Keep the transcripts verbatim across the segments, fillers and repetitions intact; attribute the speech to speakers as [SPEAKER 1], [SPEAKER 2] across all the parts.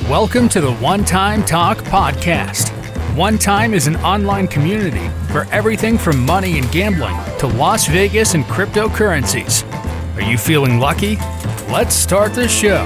[SPEAKER 1] Welcome to the One Time Talk podcast. One Time is an online community for everything from money and gambling to Las Vegas and cryptocurrencies. Are you feeling lucky? Let's start the show.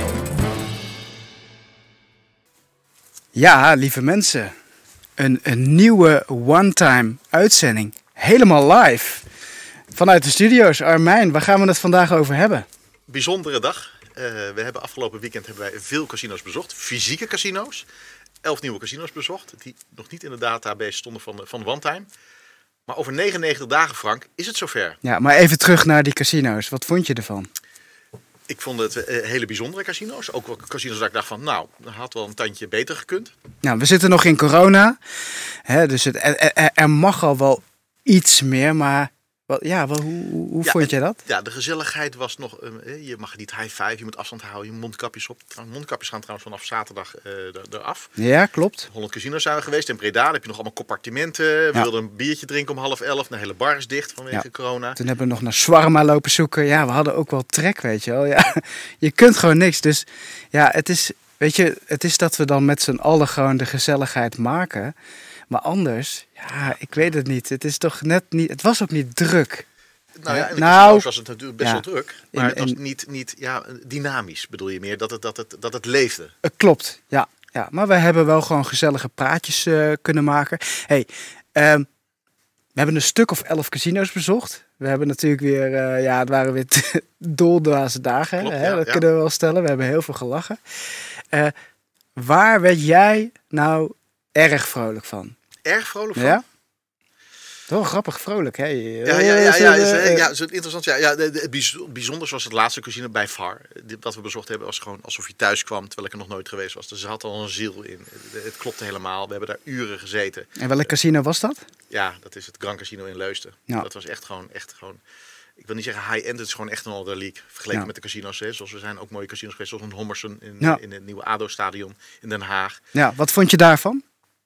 [SPEAKER 2] Ja, lieve mensen. Een, een nieuwe One Time uitzending. Helemaal live. Vanuit de studio's. Armijn, waar gaan we het vandaag over hebben?
[SPEAKER 3] Bijzondere dag. Uh, we hebben afgelopen weekend hebben wij veel casino's bezocht. Fysieke casino's. Elf nieuwe casino's bezocht. Die nog niet in de database stonden van, van One Time. Maar over negenennegentig dagen, Frank, is het zover.
[SPEAKER 2] Ja, maar even terug naar die casino's. Wat vond je ervan?
[SPEAKER 3] Ik vond het uh, hele bijzondere casino's. Ook wel casino's waar ik dacht van, nou, dat had wel een tandje beter gekund.
[SPEAKER 2] Nou, we zitten nog in corona. Hè, dus het, er, er, er mag al wel iets meer, maar... Wat, ja, wat, hoe, hoe
[SPEAKER 3] ja,
[SPEAKER 2] vond jij dat?
[SPEAKER 3] Ja, de gezelligheid was nog... Uh, je mag niet high five, je moet afstand houden, je mondkapjes op. Mondkapjes gaan trouwens vanaf zaterdag uh, eraf.
[SPEAKER 2] Ja, klopt.
[SPEAKER 3] honderd casino's zijn we geweest. In Breda heb je nog allemaal compartimenten. We
[SPEAKER 2] ja.
[SPEAKER 3] wilden een biertje drinken om half elf. De hele bar is dicht vanwege
[SPEAKER 2] ja.
[SPEAKER 3] corona.
[SPEAKER 2] Toen hebben we nog naar shawarma lopen zoeken. Ja, we hadden ook wel trek, weet je wel. Ja, je kunt gewoon niks. Dus ja, het is, weet je, het is dat we dan met z'n allen gewoon de gezelligheid maken. Maar anders, ja, ik weet het niet. Het is toch net niet... Het was ook niet druk.
[SPEAKER 3] Nou ja, in de
[SPEAKER 2] nou,
[SPEAKER 3] was het natuurlijk best
[SPEAKER 2] ja,
[SPEAKER 3] wel druk. Maar
[SPEAKER 2] in, in,
[SPEAKER 3] het was niet, niet ja, dynamisch, bedoel je meer. Dat het, dat het, dat het leefde.
[SPEAKER 2] Uh, klopt, ja, ja. Maar we hebben wel gewoon gezellige praatjes uh, kunnen maken. Hey, um, we hebben een stuk of elf casino's bezocht. We hebben natuurlijk weer... Uh, ja, het waren weer doldwaze dagen.
[SPEAKER 3] Klopt,
[SPEAKER 2] hè?
[SPEAKER 3] Ja,
[SPEAKER 2] dat
[SPEAKER 3] ja.
[SPEAKER 2] kunnen we wel stellen. We hebben heel veel gelachen. Uh, waar werd jij nou erg vrolijk van?
[SPEAKER 3] Erg vrolijk van?
[SPEAKER 2] Ja? Wel grappig vrolijk, hè?
[SPEAKER 3] Ja, ja, ja, ja, ja, is, ja is interessant. Ja, ja, het bijzonder was het laatste casino bij V A R. Wat we bezocht hebben was gewoon alsof je thuis kwam, terwijl ik er nog nooit geweest was. Dus er zat al een ziel in. Het klopte helemaal. We hebben daar uren gezeten.
[SPEAKER 2] En welk casino was dat?
[SPEAKER 3] Ja, dat is het Grand Casino in Leusden. Ja. Dat was echt gewoon, echt gewoon... Ik wil niet zeggen high-end, het is gewoon echt een andere league. Vergeleken ja. met de casino's. Hè. Zoals we zijn ook mooie casino's geweest, zoals een Hommerson in, ja. in het nieuwe A D O-stadion in Den Haag.
[SPEAKER 2] Ja, wat vond je daarvan?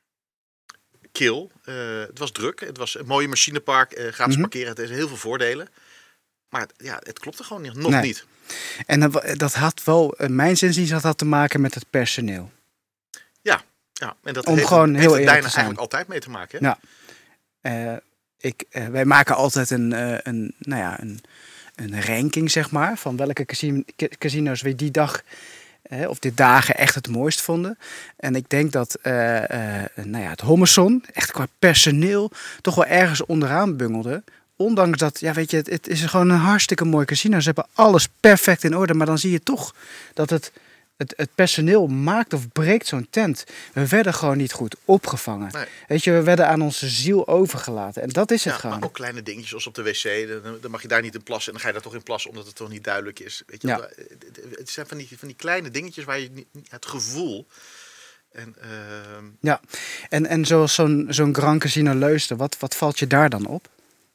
[SPEAKER 3] Kil. Uh, het was druk. Het was een mooie machinepark. Uh, gratis mm-hmm. parkeren. Het heeft heel veel voordelen. Maar het, ja, het klopte gewoon niet, nog nee. niet.
[SPEAKER 2] En dat, dat had wel, in mijn zin, dat had te maken met het personeel.
[SPEAKER 3] Ja. ja. En dat
[SPEAKER 2] Om
[SPEAKER 3] heeft,
[SPEAKER 2] gewoon
[SPEAKER 3] heeft
[SPEAKER 2] heel
[SPEAKER 3] het bijna
[SPEAKER 2] eigenlijk
[SPEAKER 3] altijd mee te maken. Hè?
[SPEAKER 2] Ja. Uh, ik, uh, wij maken altijd een, uh, een, nou ja, een, een ranking, zeg maar, van welke casino, casino's we die dag... of die dagen echt het mooist vonden. En ik denk dat uh, uh, nou ja, het Hommerson, echt qua personeel, toch wel ergens onderaan bungelde. Ondanks dat, ja weet je, het, het is gewoon een hartstikke mooi casino. Ze hebben alles perfect in orde. Maar dan zie je toch dat het, het, het personeel maakt of breekt zo'n tent. We werden gewoon niet goed opgevangen. Nee. Weet je, we werden aan onze ziel overgelaten. En dat is het
[SPEAKER 3] ja,
[SPEAKER 2] gewoon.
[SPEAKER 3] Maar ook kleine dingetjes zoals op de wc. Dan, dan mag je daar niet in plassen. En dan ga je daar toch in plassen omdat het toch niet duidelijk is. Weet je, ja. Het zijn van die, van die kleine dingetjes waar je het gevoel... En, uh...
[SPEAKER 2] Ja, en, en zoals zo'n, zo'n Grand Casino Leusden, wat, wat valt je daar dan op?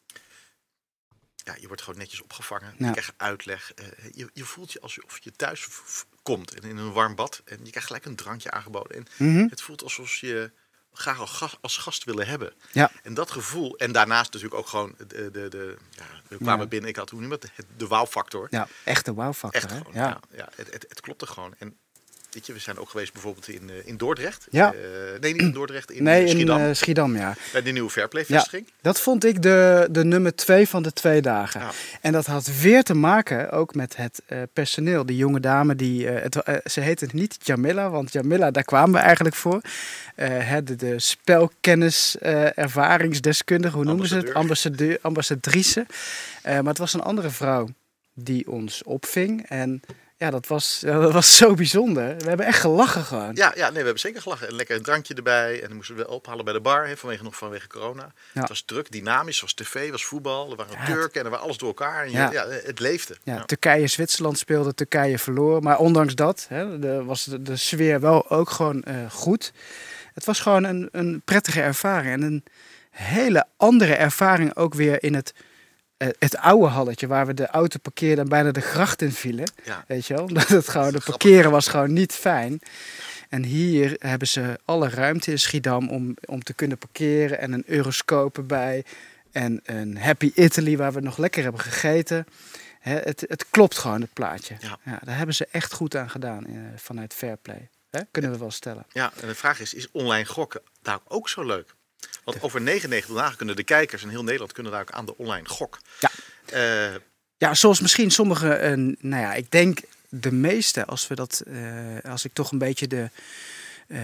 [SPEAKER 3] Ja, je wordt gewoon netjes opgevangen.
[SPEAKER 2] Ja.
[SPEAKER 3] Je krijgt uitleg. Uh, je, je voelt je alsof je thuis f- komt en in een warm bad. En je krijgt gelijk een drankje aangeboden. En mm-hmm. het voelt alsof je graag als gast, als gast willen hebben.
[SPEAKER 2] Ja.
[SPEAKER 3] En dat gevoel. En daarnaast natuurlijk ook gewoon de... de, de ja, we kwamen ja. binnen. Ik had hoe noem het? De wow-factor.
[SPEAKER 2] Ja, echt de wow-factor.
[SPEAKER 3] Echt gewoon,
[SPEAKER 2] ja.
[SPEAKER 3] ja, ja het, het, het klopte gewoon. En weet je, we zijn ook geweest bijvoorbeeld in, uh, in Dordrecht.
[SPEAKER 2] Ja.
[SPEAKER 3] Uh, nee, niet in Dordrecht, in
[SPEAKER 2] nee,
[SPEAKER 3] Schiedam.
[SPEAKER 2] in uh, Schiedam, ja.
[SPEAKER 3] Bij de nieuwe Fairplay-vestiging.
[SPEAKER 2] Ja, dat vond ik de, de nummer twee van de twee dagen. Ja. En dat had weer te maken ook met het uh, personeel. Die jonge dame, die, uh, het, uh, ze heette niet Jamila, want Jamila, daar kwamen we eigenlijk voor. Uh, de, de spelkennis, uh, ervaringsdeskundige, hoe noemen ze het? Ambassadeur, ambassadrice. Uh, maar het was een andere vrouw die ons opving en... Ja, dat was, dat was zo bijzonder. We hebben echt gelachen gewoon.
[SPEAKER 3] Ja, ja nee, we hebben zeker gelachen. En lekker een drankje erbij. En dan moesten we ophalen bij de bar. Hè, vanwege nog vanwege corona. Ja. Het was druk, dynamisch. Er was tv, was voetbal. Er waren ja, Turken en er was alles door elkaar. En je, ja. Ja, het leefde.
[SPEAKER 2] Ja, ja. Turkije-Zwitserland speelde. Turkije verloor. Maar ondanks dat hè, de, was de, de sfeer wel ook gewoon uh, goed. Het was gewoon een, een prettige ervaring. En een hele andere ervaring ook weer in het... Het oude halletje waar we de auto parkeerden en bijna de gracht in vielen. Ja. Weet je wel? Omdat het gewoon, de parkeren was gewoon niet fijn. En hier hebben ze alle ruimte in Schiedam om, om te kunnen parkeren. En een Euroscope erbij. En een Happy Italy waar we nog lekker hebben gegeten. He, het, het klopt gewoon, het plaatje. Ja. Ja, daar hebben ze echt goed aan gedaan uh, vanuit Fairplay. Hè? Kunnen we wel stellen.
[SPEAKER 3] Ja, en de vraag is, is online gokken daar ook zo leuk? Want over negenennegentig dagen kunnen de kijkers in heel Nederland kunnen daar ook aan de online gok.
[SPEAKER 2] Ja,
[SPEAKER 3] uh,
[SPEAKER 2] ja zoals misschien sommige, uh, nou ja, ik denk de meeste, als we dat, uh, als ik toch een beetje de uh,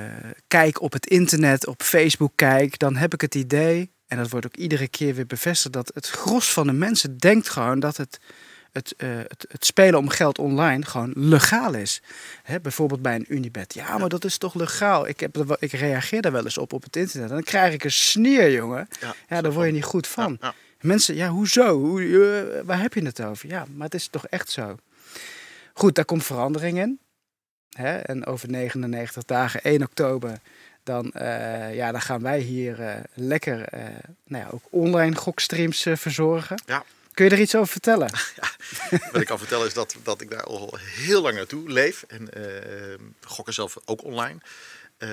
[SPEAKER 2] kijk op het internet, op Facebook kijk, dan heb ik het idee, en dat wordt ook iedere keer weer bevestigd, dat het gros van de mensen denkt gewoon dat het Het, uh, het, het spelen om geld online gewoon legaal is. Hè, bijvoorbeeld bij een Unibet. Ja, maar dat is toch legaal? Ik, heb, ik reageer daar wel eens op op het internet. En dan krijg ik een sneer, jongen. Ja, ja daar word je niet goed van. Ja, ja. Mensen, ja, hoezo? Hoe, uh, waar heb je het over? Ja, maar het is toch echt zo. Goed, daar komt verandering in. Hè, en over negenennegentig dagen, één oktober... Dan, uh, ja, dan gaan wij hier uh, lekker uh, nou ja, ook online gokstreams uh, verzorgen. Ja. Kun je er iets over vertellen?
[SPEAKER 3] Ja, wat ik kan vertellen is dat, dat ik daar al heel lang naartoe leef. En uh, gokken zelf ook online. Uh,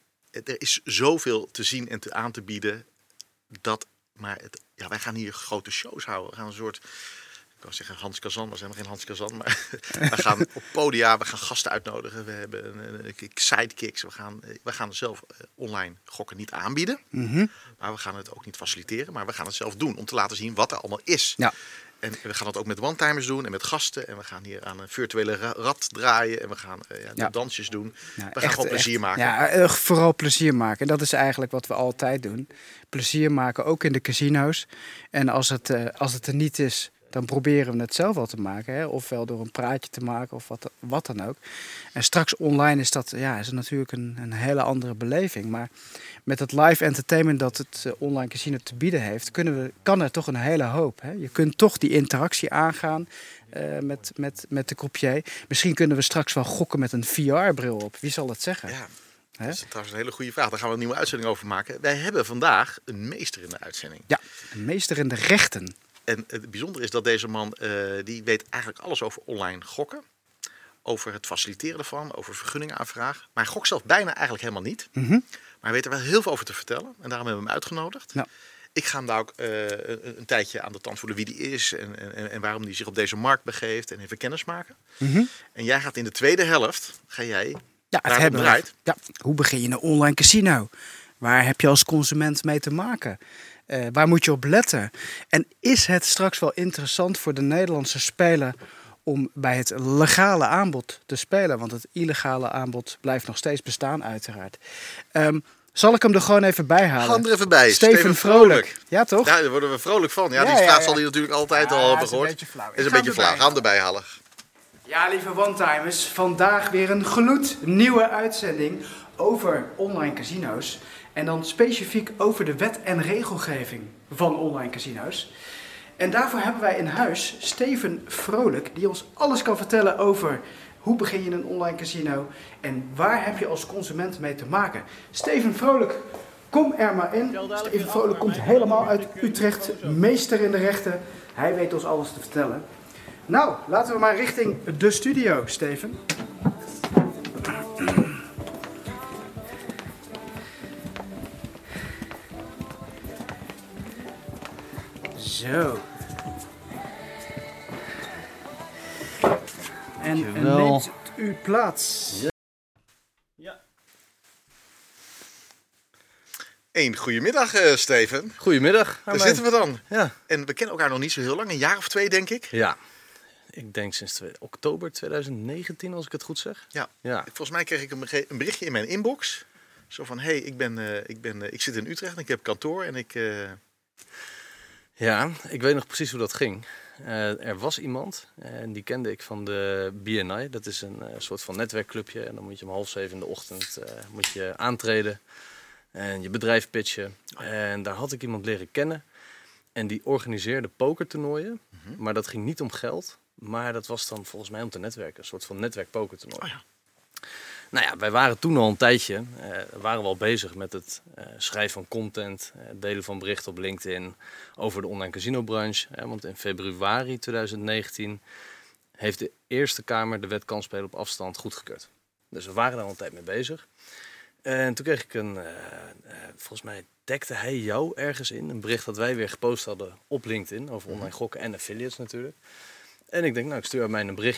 [SPEAKER 3] er is zoveel te zien en te aan te bieden. Dat, maar het, ja, wij gaan hier grote shows houden. We gaan een soort... Ik wou zeggen Hans Kazan, maar zijn we geen Hans Kazan. Maar we gaan op podia, we gaan gasten uitnodigen. We hebben een, een, sidekicks. We gaan, we gaan het zelf online gokken niet aanbieden.
[SPEAKER 2] Mm-hmm.
[SPEAKER 3] Maar we gaan het ook niet faciliteren. Maar we gaan het zelf doen om te laten zien wat er allemaal is.
[SPEAKER 2] Ja.
[SPEAKER 3] En we gaan het ook met one-timers doen en met gasten. En we gaan hier aan een virtuele rad draaien. En we gaan uh, ja, ja. dansjes doen. Ja, we gaan gewoon plezier
[SPEAKER 2] echt.
[SPEAKER 3] maken.
[SPEAKER 2] Ja, uh, vooral plezier maken. En dat is eigenlijk wat we altijd doen. Plezier maken, ook in de casino's. En als het, uh, als het er niet is... dan proberen we het zelf wel te maken. Hè? Ofwel door een praatje te maken of wat, wat dan ook. En straks online is dat ja, is natuurlijk een, een hele andere beleving. Maar met het live entertainment dat het uh, online casino te bieden heeft... Kunnen we, kan er toch een hele hoop. Hè? Je kunt toch die interactie aangaan uh, met, met, met de croupier. Misschien kunnen we straks wel gokken met een V R-bril op. Wie zal het zeggen?
[SPEAKER 3] Ja. Dat is trouwens een hele goede vraag. Daar gaan we een nieuwe uitzending over maken. Wij hebben vandaag een meester in de uitzending.
[SPEAKER 2] Ja, een meester in de rechten.
[SPEAKER 3] En het bijzondere is dat deze man, uh, die weet eigenlijk alles over online gokken. Over het faciliteren ervan, over vergunningaanvraag. Maar hij gokt zelf bijna eigenlijk helemaal niet.
[SPEAKER 2] Mm-hmm.
[SPEAKER 3] Maar hij weet er wel heel veel over te vertellen. En daarom hebben we hem uitgenodigd.
[SPEAKER 2] Ja.
[SPEAKER 3] Ik ga hem daar ook uh, een, een tijdje aan de tand voelen wie die is. En, en, en waarom hij zich op deze markt begeeft. En even kennis maken.
[SPEAKER 2] Mm-hmm.
[SPEAKER 3] En jij gaat in de tweede helft, ga jij
[SPEAKER 2] ja, het hebben we. Ja, hoe begin je een online casino? Waar heb je als consument mee te maken? Uh, waar moet je op letten? En is het straks wel interessant voor de Nederlandse speler om bij het legale aanbod te spelen? Want het illegale aanbod blijft nog steeds bestaan, uiteraard. Um, zal ik hem er gewoon even bij halen?
[SPEAKER 3] Ga er even bij.
[SPEAKER 2] Steven, Steven Vrolijk. Vrolijk. Ja, toch?
[SPEAKER 3] Ja, daar worden we vrolijk van. Ja,
[SPEAKER 2] ja,
[SPEAKER 3] die vraag
[SPEAKER 2] ja, ja.
[SPEAKER 3] zal hij natuurlijk altijd
[SPEAKER 2] ja,
[SPEAKER 3] al hebben gehoord.
[SPEAKER 2] Is een beetje flauw.
[SPEAKER 3] Is een beetje flauw. Ga hem erbij halen.
[SPEAKER 2] Ja, lieve one-timers. Vandaag weer een gloednieuwe uitzending over online casino's. En dan specifiek over de wet en regelgeving van online casino's. En daarvoor hebben wij in huis Steven Vrolijk, die ons alles kan vertellen over hoe begin je een online casino en waar heb je als consument mee te maken. Steven Vrolijk, kom er maar in. Steven Vrolijk komt helemaal uit Utrecht, meester in de rechten. Hij weet ons alles te vertellen. Nou, laten we maar richting de studio, Steven. Zo. En, en neemt u plaats.
[SPEAKER 4] Ja.
[SPEAKER 3] Een goedemiddag, uh, Steven.
[SPEAKER 4] Goedemiddag.
[SPEAKER 3] Daar zitten we dan.
[SPEAKER 4] Ja.
[SPEAKER 3] En we kennen elkaar nog niet zo heel lang, een jaar of twee denk ik.
[SPEAKER 4] Ja. Ik denk sinds oktober twintig negentien, als ik het goed zeg.
[SPEAKER 3] Ja.
[SPEAKER 4] Ja.
[SPEAKER 3] Volgens mij kreeg ik een, een berichtje in mijn inbox. Zo van, hé, hey, ik, ben, uh, ik, ben, uh, ik zit in Utrecht en ik heb kantoor en ik... Uh...
[SPEAKER 4] Ja, ik weet nog precies hoe dat ging. Uh, er was iemand, en uh, die kende ik van de B N I. Dat is een uh, soort van netwerkclubje. En dan moet je om half zeven in de ochtend uh, moet je aantreden. En je bedrijf pitchen. En daar had ik iemand leren kennen. En die organiseerde pokertoernooien. Mm-hmm. Maar dat ging niet om geld. Maar dat was dan volgens mij om te netwerken. Een soort van netwerkpokertoernooi.
[SPEAKER 3] Oh ja.
[SPEAKER 4] Nou ja, wij waren toen al een tijdje, uh, waren we al bezig met het uh, schrijven van content, uh, delen van berichten op LinkedIn over de online casinobranche. Uh, want in februari twintig negentien heeft de Eerste Kamer de wet kansspelen op afstand goedgekeurd. Dus we waren daar al een tijd mee bezig. En toen kreeg ik een, uh, uh, volgens mij dekte hij jou ergens in, een bericht dat wij weer gepost hadden op LinkedIn over online gokken en affiliates natuurlijk. En ik denk, nou ik stuur mij een berichtje.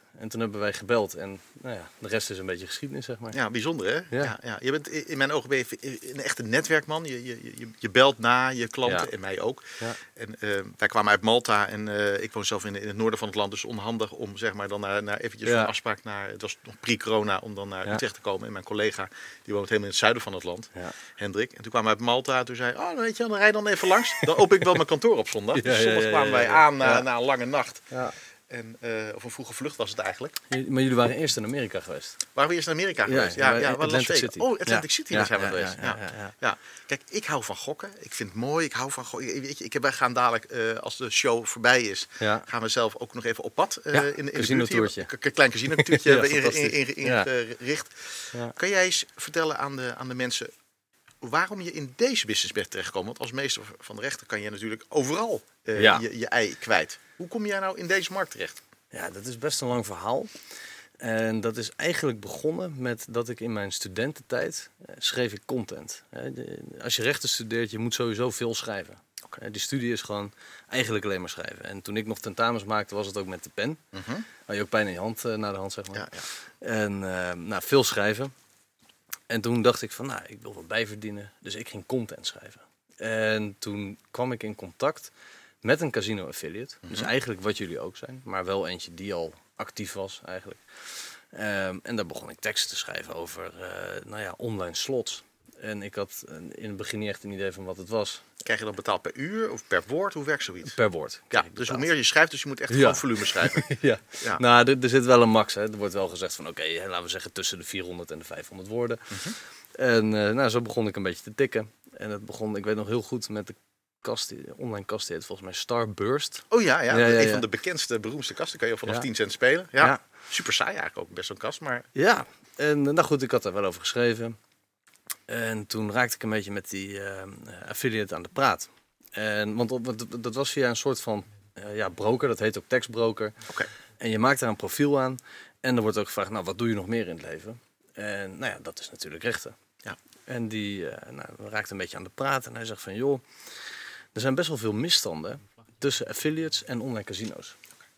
[SPEAKER 4] En toen hebben wij gebeld en nou ja, de rest is een beetje geschiedenis, zeg maar.
[SPEAKER 3] Ja, bijzonder hè?
[SPEAKER 4] Ja.
[SPEAKER 3] Ja, ja. Je bent, in mijn ogen ben je een echte netwerkman. Je, je, je, je belt na je klanten
[SPEAKER 4] Ja.
[SPEAKER 3] en mij ook.
[SPEAKER 4] Ja.
[SPEAKER 3] En uh, wij kwamen uit Malta en uh, ik woon zelf in, in het noorden van het land. Dus onhandig om zeg maar dan naar, naar eventjes
[SPEAKER 4] Ja.
[SPEAKER 3] voor een afspraak naar, het was nog pre-corona, om dan naar
[SPEAKER 4] Ja.
[SPEAKER 3] Utrecht te komen. En mijn collega, die woont helemaal in het zuiden van het land,
[SPEAKER 4] Ja.
[SPEAKER 3] Hendrik. En toen kwamen we uit Malta en toen zei hij, oh dan weet je, dan rij dan even langs. Dan open ik wel mijn kantoor op zondag.
[SPEAKER 4] Ja,
[SPEAKER 3] Dus
[SPEAKER 4] ja,
[SPEAKER 3] zondag
[SPEAKER 4] ja,
[SPEAKER 3] kwamen
[SPEAKER 4] ja,
[SPEAKER 3] wij
[SPEAKER 4] ja.
[SPEAKER 3] aan na,
[SPEAKER 4] Ja.
[SPEAKER 3] na een lange nacht.
[SPEAKER 4] Ja.
[SPEAKER 3] En, uh, of een vroege vlucht was het eigenlijk.
[SPEAKER 4] Maar jullie waren eerst in Amerika geweest?
[SPEAKER 3] Waren we eerst in Amerika
[SPEAKER 4] Ja,
[SPEAKER 3] geweest? Ja,
[SPEAKER 4] ja,
[SPEAKER 3] ja,
[SPEAKER 4] bij
[SPEAKER 3] ja, Las
[SPEAKER 4] Atlantic
[SPEAKER 3] Vegas.
[SPEAKER 4] City.
[SPEAKER 3] Oh, Atlantic
[SPEAKER 4] Ja.
[SPEAKER 3] City,
[SPEAKER 4] Ja,
[SPEAKER 3] daar zijn we
[SPEAKER 4] ja,
[SPEAKER 3] geweest.
[SPEAKER 4] ja,
[SPEAKER 3] Ja,
[SPEAKER 4] ja, ja, ja.
[SPEAKER 3] ja. Kijk, ik hou van gokken. Ik vind het mooi. Ik hou van gokken. Weet je, ik heb, wij gaan dadelijk, uh, als de show voorbij is,
[SPEAKER 4] Ja.
[SPEAKER 3] gaan we zelf ook nog even op pad. Uh,
[SPEAKER 4] Ja,
[SPEAKER 3] in, in de
[SPEAKER 4] casino-toertje.
[SPEAKER 3] buurt hier. Een klein casino-toertje
[SPEAKER 4] Ja,
[SPEAKER 3] hebben we
[SPEAKER 4] fantastisch.
[SPEAKER 3] ingericht.
[SPEAKER 4] Ja. Ja.
[SPEAKER 3] Kan jij eens vertellen aan de, aan de mensen waarom je in deze business bent terechtgekomen? Want als meester van de rechten kan je natuurlijk overal uh,
[SPEAKER 4] Ja.
[SPEAKER 3] je, je ei kwijt. Hoe kom jij nou in deze markt terecht?
[SPEAKER 4] Ja, dat is best een lang verhaal. En dat is eigenlijk begonnen met dat ik in mijn studententijd eh, schreef ik content. Hè, de- Als je rechten studeert, je moet sowieso veel schrijven. Hè, Die studie is gewoon eigenlijk alleen maar schrijven. En toen ik nog tentamens maakte, was het ook met de pen.
[SPEAKER 3] Mhm.
[SPEAKER 4] Had je ook pijn in je hand, eh, naar de hand, zeg maar.
[SPEAKER 3] Ja, ja.
[SPEAKER 4] En eh, nou, veel schrijven. En toen dacht ik van, nou, ik wil wat bijverdienen. Dus ik ging content schrijven. En toen kwam ik in contact met een casino affiliate. Dus eigenlijk wat jullie ook zijn. Maar wel eentje die al actief was eigenlijk. Ehm, en daar begon ik teksten te schrijven over eh, nou ja, online slots. En ik had eh, in het begin niet echt een idee van wat het was.
[SPEAKER 3] Krijg je dan betaald per uur of per woord? Hoe werkt zoiets?
[SPEAKER 4] Per woord.
[SPEAKER 3] Ja,
[SPEAKER 4] kreeg ik
[SPEAKER 3] dus hoe
[SPEAKER 4] betaald.
[SPEAKER 3] meer je schrijft, dus je moet echt
[SPEAKER 4] Ja.
[SPEAKER 3] gewoon volume schrijven.
[SPEAKER 4] Ja.
[SPEAKER 3] Ja.
[SPEAKER 4] Nou, er, er zit wel een max. Hè. Er wordt wel gezegd van oké, okay, laten we zeggen tussen de vierhonderd en de vijfhonderd woorden.
[SPEAKER 3] Mhm.
[SPEAKER 4] En uh, nou, zo begon ik een beetje te tikken. En het begon, ik weet nog heel goed, met de kast, die- de online kast, die heet volgens mij Starburst.
[SPEAKER 3] Oh ja, ja.
[SPEAKER 4] Ja, ja,
[SPEAKER 3] een
[SPEAKER 4] ja.
[SPEAKER 3] van de bekendste, beroemdste kasten kan je vanaf
[SPEAKER 4] Ja.
[SPEAKER 3] tien cent spelen. Ja.
[SPEAKER 4] Ja.
[SPEAKER 3] Super saai eigenlijk ook, best zo'n kast, maar
[SPEAKER 4] Ja, en uh, nou goed, ik had daar wel over geschreven. En toen raakte ik een beetje met die uh, affiliate aan de praat. En, want op- want dat was via een soort van uh, ja, broker, dat heet ook tekstbroker.
[SPEAKER 3] oké.
[SPEAKER 4] En je maakt daar een profiel aan. En er wordt ook gevraagd, nou, wat doe je nog meer in het leven? En nou ja, dat is natuurlijk rechten.
[SPEAKER 3] Ja.
[SPEAKER 4] En die uh, nou, raakte een beetje aan de praat. En hij zegt van, joh, er zijn best wel veel misstanden tussen affiliates en online casino's.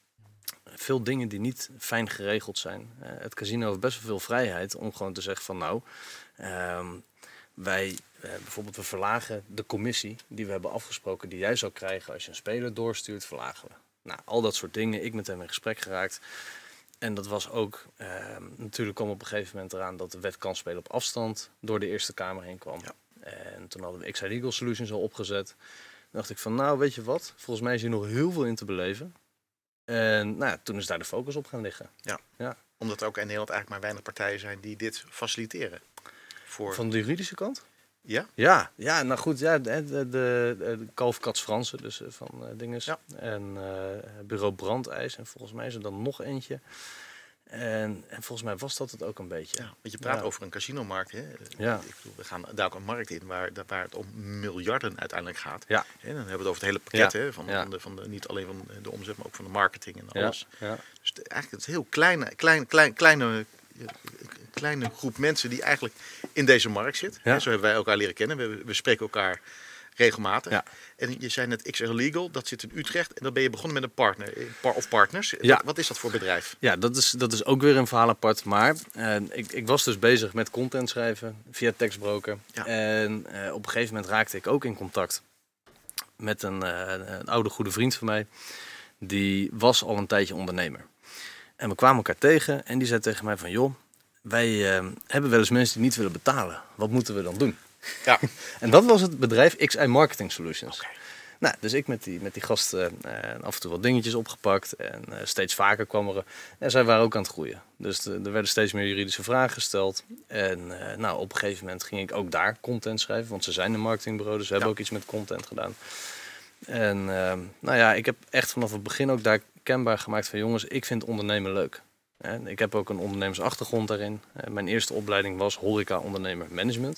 [SPEAKER 4] Veel dingen die niet fijn geregeld zijn. Uh, het casino heeft best wel veel vrijheid om gewoon te zeggen van, nou, ehm, wij uh, bijvoorbeeld we verlagen de commissie die we hebben afgesproken die jij zou krijgen als je een speler doorstuurt, verlagen we. Nou, al dat soort dingen. Ik met hem in gesprek geraakt. En dat was ook, uh, natuurlijk kwam op een gegeven moment eraan dat de wet kansspelen op afstand door de Eerste Kamer heen kwam.
[SPEAKER 3] Ja.
[SPEAKER 4] En toen hadden we X I Legal Solutions al opgezet. Toen dacht ik van, nou weet je wat, volgens mij is hier nog heel veel in te beleven. En nou ja, toen is daar de focus op gaan liggen.
[SPEAKER 3] Omdat er ook in Nederland eigenlijk maar weinig partijen zijn die dit faciliteren. Voor...
[SPEAKER 4] Van de juridische kant?
[SPEAKER 3] Ja?
[SPEAKER 4] Ja, ja, nou goed, ja, de, de, de, de Kalf Cats Fransen, dus eh, van uh, dinges.
[SPEAKER 3] Ja.
[SPEAKER 4] En uh, bureau Brandijs. En volgens mij is er dan nog eentje. En, en volgens mij was dat het ook een beetje.
[SPEAKER 3] Ja, want je praat
[SPEAKER 4] Ja.
[SPEAKER 3] over een casinomarkt. Hè?
[SPEAKER 4] Ja.
[SPEAKER 3] Ik bedoel, we gaan daar ook een markt in waar, waar het om miljarden uiteindelijk gaat.
[SPEAKER 4] Ja.
[SPEAKER 3] En dan hebben we het over het hele pakket.
[SPEAKER 4] Ja.
[SPEAKER 3] Hè? Van,
[SPEAKER 4] Ja.
[SPEAKER 3] van de, van de, niet alleen van de omzet, maar ook van de marketing en
[SPEAKER 4] Ja,
[SPEAKER 3] alles.
[SPEAKER 4] ja.
[SPEAKER 3] Dus de- eigenlijk het is een heel kleine, klein, klein, kleine, eh, kleine groep mensen die eigenlijk in deze markt zit.
[SPEAKER 4] Ja.
[SPEAKER 3] Hè, Zo hebben wij elkaar leren kennen. We, we spreken elkaar regelmatig.
[SPEAKER 4] Ja.
[SPEAKER 3] En je zei net X R Legal, dat zit in Utrecht. En dan ben je begonnen met een partner, eh, par of partners.
[SPEAKER 4] Ja.
[SPEAKER 3] Wat, wat is dat voor bedrijf?
[SPEAKER 4] Ja, dat is, dat is ook weer een verhaal apart. Maar eh, ik, ik was dus bezig met content schrijven via tekstbroker.
[SPEAKER 3] Ja.
[SPEAKER 4] En eh, op een gegeven moment raakte ik ook in contact met een, eh, een oude goede vriend van mij. Die was al een tijdje ondernemer. En we kwamen elkaar tegen en die zei tegen mij van, joh, wij eh, hebben wel eens mensen die niet willen betalen. Wat moeten we dan doen?
[SPEAKER 3] Ja.
[SPEAKER 4] En dat was het bedrijf X I Marketing Solutions.
[SPEAKER 3] Oké.
[SPEAKER 4] Nou, dus ik met die, met die gasten eh, af en toe wat dingetjes opgepakt. En eh, steeds vaker kwam er... En zij waren ook aan het groeien. Dus de- er werden steeds meer juridische vragen gesteld. En eh, nou, op een gegeven moment ging ik ook daar content schrijven. Want ze zijn een marketingbureau, dus ze hebben
[SPEAKER 3] Ja.
[SPEAKER 4] ook iets met content gedaan. En eh, nou ja, ik heb echt vanaf het begin ook daar kenbaar gemaakt van, jongens, ik vind ondernemen leuk. En ik heb ook een ondernemersachtergrond daarin. Eh, mijn eerste opleiding was horeca ondernemer management.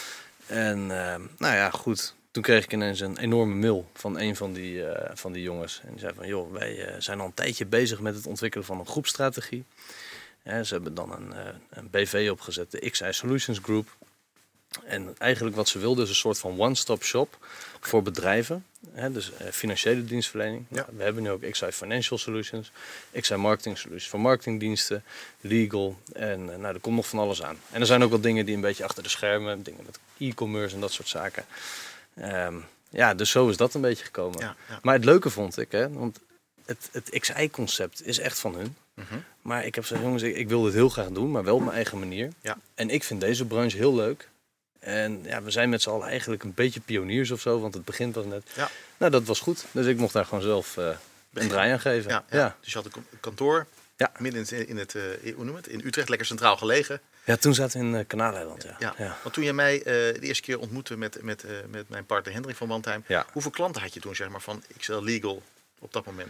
[SPEAKER 4] En uh, nou ja, goed. Toen kreeg ik ineens een enorme mail van een van die, uh, van die jongens. En die zei van, joh, wij uh, zijn al een tijdje bezig met het ontwikkelen van een groepstrategie. Ja, ze hebben dan een, uh, een B V opgezet, de X I Solutions Group. En eigenlijk wat ze wilden is een soort van one-stop shop voor bedrijven. Hè, dus uh, financiële dienstverlening.
[SPEAKER 3] Ja.
[SPEAKER 4] Nou, we hebben nu ook X I Financial Solutions, X I Marketing Solutions voor marketingdiensten, legal en uh, nou, er komt nog van alles aan. En er zijn ook wel dingen die een beetje achter de schermen, dingen met e-commerce en dat soort zaken. Um, ja, dus zo is dat een beetje gekomen.
[SPEAKER 3] Ja, ja.
[SPEAKER 4] Maar het leuke vond ik, hè, want het, het X I-concept is echt van hun.
[SPEAKER 3] Mm-hmm.
[SPEAKER 4] Maar ik heb gezegd, jongens, ik, ik wil dit heel graag doen, maar wel op mijn eigen manier.
[SPEAKER 3] Ja.
[SPEAKER 4] En ik vind deze branche heel leuk. En ja, we zijn met z'n allen eigenlijk een beetje pioniers of zo, want het begint was net.
[SPEAKER 3] Ja.
[SPEAKER 4] Nou, dat was goed. Dus ik mocht daar gewoon zelf uh, een draai aan geven.
[SPEAKER 3] Ja, ja.
[SPEAKER 4] Ja.
[SPEAKER 3] Dus je had een kantoor
[SPEAKER 4] Ja.
[SPEAKER 3] midden in het, in, het, uh, hoe noem het, in Utrecht, lekker centraal gelegen.
[SPEAKER 4] Ja, toen zaten we in uh, Kanaaleiland. Ja.
[SPEAKER 3] Ja.
[SPEAKER 4] Ja.
[SPEAKER 3] Want toen jij mij uh, de eerste keer ontmoette met, met, uh, met mijn partner Hendrik van Wandheim,
[SPEAKER 4] Ja.
[SPEAKER 3] hoeveel klanten had je toen zeg maar van X L Legal op dat moment?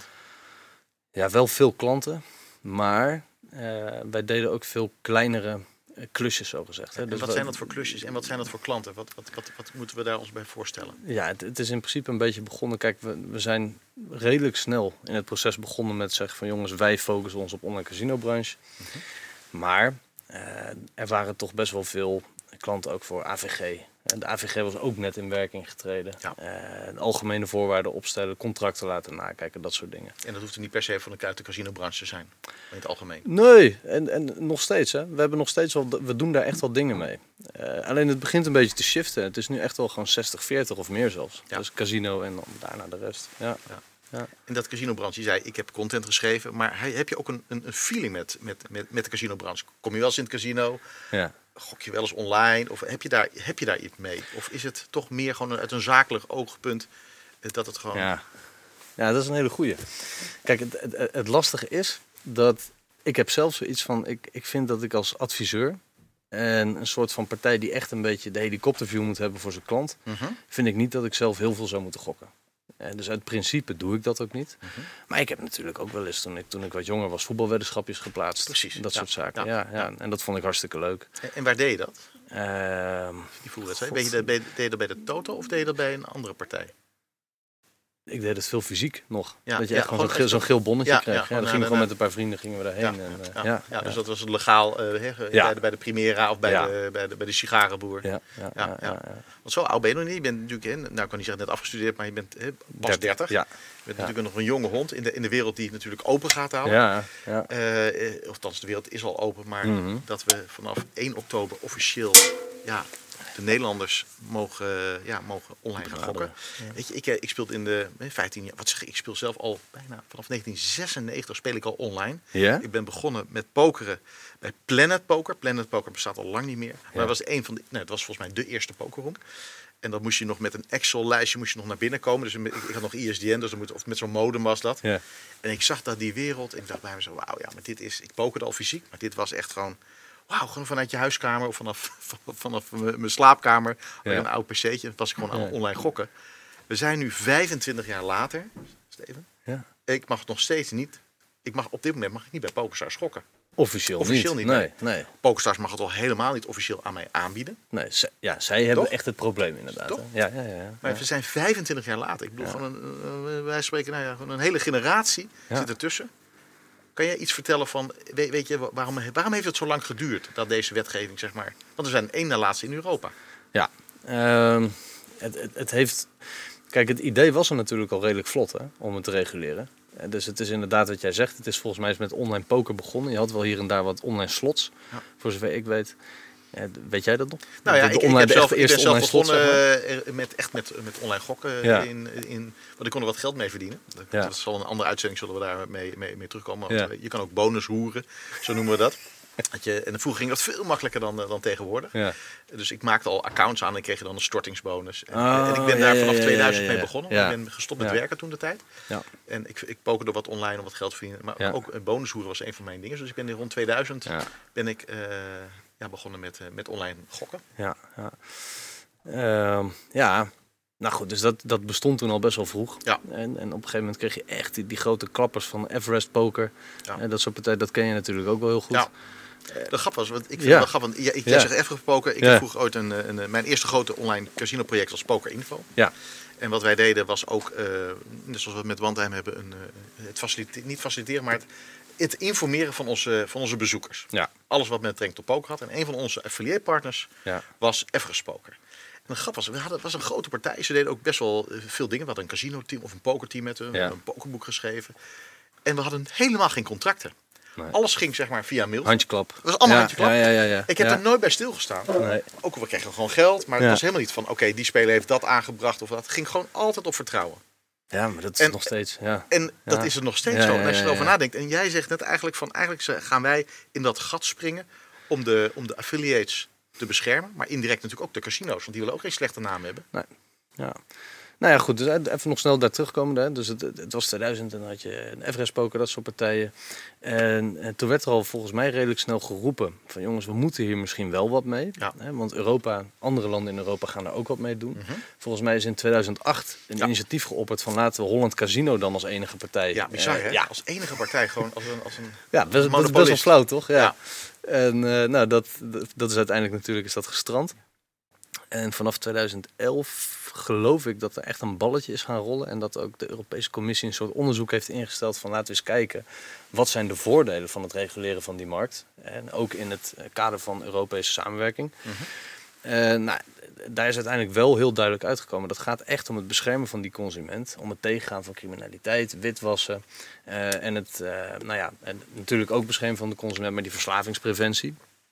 [SPEAKER 4] ja, wel veel klanten, maar uh, wij deden ook veel kleinere uh, klusjes, zo gezegd. Hè.
[SPEAKER 3] En
[SPEAKER 4] Dus
[SPEAKER 3] wat
[SPEAKER 4] we-
[SPEAKER 3] zijn dat voor klusjes en wat zijn dat voor klanten? Wat, wat, wat, wat moeten we daar ons bij voorstellen?
[SPEAKER 4] Ja, het, het is in principe een beetje begonnen. Kijk, we, we zijn redelijk snel in het proces begonnen met zeggen van jongens, wij focussen ons op online casinobranche.
[SPEAKER 3] Mhm.
[SPEAKER 4] Maar uh, er waren toch best wel veel klanten ook voor A V G. En de A V G was ook net in werking getreden.
[SPEAKER 3] Ja.
[SPEAKER 4] Uh, de algemene voorwaarden opstellen, contracten laten nakijken, dat soort dingen.
[SPEAKER 3] En dat hoeft er niet per se van de uit de casinobranche te zijn, maar in het algemeen.
[SPEAKER 4] Nee, en, en nog steeds. Hè. We hebben nog steeds wel, we doen daar echt wel dingen mee. Uh, alleen het begint een beetje te shiften. Het is nu echt wel gewoon zestig veertig of meer zelfs.
[SPEAKER 3] Ja.
[SPEAKER 4] Dus casino en dan daarna de rest. Ja.
[SPEAKER 3] Ja.
[SPEAKER 4] Ja.
[SPEAKER 3] In dat casinobranche, je zei, ik heb content geschreven, maar hij- heb je ook een, een, een feeling met, met, met, met de casinobranche? Kom je wel eens in het casino?
[SPEAKER 4] Ja.
[SPEAKER 3] Gok je wel eens online? Of heb je daar, heb je daar iets mee? Of is het toch meer gewoon uit een zakelijk oogpunt eh, dat het gewoon...
[SPEAKER 4] Ja. ja, dat is een hele goeie. Kijk, het, het, het lastige is dat ik heb zelf zoiets van, ik, ik vind dat ik als adviseur en een soort van partij die echt een beetje de helikopterview moet hebben voor zijn klant,
[SPEAKER 3] Mhm.
[SPEAKER 4] vind ik niet dat ik zelf heel veel zou moeten gokken. En dus uit principe doe ik dat ook niet.
[SPEAKER 3] Mhm.
[SPEAKER 4] Maar ik heb natuurlijk ook wel eens, toen ik, toen ik wat jonger was, voetbalweddenschapjes geplaatst.
[SPEAKER 3] Precies,
[SPEAKER 4] Dat
[SPEAKER 3] ja,
[SPEAKER 4] soort zaken.
[SPEAKER 3] ja,
[SPEAKER 4] Ja, ja,
[SPEAKER 3] ja.
[SPEAKER 4] En dat vond ik hartstikke leuk.
[SPEAKER 3] En, en waar deed je dat?
[SPEAKER 4] Ehm,
[SPEAKER 3] Die voetbalwedstrijd?
[SPEAKER 4] God.
[SPEAKER 3] Ben je dat, ben je- deed je dat bij de Toto of deed je dat bij een andere partij?
[SPEAKER 4] ik deed het veel fysiek nog.
[SPEAKER 3] Ja,
[SPEAKER 4] dat je
[SPEAKER 3] ja,
[SPEAKER 4] echt gewoon zo'n
[SPEAKER 3] gewoon
[SPEAKER 4] geel,
[SPEAKER 3] echt
[SPEAKER 4] zo'n geel bonnetje
[SPEAKER 3] ja,
[SPEAKER 4] kreeg.
[SPEAKER 3] ja,
[SPEAKER 4] Ja,
[SPEAKER 3] gewoon
[SPEAKER 4] dan gingen we
[SPEAKER 3] naar
[SPEAKER 4] gewoon
[SPEAKER 3] de-
[SPEAKER 4] met een paar vrienden gingen we daarheen.
[SPEAKER 3] Ja,
[SPEAKER 4] en, uh,
[SPEAKER 3] ja,
[SPEAKER 4] ja,
[SPEAKER 3] ja, dus
[SPEAKER 4] ja.
[SPEAKER 3] dat was legaal uh, he,
[SPEAKER 4] Ja.
[SPEAKER 3] bij, de, bij de Primera of bij,
[SPEAKER 4] Ja.
[SPEAKER 3] de, bij, de, bij de sigarenboer.
[SPEAKER 4] Ja, ja,
[SPEAKER 3] Ja,
[SPEAKER 4] ja,
[SPEAKER 3] ja.
[SPEAKER 4] ja, ja.
[SPEAKER 3] Want zo oud ben je nog niet. Je bent natuurlijk, hè, nou ik kan niet zeggen net afgestudeerd, maar je bent hè, pas dertig.
[SPEAKER 4] Ja,
[SPEAKER 3] Je bent natuurlijk nog een jonge hond in de, in de wereld die het natuurlijk open gaat houden.
[SPEAKER 4] ja, ja.
[SPEAKER 3] Uh, uh, althans, de wereld is al open, maar
[SPEAKER 4] Mhm.
[SPEAKER 3] dat we vanaf één oktober officieel ja, de Nederlanders mogen, uh, ja, mogen online gaan gokken.
[SPEAKER 4] Ja.
[SPEAKER 3] Weet je, ik, uh, ik speel in de eh, vijftien jaar, wat zeg ik, ik speel zelf al bijna vanaf negentien zesennegentig speel ik al online.
[SPEAKER 4] Ja?
[SPEAKER 3] Ik ben begonnen met pokeren bij Planet Poker. Planet Poker bestaat al lang niet meer. Maar
[SPEAKER 4] Ja.
[SPEAKER 3] dat was een van de, nee, het was volgens mij de eerste pokerroom. En dan moest je nog met een Excel-lijstje moest je nog naar binnen komen. Dus ik, ik had nog I S D N, dus dan moet, of met zo'n modem was dat.
[SPEAKER 4] Ja.
[SPEAKER 3] En ik zag dat die wereld en ik dacht bij mezelf, wauw, ja, maar dit is, ik pokerde al fysiek, maar dit was echt gewoon, wauw, gewoon vanuit je huiskamer of vanaf, vanaf mijn mijn slaapkamer,
[SPEAKER 4] Ja.
[SPEAKER 3] ja. een oud pc'tje, was ik gewoon aan
[SPEAKER 4] Ja.
[SPEAKER 3] online gokken. We zijn nu vijfentwintig jaar later, Steven,
[SPEAKER 4] Ja.
[SPEAKER 3] ik mag nog steeds niet, ik mag op dit moment mag ik niet bij PokerStars gokken.
[SPEAKER 4] Officieel,
[SPEAKER 3] Officieel
[SPEAKER 4] niet.
[SPEAKER 3] niet,
[SPEAKER 4] Nee, nee,
[SPEAKER 3] PokerStars mag het al helemaal niet officieel aan mij aanbieden.
[SPEAKER 4] nee. Zij, ja, zij hebben
[SPEAKER 3] Toch?
[SPEAKER 4] echt het probleem inderdaad.
[SPEAKER 3] Toch?
[SPEAKER 4] Hè? Ja, ja, ja, ja.
[SPEAKER 3] Maar
[SPEAKER 4] Ja.
[SPEAKER 3] we zijn vijfentwintig jaar later. Ik bedoel,
[SPEAKER 4] Ja.
[SPEAKER 3] gewoon een, uh, wij spreken, nou ja, gewoon een hele generatie
[SPEAKER 4] Ja.
[SPEAKER 3] zit ertussen. Kan jij iets vertellen van, weet, weet je, waarom, waarom heeft het zo lang geduurd, dat deze wetgeving, zeg maar... Want we zijn één na laatste in Europa.
[SPEAKER 4] Ja, ehm, het, het, het heeft... Kijk, het idee was er natuurlijk al redelijk vlot, hè, om het te reguleren. Eh, Dus het is inderdaad wat jij zegt. Het is volgens mij met online poker begonnen. Je had wel hier en daar wat online slots,
[SPEAKER 3] Ja.
[SPEAKER 4] voor zover ik weet. Eh, Weet jij dat nog?
[SPEAKER 3] Nou ja,
[SPEAKER 4] De-
[SPEAKER 3] ik,
[SPEAKER 4] de
[SPEAKER 3] ik,
[SPEAKER 4] online-
[SPEAKER 3] heb
[SPEAKER 4] de
[SPEAKER 3] zelf,
[SPEAKER 4] echte
[SPEAKER 3] ik ben
[SPEAKER 4] eerste
[SPEAKER 3] zelf
[SPEAKER 4] online slots,
[SPEAKER 3] begonnen
[SPEAKER 4] zeg maar.
[SPEAKER 3] eh, met, echt met, met online gokken.
[SPEAKER 4] Ja.
[SPEAKER 3] In, in, want ik kon er wat geld mee verdienen. Dat,
[SPEAKER 4] Ja.
[SPEAKER 3] dat zal een andere uitzending zullen we daar mee, mee, mee terugkomen. Want
[SPEAKER 4] Ja.
[SPEAKER 3] eh, je kan ook bonus hoeren, zo noemen we dat. Dat je, en vroeger ging dat veel makkelijker dan, eh, dan tegenwoordig.
[SPEAKER 4] Ja.
[SPEAKER 3] Dus ik maakte al accounts aan en kreeg je dan een stortingsbonus. En,
[SPEAKER 4] Oh,
[SPEAKER 3] en ik ben
[SPEAKER 4] ja,
[SPEAKER 3] daar
[SPEAKER 4] ja,
[SPEAKER 3] vanaf
[SPEAKER 4] ja,
[SPEAKER 3] tweeduizend
[SPEAKER 4] ja, ja,
[SPEAKER 3] mee
[SPEAKER 4] ja.
[SPEAKER 3] begonnen.
[SPEAKER 4] Ja.
[SPEAKER 3] Ik ben gestopt met
[SPEAKER 4] Ja.
[SPEAKER 3] werken toen de tijd.
[SPEAKER 4] Ja.
[SPEAKER 3] En ik, ik pokerde wat online om wat geld te verdienen. Maar
[SPEAKER 4] Ja.
[SPEAKER 3] ook eh, bonushoeren was een van mijn dingen. Dus ik ben in rond tweeduizend
[SPEAKER 4] Ja.
[SPEAKER 3] ben ik, uh, ja, begonnen met, uh, met online gokken.
[SPEAKER 4] Ja, ja. Ehm, ja. Nou goed, dus dat, dat bestond toen al best wel vroeg.
[SPEAKER 3] Ja.
[SPEAKER 4] En, en op een gegeven moment kreeg je echt die, die grote klappers van Everest Poker.
[SPEAKER 3] Ja.
[SPEAKER 4] En dat soort partijen, dat ken je natuurlijk ook wel heel goed.
[SPEAKER 3] Ja. De grap was, want ik vind
[SPEAKER 4] Ja.
[SPEAKER 3] het wel grappig. Want jij, ik, jij
[SPEAKER 4] Ja.
[SPEAKER 3] zegt even poker. Ik
[SPEAKER 4] Ja.
[SPEAKER 3] heb vroeger ooit een, een, een, mijn eerste grote online casino project was Poker Info.
[SPEAKER 4] Ja.
[SPEAKER 3] En wat wij deden was ook, uh, net zoals we met Wandheim hebben, een, uh, het facilite- niet faciliteren, maar het, het informeren van onze, van onze bezoekers.
[SPEAKER 4] Ja.
[SPEAKER 3] Alles wat met Training to Poker had. En een van onze affiliate partners
[SPEAKER 4] Ja.
[SPEAKER 3] was Everest Poker. En de grap was, we hadden, het was een grote partij. Ze deden ook best wel veel dingen. We hadden een casino-team of een pokerteam met hun. We
[SPEAKER 4] Ja.
[SPEAKER 3] hadden een pokerboek geschreven. En we hadden helemaal geen contracten.
[SPEAKER 4] Nee.
[SPEAKER 3] Alles ging zeg maar via mail.
[SPEAKER 4] Handjeklap.
[SPEAKER 3] Het was allemaal
[SPEAKER 4] ja,
[SPEAKER 3] handjeklap.
[SPEAKER 4] Ja, ja, ja, ja.
[SPEAKER 3] Ik heb
[SPEAKER 4] ja.
[SPEAKER 3] er nooit bij stilgestaan.
[SPEAKER 4] Nee.
[SPEAKER 3] Ook we kregen gewoon geld. Maar het
[SPEAKER 4] Ja.
[SPEAKER 3] was helemaal niet van, oké, okay, die speler heeft dat aangebracht of dat. Het ging gewoon altijd op vertrouwen.
[SPEAKER 4] Ja, maar dat is
[SPEAKER 3] En-
[SPEAKER 4] het nog steeds. Ja.
[SPEAKER 3] En dat
[SPEAKER 4] Ja.
[SPEAKER 3] is het nog steeds
[SPEAKER 4] Ja,
[SPEAKER 3] zo.
[SPEAKER 4] ja,
[SPEAKER 3] En als je
[SPEAKER 4] ja,
[SPEAKER 3] erover
[SPEAKER 4] ja.
[SPEAKER 3] nadenkt. En jij zegt net eigenlijk van, eigenlijk gaan wij in dat gat springen om de, om de affiliates te beschermen. Maar indirect natuurlijk ook de casino's. Want die willen ook geen slechte naam hebben.
[SPEAKER 4] Ja. Nou ja, goed. Dus even nog snel daar terugkomen. Hè. Dus het, het was tweeduizend en dan had je een Everest Poker, dat soort partijen. En, en toen werd er al volgens mij redelijk snel geroepen van jongens, we moeten hier misschien wel wat mee.
[SPEAKER 3] Ja.
[SPEAKER 4] Hè, want Europa, andere landen in Europa gaan er ook wat mee doen.
[SPEAKER 3] Mhm.
[SPEAKER 4] Volgens mij is in tweeduizend acht een
[SPEAKER 3] Ja.
[SPEAKER 4] initiatief geopperd van laten we Holland Casino dan als enige partij.
[SPEAKER 3] Ja, bizar
[SPEAKER 4] Eh,
[SPEAKER 3] hè?
[SPEAKER 4] ja,
[SPEAKER 3] Als enige partij gewoon als een... Als een
[SPEAKER 4] ja, best, best, best wel
[SPEAKER 3] monopolist.
[SPEAKER 4] flauw toch? Ja.
[SPEAKER 3] Ja.
[SPEAKER 4] En eh, nou, dat, dat, dat is uiteindelijk natuurlijk is dat gestrand. En vanaf tweeduizend elf geloof ik dat er echt een balletje is gaan rollen. En dat ook de Europese Commissie een soort onderzoek heeft ingesteld van laten we eens kijken. Wat zijn de voordelen van het reguleren van die markt? En ook in het kader van Europese samenwerking.
[SPEAKER 3] Mhm.
[SPEAKER 4] Eh, nou, daar is uiteindelijk wel heel duidelijk uitgekomen. Dat gaat echt om het beschermen van die consument. Om het tegengaan van criminaliteit, witwassen. eh, en het, eh, nou ja, en natuurlijk ook beschermen van de consument, maar die verslavingspreventie.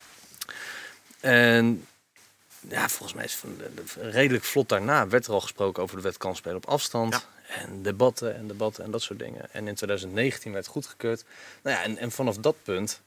[SPEAKER 4] En ja, volgens mij is van de, de- redelijk vlot daarna werd er al gesproken over de wet kansspelen op afstand.
[SPEAKER 3] Ja.
[SPEAKER 4] En debatten en debatten en dat soort dingen. En in twintig negentien werd het goedgekeurd. Nou ja, en, en vanaf dat punt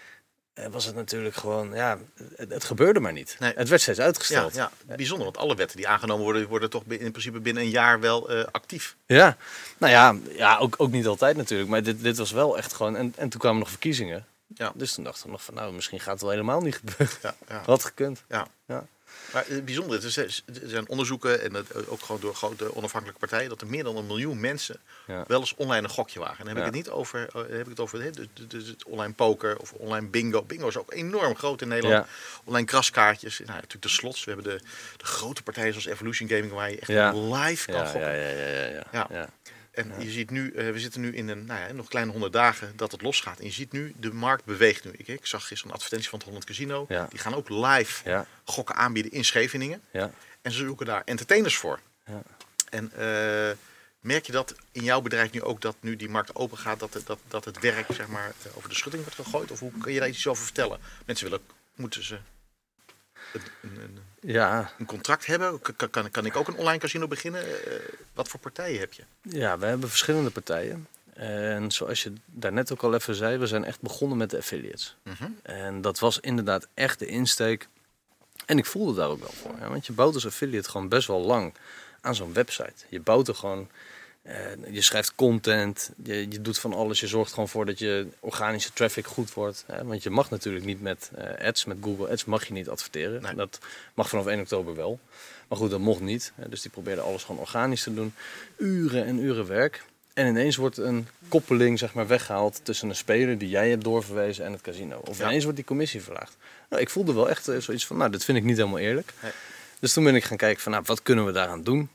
[SPEAKER 4] eh, was het natuurlijk gewoon, ja, het, het gebeurde maar niet.
[SPEAKER 3] Nee.
[SPEAKER 4] Het werd steeds
[SPEAKER 3] Ja,
[SPEAKER 4] uitgesteld.
[SPEAKER 3] ja, bijzonder. Want alle wetten die aangenomen worden, worden toch in principe binnen een jaar wel eh, actief.
[SPEAKER 4] Ja, nou ja, ja ook, ook niet altijd natuurlijk. Maar dit, dit was wel echt gewoon... En, en toen kwamen nog verkiezingen.
[SPEAKER 3] Ja.
[SPEAKER 4] Dus toen dachten we nog van, nou, misschien gaat het wel helemaal niet gebeuren.
[SPEAKER 3] Ja, ja.
[SPEAKER 4] Had gekund.
[SPEAKER 3] Ja.
[SPEAKER 4] Ja.
[SPEAKER 3] Maar het bijzonder is, er zijn onderzoeken, en dat ook gewoon door grote onafhankelijke partijen, dat er meer dan een miljoen mensen
[SPEAKER 4] Ja.
[SPEAKER 3] wel eens online een gokje wagen. En dan heb
[SPEAKER 4] Ja.
[SPEAKER 3] ik het niet over, eh, heb ik het over hè, dus, dus het online poker of online bingo. Bingo is ook enorm groot in Nederland.
[SPEAKER 4] Ja.
[SPEAKER 3] Online kraskaartjes, nou, natuurlijk de slots. We hebben de, de grote partijen zoals Evolution Gaming, waar je echt
[SPEAKER 4] Ja.
[SPEAKER 3] live kan
[SPEAKER 4] Ja,
[SPEAKER 3] gokken.
[SPEAKER 4] ja, ja, ja, ja, ja.
[SPEAKER 3] Ja.
[SPEAKER 4] ja.
[SPEAKER 3] En je ziet nu, uh, we zitten nu in een, nou ja, nog kleine honderd dagen dat het losgaat. En je ziet nu, de markt beweegt nu. Ik, ik zag gisteren een advertentie van het Holland Casino.
[SPEAKER 4] Ja.
[SPEAKER 3] Die gaan ook live
[SPEAKER 4] Ja.
[SPEAKER 3] gokken aanbieden in Scheveningen.
[SPEAKER 4] Ja.
[SPEAKER 3] En ze zoeken daar entertainers voor.
[SPEAKER 4] Ja.
[SPEAKER 3] En uh, merk je dat in jouw bedrijf nu ook dat nu die markt open gaat, dat, het- dat, dat het werk zeg maar, over de schutting wordt gegooid? Of hoe kun je daar iets over vertellen? Mensen willen, moeten ze een, een, een,
[SPEAKER 4] Ja,
[SPEAKER 3] een contract hebben? Kan, kan, kan ik ook een online casino beginnen? Uh, wat voor partijen heb je?
[SPEAKER 4] ja, we hebben verschillende partijen. En zoals je daarnet ook al even zei, we zijn echt begonnen met de affiliates.
[SPEAKER 3] Mhm.
[SPEAKER 4] En dat was inderdaad echt de insteek. En ik voelde daar ook wel voor. Hè? Want je bouwt als affiliate gewoon best wel lang aan zo'n website. Je bouwt er gewoon, eh, je schrijft content, je, je doet van alles. Je zorgt gewoon voor dat je organische traffic goed wordt. Hè? Want je mag natuurlijk niet met eh, ads, met Google Ads mag je niet adverteren.
[SPEAKER 3] Nee.
[SPEAKER 4] Dat mag vanaf één oktober wel. Maar goed, dat mocht niet. Hè? Dus die probeerden alles gewoon organisch te doen. Uren en uren werk. En ineens wordt een koppeling zeg maar, weggehaald tussen een speler die jij hebt doorverwezen en het casino. Of
[SPEAKER 3] Ja.
[SPEAKER 4] ineens wordt die commissie verlaagd. Nou, ik voelde wel echt eh, zoiets van, nou, dit vind ik niet helemaal eerlijk.
[SPEAKER 3] Nee.
[SPEAKER 4] Dus toen ben ik gaan kijken van, nou, wat kunnen we daaraan doen?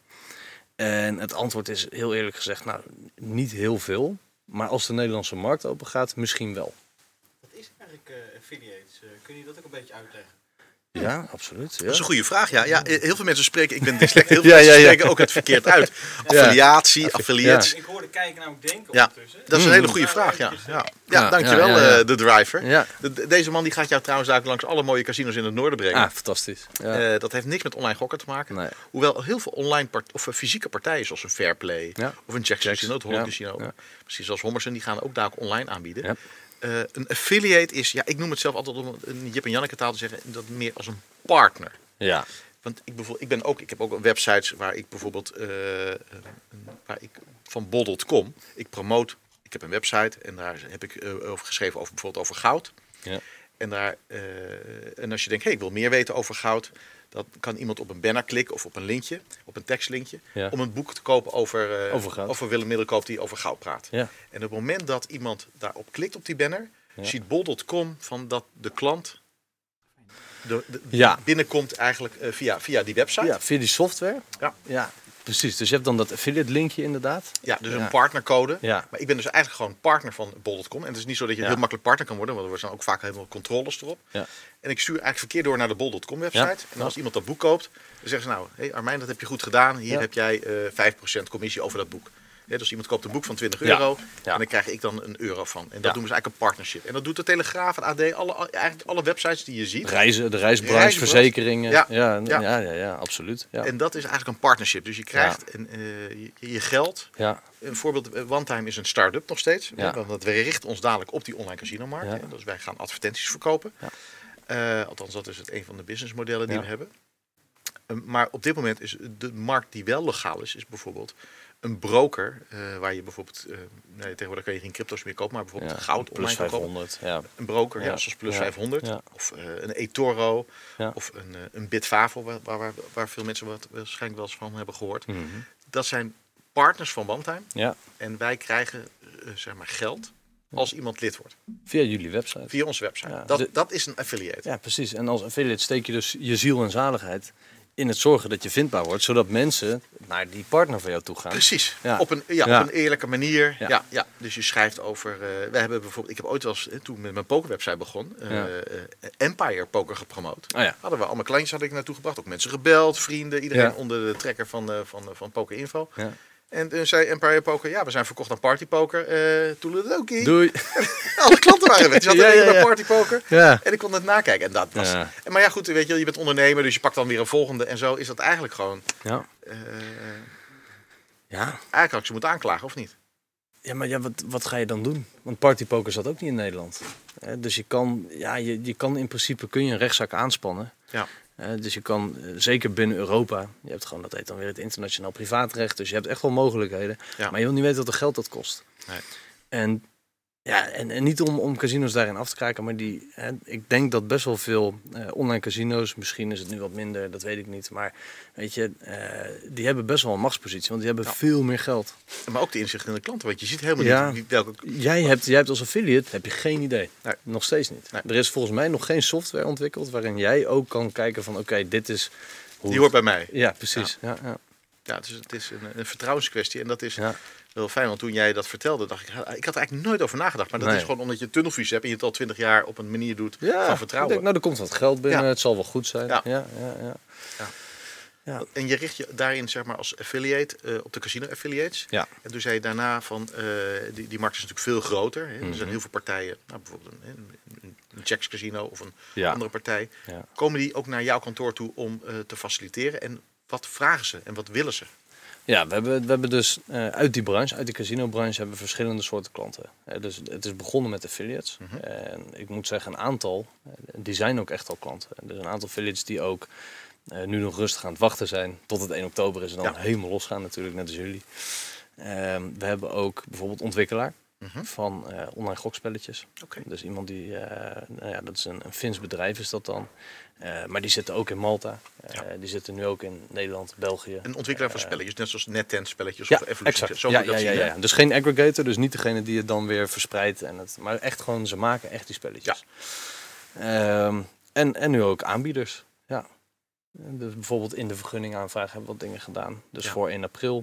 [SPEAKER 4] En het antwoord is heel eerlijk gezegd, nou, niet heel veel. Maar als de Nederlandse markt open gaat, misschien wel.
[SPEAKER 5] Wat is eigenlijk uh, affiliates? Uh, kun je dat ook een beetje uitleggen?
[SPEAKER 4] Ja, absoluut. Ja.
[SPEAKER 3] Dat is een goede vraag, ja. ja. Heel veel mensen spreken, ik ben dyslect, heel veel
[SPEAKER 4] Ja,
[SPEAKER 3] mensen
[SPEAKER 4] ja, ja.
[SPEAKER 3] spreken ook het verkeerd uit. Affiliatie, affiliates.
[SPEAKER 5] Ik hoorde kijken namelijk denken
[SPEAKER 3] Ja,
[SPEAKER 5] ondertussen.
[SPEAKER 3] dat is een hele goede
[SPEAKER 5] Ja,
[SPEAKER 3] vraag, ja.
[SPEAKER 5] eventjes,
[SPEAKER 3] Ja,
[SPEAKER 5] uh,
[SPEAKER 3] ja dankjewel,
[SPEAKER 4] ja, ja, ja.
[SPEAKER 3] eh, de driver.
[SPEAKER 4] Ja.
[SPEAKER 3] De- de- deze man die gaat jou trouwens daar langs alle mooie casinos in het noorden brengen.
[SPEAKER 4] Ah, fantastisch. Ja.
[SPEAKER 3] Eh, dat heeft niks met online gokken te maken.
[SPEAKER 4] Nee.
[SPEAKER 3] Hoewel heel veel online part of uh, fysieke partijen, zoals een Fairplay
[SPEAKER 4] Ja.
[SPEAKER 3] of een Jackson Casino, het Holland
[SPEAKER 4] Ja.
[SPEAKER 3] Casino,
[SPEAKER 4] Ja.
[SPEAKER 3] precies zoals Hommersen, die gaan ook daar ook online aanbieden.
[SPEAKER 4] Ja.
[SPEAKER 3] Eh, een affiliate is, ja, ik noem het zelf altijd om een Jip en Janneke taal te zeggen, dat meer als een partner.
[SPEAKER 4] Ja.
[SPEAKER 3] Want ik, bijvoorbeeld, ik, ben ook, ik heb ook websites waar ik bijvoorbeeld uh, uh, waar ik van bol punt com, ik promoot, ik heb een website en daar heb ik uh, over geschreven over bijvoorbeeld over goud.
[SPEAKER 4] Ja.
[SPEAKER 3] En, daar, uh, en als je denkt, hey, ik wil meer weten over goud, dan kan iemand op een banner klikken of op een linkje, op een tekstlinkje,
[SPEAKER 4] Ja.
[SPEAKER 3] om een boek te kopen over, uh,
[SPEAKER 4] Over goud.
[SPEAKER 3] over Willem Middelkoop die over goud praat.
[SPEAKER 4] Ja.
[SPEAKER 3] En op het moment dat iemand daarop klikt op die banner,
[SPEAKER 4] Ja.
[SPEAKER 3] ziet bol punt com van dat de klant de, de,
[SPEAKER 4] Ja.
[SPEAKER 3] binnenkomt eigenlijk uh, via, via die website.
[SPEAKER 4] Ja, via die software.
[SPEAKER 3] Ja.
[SPEAKER 4] Ja, precies. Dus je hebt dan dat affiliate linkje inderdaad.
[SPEAKER 3] Ja, dus
[SPEAKER 4] Ja.
[SPEAKER 3] een partnercode.
[SPEAKER 4] Ja.
[SPEAKER 3] Maar ik ben dus eigenlijk gewoon partner van bol punt com. En het is niet zo dat je
[SPEAKER 4] Ja.
[SPEAKER 3] heel makkelijk partner kan worden, want er zijn ook vaak helemaal controles erop.
[SPEAKER 4] Ja.
[SPEAKER 3] En ik stuur eigenlijk verkeer door naar de bol punt com website.
[SPEAKER 4] Ja.
[SPEAKER 3] En als iemand dat boek koopt, dan zeggen ze nou, hé hey Armijn, dat heb je goed gedaan. Hier
[SPEAKER 4] Ja.
[SPEAKER 3] heb jij uh, vijf procent commissie over dat boek. Ja, dus iemand koopt een boek van twintig
[SPEAKER 4] Ja.
[SPEAKER 3] euro
[SPEAKER 4] Ja.
[SPEAKER 3] en dan krijg ik dan een euro van. En dat
[SPEAKER 4] Ja.
[SPEAKER 3] doen we dus eigenlijk een partnership. En dat doet de Telegraaf, het A D, alle, eigenlijk alle websites die je ziet.
[SPEAKER 4] Reizen, de reisbranche,
[SPEAKER 3] Reisbranche.
[SPEAKER 4] verzekeringen.
[SPEAKER 3] Ja.
[SPEAKER 4] Ja,
[SPEAKER 3] Ja.
[SPEAKER 4] ja, ja, ja, absoluut. Ja.
[SPEAKER 3] En dat is eigenlijk een partnership. Dus je krijgt een, uh, je, je geld.
[SPEAKER 4] Ja.
[SPEAKER 3] Een voorbeeld, uh, OneTime is een start-up nog steeds.
[SPEAKER 4] Ja.
[SPEAKER 3] Want dat we richten ons dadelijk op die online casinomarkt.
[SPEAKER 4] Ja.
[SPEAKER 3] Hè. Dus wij gaan advertenties verkopen.
[SPEAKER 4] Ja.
[SPEAKER 3] Uh, althans, dat is het een van de businessmodellen die
[SPEAKER 4] Ja.
[SPEAKER 3] we hebben. Uh, maar op dit moment is de markt die wel legaal is, is bijvoorbeeld een broker. Uh, waar je bijvoorbeeld, uh, nee, tegenwoordig kan je geen crypto's meer kopen, maar bijvoorbeeld
[SPEAKER 4] Ja.
[SPEAKER 3] goud
[SPEAKER 4] Plus
[SPEAKER 3] online kan kopen.
[SPEAKER 4] vijfhonderd. Ja.
[SPEAKER 3] Een broker, ja,
[SPEAKER 4] Ja.
[SPEAKER 3] zoals Plus
[SPEAKER 4] Ja.
[SPEAKER 3] vijfhonderd.
[SPEAKER 4] Ja.
[SPEAKER 3] Of uh, een eToro.
[SPEAKER 4] Ja.
[SPEAKER 3] Of een, uh, een Bitfavo, waar, waar, waar veel mensen wat, waarschijnlijk wel eens van hebben gehoord.
[SPEAKER 4] Mhm.
[SPEAKER 3] Dat zijn partners van OneTime.
[SPEAKER 4] Ja.
[SPEAKER 3] En wij krijgen uh, zeg maar geld als iemand lid wordt.
[SPEAKER 4] Via jullie website.
[SPEAKER 3] Via onze website.
[SPEAKER 4] Ja,
[SPEAKER 3] dat,
[SPEAKER 4] de-
[SPEAKER 3] dat is een affiliate.
[SPEAKER 4] Ja, precies. En als affiliate steek je dus je ziel en zaligheid in het zorgen dat je vindbaar wordt, zodat mensen naar die partner van jou toe gaan.
[SPEAKER 3] Precies.
[SPEAKER 4] Ja.
[SPEAKER 3] Op, een, ja,
[SPEAKER 4] Ja.
[SPEAKER 3] op een eerlijke manier. Ja.
[SPEAKER 4] Ja.
[SPEAKER 3] Ja, Dus je schrijft over... Uh, we hebben bijvoorbeeld... Ik heb ooit wel eens, eh, toen ik met mijn pokerwebsite begon, uh,
[SPEAKER 4] Ja.
[SPEAKER 3] uh, Empire Poker gepromoot.
[SPEAKER 4] Oh ja.
[SPEAKER 3] Hadden we allemaal klantjes had ik naartoe gebracht. Ook mensen gebeld, vrienden. Iedereen
[SPEAKER 4] Ja.
[SPEAKER 3] onder de trekker van, uh, van, uh, van Poker Info.
[SPEAKER 4] Ja.
[SPEAKER 3] En toen zei Empire Poker, ja, we zijn verkocht aan Party Poker. Uh, Toeledoki.
[SPEAKER 4] Doei.
[SPEAKER 3] Alle klanten waren weg. Die zaten
[SPEAKER 4] Ja,
[SPEAKER 3] alleen
[SPEAKER 4] ja,
[SPEAKER 3] bij
[SPEAKER 4] ja.
[SPEAKER 3] Party Poker.
[SPEAKER 4] Ja.
[SPEAKER 3] En ik kon het nakijken. En dat was...
[SPEAKER 4] Ja.
[SPEAKER 3] En maar ja, goed, weet je, je bent ondernemer, dus je pakt dan weer een volgende. En zo is dat eigenlijk gewoon...
[SPEAKER 4] Ja.
[SPEAKER 3] Uh,
[SPEAKER 4] Ja.
[SPEAKER 3] eigenlijk had ik ze moeten aanklagen, of niet?
[SPEAKER 4] Ja, maar ja, wat, wat ga je dan doen? Want partypoker zat ook niet in Nederland. Hè, dus je kan, ja, je, je kan in principe kun je een rechtszaak aanspannen.
[SPEAKER 3] Ja.
[SPEAKER 4] Hè, dus je kan, eh, zeker binnen Europa, je hebt gewoon, dat heet dan weer het internationaal privaatrecht. Dus je hebt echt wel mogelijkheden.
[SPEAKER 3] Ja.
[SPEAKER 4] Maar je wil niet weten wat er geld dat kost.
[SPEAKER 3] Nee.
[SPEAKER 4] En, ja, en, en niet om, om casinos daarin af te kraken, maar die, hè, ik denk dat best wel veel eh, online casino's, misschien is het nu wat minder, dat weet ik niet. Maar weet je, eh, die hebben best wel een machtspositie, want die hebben
[SPEAKER 3] Ja.
[SPEAKER 4] veel meer geld.
[SPEAKER 3] Maar ook de inzicht in de klanten, want je ziet helemaal
[SPEAKER 4] Ja.
[SPEAKER 3] niet wie- welke...
[SPEAKER 4] Jij hebt, jij hebt als affiliate heb je geen idee.
[SPEAKER 3] Nee.
[SPEAKER 4] Nog steeds niet.
[SPEAKER 3] Nee.
[SPEAKER 4] Er is volgens mij nog geen software ontwikkeld waarin jij ook kan kijken van oké, dit is hoe
[SPEAKER 3] Die hoort bij mij.
[SPEAKER 4] Ja, precies. Ja. Ja,
[SPEAKER 3] Ja, het is, het is een, een vertrouwenskwestie en dat is
[SPEAKER 4] ja.
[SPEAKER 3] wel fijn, want toen jij dat vertelde, dacht ik, ik had er eigenlijk nooit over nagedacht. Maar dat
[SPEAKER 4] Nee.
[SPEAKER 3] is gewoon omdat je tunnelvisie hebt en je het al twintig jaar op een manier doet
[SPEAKER 4] Ja,
[SPEAKER 3] van
[SPEAKER 4] ik
[SPEAKER 3] vertrouwen.
[SPEAKER 4] denk, nou, er komt wat geld binnen,
[SPEAKER 3] Ja.
[SPEAKER 4] het zal wel goed zijn.
[SPEAKER 3] Ja.
[SPEAKER 4] Ja. Ja, ja, ja.
[SPEAKER 3] En je richt je daarin zeg maar als affiliate uh, op de casino affiliates.
[SPEAKER 4] Ja.
[SPEAKER 3] En toen zei je daarna van, uh, die, die markt is natuurlijk veel groter. Hè? Er
[SPEAKER 4] Mhm.
[SPEAKER 3] zijn heel veel partijen, nou, bijvoorbeeld een, een, een Checks Casino of een
[SPEAKER 4] Ja.
[SPEAKER 3] andere partij.
[SPEAKER 4] Ja.
[SPEAKER 3] Komen die ook naar jouw kantoor toe om uh, te faciliteren? En wat vragen ze en wat willen ze?
[SPEAKER 4] Ja, we hebben, we hebben dus uh, uit die branche, uit de casino-branche, hebben we verschillende soorten klanten. Uh, dus het is begonnen met affiliates.
[SPEAKER 3] Mhm.
[SPEAKER 4] En ik moet zeggen, een aantal, uh, die zijn ook echt al klanten. Dus een aantal affiliates die ook uh, nu nog rustig aan het wachten zijn. Tot het één oktober is en dan
[SPEAKER 3] Ja.
[SPEAKER 4] helemaal losgaan natuurlijk, net als jullie. Uh, we hebben ook bijvoorbeeld ontwikkelaar
[SPEAKER 3] Mhm.
[SPEAKER 4] van uh, online gokspelletjes.
[SPEAKER 3] Oké.
[SPEAKER 4] Dus iemand die, uh, nou ja, dat is een, een Fins bedrijf is dat dan. Uh, maar die zitten ook in Malta. Uh,
[SPEAKER 3] Ja.
[SPEAKER 4] Die zitten nu ook in Nederland, België.
[SPEAKER 3] Een ontwikkelaar van
[SPEAKER 4] Uh,
[SPEAKER 3] spelletjes, net zoals NetEnt spelletjes
[SPEAKER 4] Ja,
[SPEAKER 3] of Evolution.
[SPEAKER 4] exact.
[SPEAKER 3] Zo
[SPEAKER 4] Ja,
[SPEAKER 3] moet je
[SPEAKER 4] ja,
[SPEAKER 3] dat
[SPEAKER 4] ja,
[SPEAKER 3] zien, hè?
[SPEAKER 4] ja. Dus geen aggregator, dus niet degene die het dan weer verspreidt. En het, maar echt gewoon, ze maken echt die spelletjes. Ehm, en, en nu ook aanbieders. Ja. Dus bijvoorbeeld in de vergunningaanvraag hebben we wat dingen gedaan. Dus
[SPEAKER 3] Ja.
[SPEAKER 4] voor één april.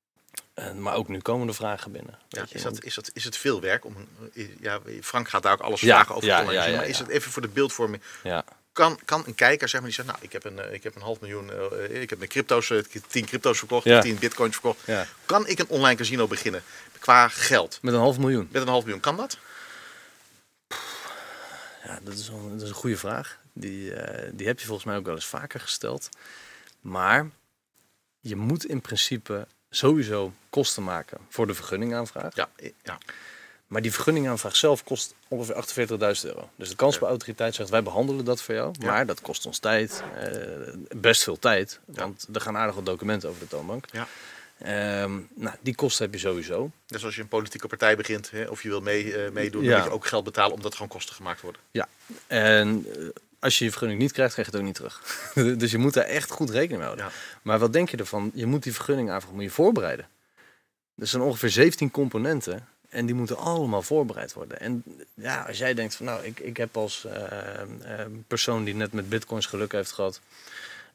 [SPEAKER 4] En, maar ook nu komen de vragen binnen.
[SPEAKER 3] Ja,
[SPEAKER 4] weet je,
[SPEAKER 3] is,
[SPEAKER 4] want-
[SPEAKER 3] dat, is, dat, is het veel werk? Om, een- ja, Frank gaat daar ook alles
[SPEAKER 4] Ja,
[SPEAKER 3] vragen over.
[SPEAKER 4] ja,
[SPEAKER 3] het online
[SPEAKER 4] ja, ja,
[SPEAKER 3] maar is
[SPEAKER 4] ja.
[SPEAKER 3] het even voor de beeldvorming?
[SPEAKER 4] ja.
[SPEAKER 3] Kan, kan een kijker zeg maar, die zegt, nou, ik heb een, eh, ik heb een half miljoen, eh, ik heb mijn crypto's, eh, tien crypto's verkocht,
[SPEAKER 4] Ja.
[SPEAKER 3] tien bitcoins verkocht.
[SPEAKER 4] Ja.
[SPEAKER 3] Kan ik een online casino beginnen qua geld?
[SPEAKER 4] Met een half miljoen.
[SPEAKER 3] Met een half miljoen, kan dat?
[SPEAKER 4] Ja, dat is, wel, dat is een goede vraag. Die, eh, die heb je volgens mij ook wel eens vaker gesteld. Maar je moet in principe sowieso kosten maken voor de vergunningaanvraag.
[SPEAKER 3] Ja, eh, ja.
[SPEAKER 4] Maar die vergunningaanvraag zelf kost ongeveer achtenveertigduizend euro. Dus de kansspelautoriteit zegt, wij behandelen dat voor jou.
[SPEAKER 3] Ja.
[SPEAKER 4] Maar dat kost ons tijd, eh, best veel tijd.
[SPEAKER 3] Ja.
[SPEAKER 4] Want er gaan aardig wat documenten over de toonbank.
[SPEAKER 3] Ja.
[SPEAKER 4] Ehm, nou, die kosten heb je sowieso.
[SPEAKER 3] Dus als je een politieke partij begint, hè, of je wil mee, eh, meedoen,
[SPEAKER 4] Ja.
[SPEAKER 3] dan moet je ook geld betalen omdat gewoon kosten gemaakt worden.
[SPEAKER 4] En eh, als je je vergunning niet krijgt, krijg je het ook niet terug. Dus je moet daar echt goed rekening mee houden.
[SPEAKER 3] Ja.
[SPEAKER 4] Maar wat denk je ervan? Je moet die vergunningaanvraag moet je voorbereiden. Er zijn ongeveer zeventien componenten. En die moeten allemaal voorbereid worden. En ja, als jij denkt van nou, ik, ik heb als uh, uh, persoon die net met bitcoins geluk heeft gehad.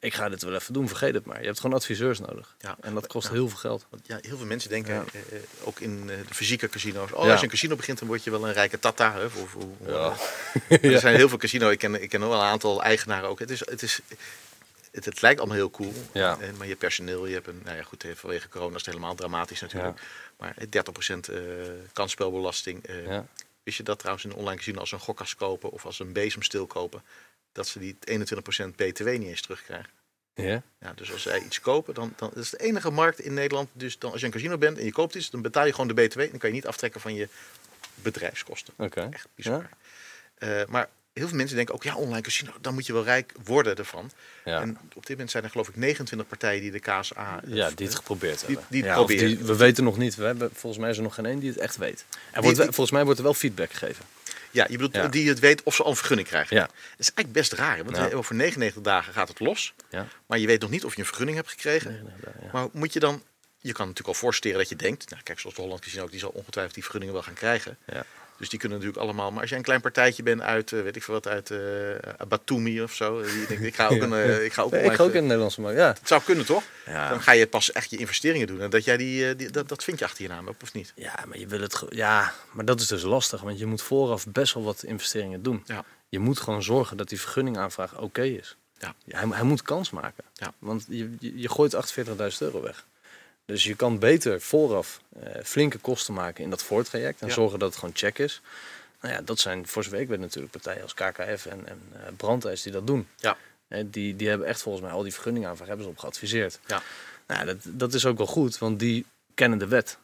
[SPEAKER 4] ik ga dit wel even doen, vergeet het maar. Je hebt gewoon adviseurs nodig.
[SPEAKER 3] Ja.
[SPEAKER 4] En dat kost
[SPEAKER 3] Ja.
[SPEAKER 4] heel veel geld.
[SPEAKER 3] Want ja, heel veel mensen denken,
[SPEAKER 4] Ja.
[SPEAKER 3] eh, ook in eh, de fysieke casino's, oh,
[SPEAKER 4] Ja.
[SPEAKER 3] als je een casino begint, dan word je wel een rijke tata. Hè, of, of, of-
[SPEAKER 4] Ja.
[SPEAKER 3] Maar er zijn heel veel casino's, ik ken, ik ken ook wel een aantal eigenaren ook. Het, is, het, is, het, het lijkt allemaal heel cool,
[SPEAKER 4] Ja.
[SPEAKER 3] eh, maar je hebt personeel, je hebt een, nou ja goed, eh, vanwege corona is het helemaal dramatisch natuurlijk. Maar eh, dertig procent eh, kansspelbelasting. eh,
[SPEAKER 4] Ja.
[SPEAKER 3] Wist je dat trouwens in een online casino als ze een gokkas kopen of als ze een bezemstil kopen, dat ze die eenentwintig procent B T W niet eens terugkrijgen.
[SPEAKER 4] Ja?
[SPEAKER 3] Ja, dus als zij iets kopen, dan, dan dat is de enige markt in Nederland. Dus dan, als je een casino bent en je koopt iets, dan betaal je gewoon de B T W. Dan kan je niet aftrekken van je bedrijfskosten.
[SPEAKER 4] Oké.
[SPEAKER 3] Echt bizar. Eh, maar heel veel mensen denken ook, ja, online casino, dan moet je wel rijk worden ervan.
[SPEAKER 4] Ja.
[SPEAKER 3] En op dit moment zijn er geloof ik negenentwintig partijen die de K S A... eh,
[SPEAKER 4] Ja, die het geprobeerd
[SPEAKER 3] die-
[SPEAKER 4] hebben.
[SPEAKER 3] die het
[SPEAKER 4] ja, of
[SPEAKER 3] proberen.
[SPEAKER 4] die- we weten nog niet. We hebben, volgens mij is er nog geen één die het echt weet. Er wordt, wel- volgens mij wordt er wel feedback gegeven.
[SPEAKER 3] Ja, je bedoelt
[SPEAKER 4] Ja.
[SPEAKER 3] die het weet of ze al een vergunning krijgen.
[SPEAKER 4] Ja.
[SPEAKER 3] Dat is eigenlijk best raar, hè, want
[SPEAKER 4] Ja.
[SPEAKER 3] over negenennegentig dagen gaat het los.
[SPEAKER 4] Ja.
[SPEAKER 3] Maar je weet nog niet of je een vergunning hebt gekregen.
[SPEAKER 4] Nee, nee, nee, ja.
[SPEAKER 3] Maar moet je dan... Je kan natuurlijk al voorstellen dat je denkt... Nou, kijk, zoals de Holland Casino ook, die zal ongetwijfeld die vergunningen wel gaan krijgen.
[SPEAKER 4] Ja.
[SPEAKER 3] Dus die kunnen natuurlijk allemaal... Maar als jij een klein partijtje bent uit, eh, weet ik veel wat, uit eh Batumi of zo. eh, Die denkt, ik ga ook een... eh, ik ga ook,
[SPEAKER 4] Nee, ik
[SPEAKER 3] online-
[SPEAKER 4] ga ook in de Nederlandse markt. Ja.
[SPEAKER 3] Het zou kunnen, toch?
[SPEAKER 4] Ja.
[SPEAKER 3] Dan ga je pas echt je investeringen doen. En dat jij die... eh, die dat, dat vind je achter je naam op, of niet?
[SPEAKER 4] Ja, maar je wil het. ge- Ja, maar dat is dus lastig, want je moet vooraf best wel wat investeringen doen.
[SPEAKER 3] Ja.
[SPEAKER 4] Je moet gewoon zorgen dat die vergunningaanvraag oké is.
[SPEAKER 3] Ja.
[SPEAKER 4] Hij, hij moet kans maken.
[SPEAKER 3] Ja.
[SPEAKER 4] Want je, je, je gooit achtenveertigduizend euro weg. Dus je kan beter vooraf eh, flinke kosten maken in dat voortraject en
[SPEAKER 3] Ja.
[SPEAKER 4] zorgen dat het gewoon check is. Nou ja, dat zijn voor zover ik weet natuurlijk partijen als K K F en, en eh, Brandijs die dat doen.
[SPEAKER 3] Ja.
[SPEAKER 4] Eh, die, die hebben echt volgens mij al die vergunningaanvraag hebben ze op geadviseerd.
[SPEAKER 3] Ja.
[SPEAKER 4] Nou, ja, dat, dat is ook wel goed, want die kennen de wet.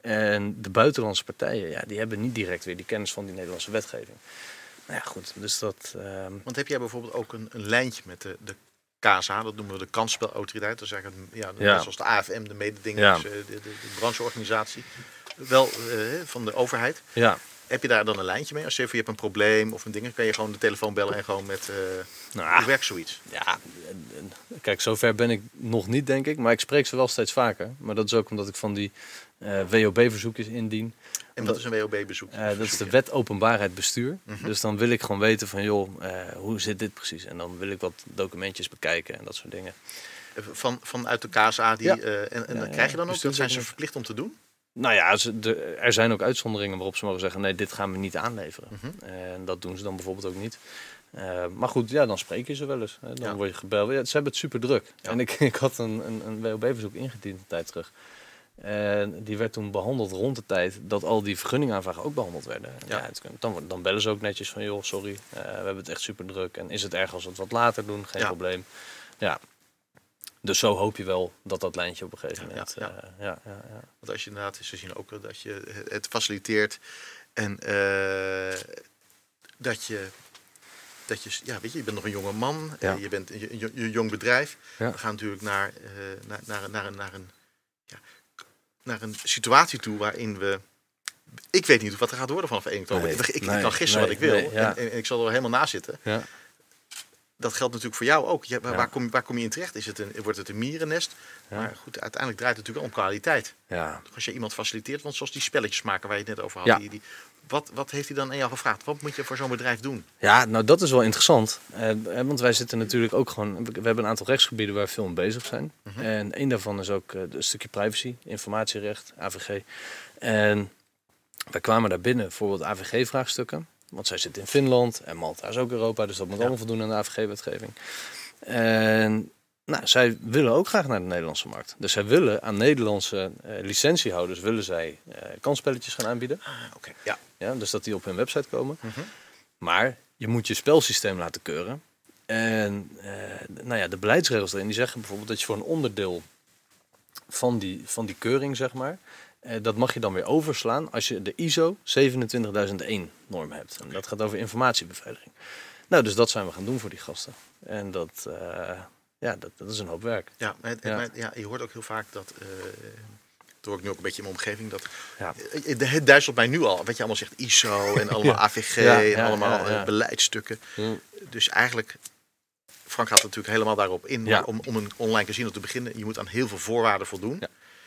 [SPEAKER 4] En de buitenlandse partijen, ja, die hebben niet direct weer die kennis van die Nederlandse wetgeving. Nou ja, goed, dus dat... ehm,
[SPEAKER 3] Want heb jij bijvoorbeeld ook een, een lijntje met de, de K S A, dat noemen we de kansspelautoriteit. Dat is eigenlijk een, ja,
[SPEAKER 4] Ja.
[SPEAKER 3] net zoals de A F M, de mededingers,
[SPEAKER 4] Ja.
[SPEAKER 3] eh, de, de, de brancheorganisatie. Wel eh, van de overheid.
[SPEAKER 4] ja,
[SPEAKER 3] Heb je daar dan een lijntje mee? Als je even je hebt een probleem of een ding, dan kan je gewoon de telefoon bellen en gewoon met... eh
[SPEAKER 4] nou,
[SPEAKER 3] hoe werkt zoiets?
[SPEAKER 4] ja, en- en- kijk, zover ben ik nog niet, denk ik. Maar ik spreek ze wel steeds vaker. Maar dat is ook omdat ik van die eh, W O B-verzoekjes indien.
[SPEAKER 3] En wat is een W O B-bezoek?
[SPEAKER 4] Eh, dat is de wet openbaarheid bestuur.
[SPEAKER 3] Mhm.
[SPEAKER 4] Dus dan wil ik gewoon weten van, joh, eh, hoe zit dit precies? En dan wil ik wat documentjes bekijken en dat soort dingen.
[SPEAKER 3] Van, vanuit de K S A, die,
[SPEAKER 4] Ja.
[SPEAKER 3] eh, en, en
[SPEAKER 4] Ja,
[SPEAKER 3] dat
[SPEAKER 4] ja,
[SPEAKER 3] krijg je dan ook, dat zijn ze
[SPEAKER 4] bestuursdocument.
[SPEAKER 3] verplicht om te doen?
[SPEAKER 4] Nou ja, ze, de, er zijn ook uitzonderingen waarop ze mogen zeggen, nee, dit gaan we niet aanleveren.
[SPEAKER 3] Mhm.
[SPEAKER 4] En dat doen ze dan bijvoorbeeld ook niet. Eh, maar goed, ja, dan spreek je ze wel eens. Hè. Dan
[SPEAKER 3] Ja.
[SPEAKER 4] word je gebeld. Ja, ze hebben het super druk.
[SPEAKER 3] Ja.
[SPEAKER 4] En ik, ik had een, een, een W O B-verzoek ingediend een tijd terug. En die werd toen behandeld rond de tijd dat al die vergunningaanvragen ook behandeld werden.
[SPEAKER 3] Ja.
[SPEAKER 4] Ja. het kan- dan, wordt- dan bellen ze ook netjes van, joh, sorry, eh, we hebben het echt super druk. En is het erg als we het wat later doen? Geen
[SPEAKER 3] Ja.
[SPEAKER 4] probleem. Ja. Dus zo hoop je wel dat dat lijntje op een gegeven
[SPEAKER 3] Ja,
[SPEAKER 4] moment...
[SPEAKER 3] ja,
[SPEAKER 4] eh, ja, ja, ja.
[SPEAKER 3] Want als je inderdaad, ze zien ook dat je het faciliteert en eh, dat je, dat je, ja, weet je, je bent nog een jonge man,
[SPEAKER 4] Ja.
[SPEAKER 3] eh, je bent een, een- een jong bedrijf.
[SPEAKER 4] Ja.
[SPEAKER 3] We gaan natuurlijk naar, eh, naar, naar, naar, een- naar, een, ja, naar een situatie toe waarin we, ik weet niet wat er gaat worden vanaf één oktober.
[SPEAKER 4] Nee,
[SPEAKER 3] ik ik
[SPEAKER 4] nee,
[SPEAKER 3] kan gissen
[SPEAKER 4] nee,
[SPEAKER 3] wat ik wil
[SPEAKER 4] nee, ja.
[SPEAKER 3] en, en ik zal er helemaal naast zitten.
[SPEAKER 4] Ja.
[SPEAKER 3] Dat geldt natuurlijk voor jou ook. Ja, waar,
[SPEAKER 4] Ja.
[SPEAKER 3] waar, kom, waar kom je in terecht? Is het een, wordt het een mierennest?
[SPEAKER 4] Ja.
[SPEAKER 3] Maar goed, uiteindelijk draait het natuurlijk om kwaliteit.
[SPEAKER 4] Ja.
[SPEAKER 3] Als je iemand faciliteert, want zoals die spelletjes maken waar je het net over had.
[SPEAKER 4] Ja.
[SPEAKER 3] Die, die, wat, wat heeft hij dan aan jou gevraagd? Wat moet je voor zo'n bedrijf doen?
[SPEAKER 4] Ja, nou dat is wel interessant. Eh, eh, want wij zitten natuurlijk ook gewoon... We hebben een aantal rechtsgebieden waar we veel mee bezig zijn.
[SPEAKER 3] Mhm.
[SPEAKER 4] En een daarvan is ook eh, een stukje privacy, informatierecht, A V G. En wij kwamen daar binnen voor wat A V G-vraagstukken. Want zij zitten in Finland en Malta is ook Europa. Dus dat moet
[SPEAKER 3] Ja.
[SPEAKER 4] allemaal voldoen aan de A V G-wetgeving. En nou, zij willen ook graag naar de Nederlandse markt. Dus zij willen aan Nederlandse eh, licentiehouders... willen zij eh, kansspelletjes gaan aanbieden.
[SPEAKER 3] Ah, oké. Ja.
[SPEAKER 4] Ja, dus dat die op hun website komen.
[SPEAKER 3] Mhm.
[SPEAKER 4] Maar je moet je spelsysteem laten keuren. En eh, nou ja, de beleidsregels erin die zeggen bijvoorbeeld dat je voor een onderdeel van die, van die keuring, zeg maar, eh, dat mag je dan weer overslaan als je de I S O zevenentwintigduizend één norm hebt. En dat gaat over informatiebeveiliging. Nou, dus dat zijn we gaan doen voor die gasten. En dat, eh, ja, dat, dat is een hoop werk.
[SPEAKER 3] Ja, maar,
[SPEAKER 4] Ja.
[SPEAKER 3] maar ja, je hoort ook heel vaak dat... eh dat hoor ik nu ook een beetje in mijn omgeving. Dat,
[SPEAKER 4] Ja.
[SPEAKER 3] eh, het duizelt mij nu al. Wat je allemaal zegt, I S O en allemaal
[SPEAKER 4] Ja.
[SPEAKER 3] A V G
[SPEAKER 4] Ja,
[SPEAKER 3] en
[SPEAKER 4] ja,
[SPEAKER 3] allemaal
[SPEAKER 4] ja, ja.
[SPEAKER 3] eh, beleidsstukken.
[SPEAKER 4] Hm.
[SPEAKER 3] Dus eigenlijk... Frank gaat natuurlijk helemaal daarop in.
[SPEAKER 4] Ja.
[SPEAKER 3] Maar om, om een online casino te beginnen, je moet aan heel veel voorwaarden voldoen.
[SPEAKER 4] Ja.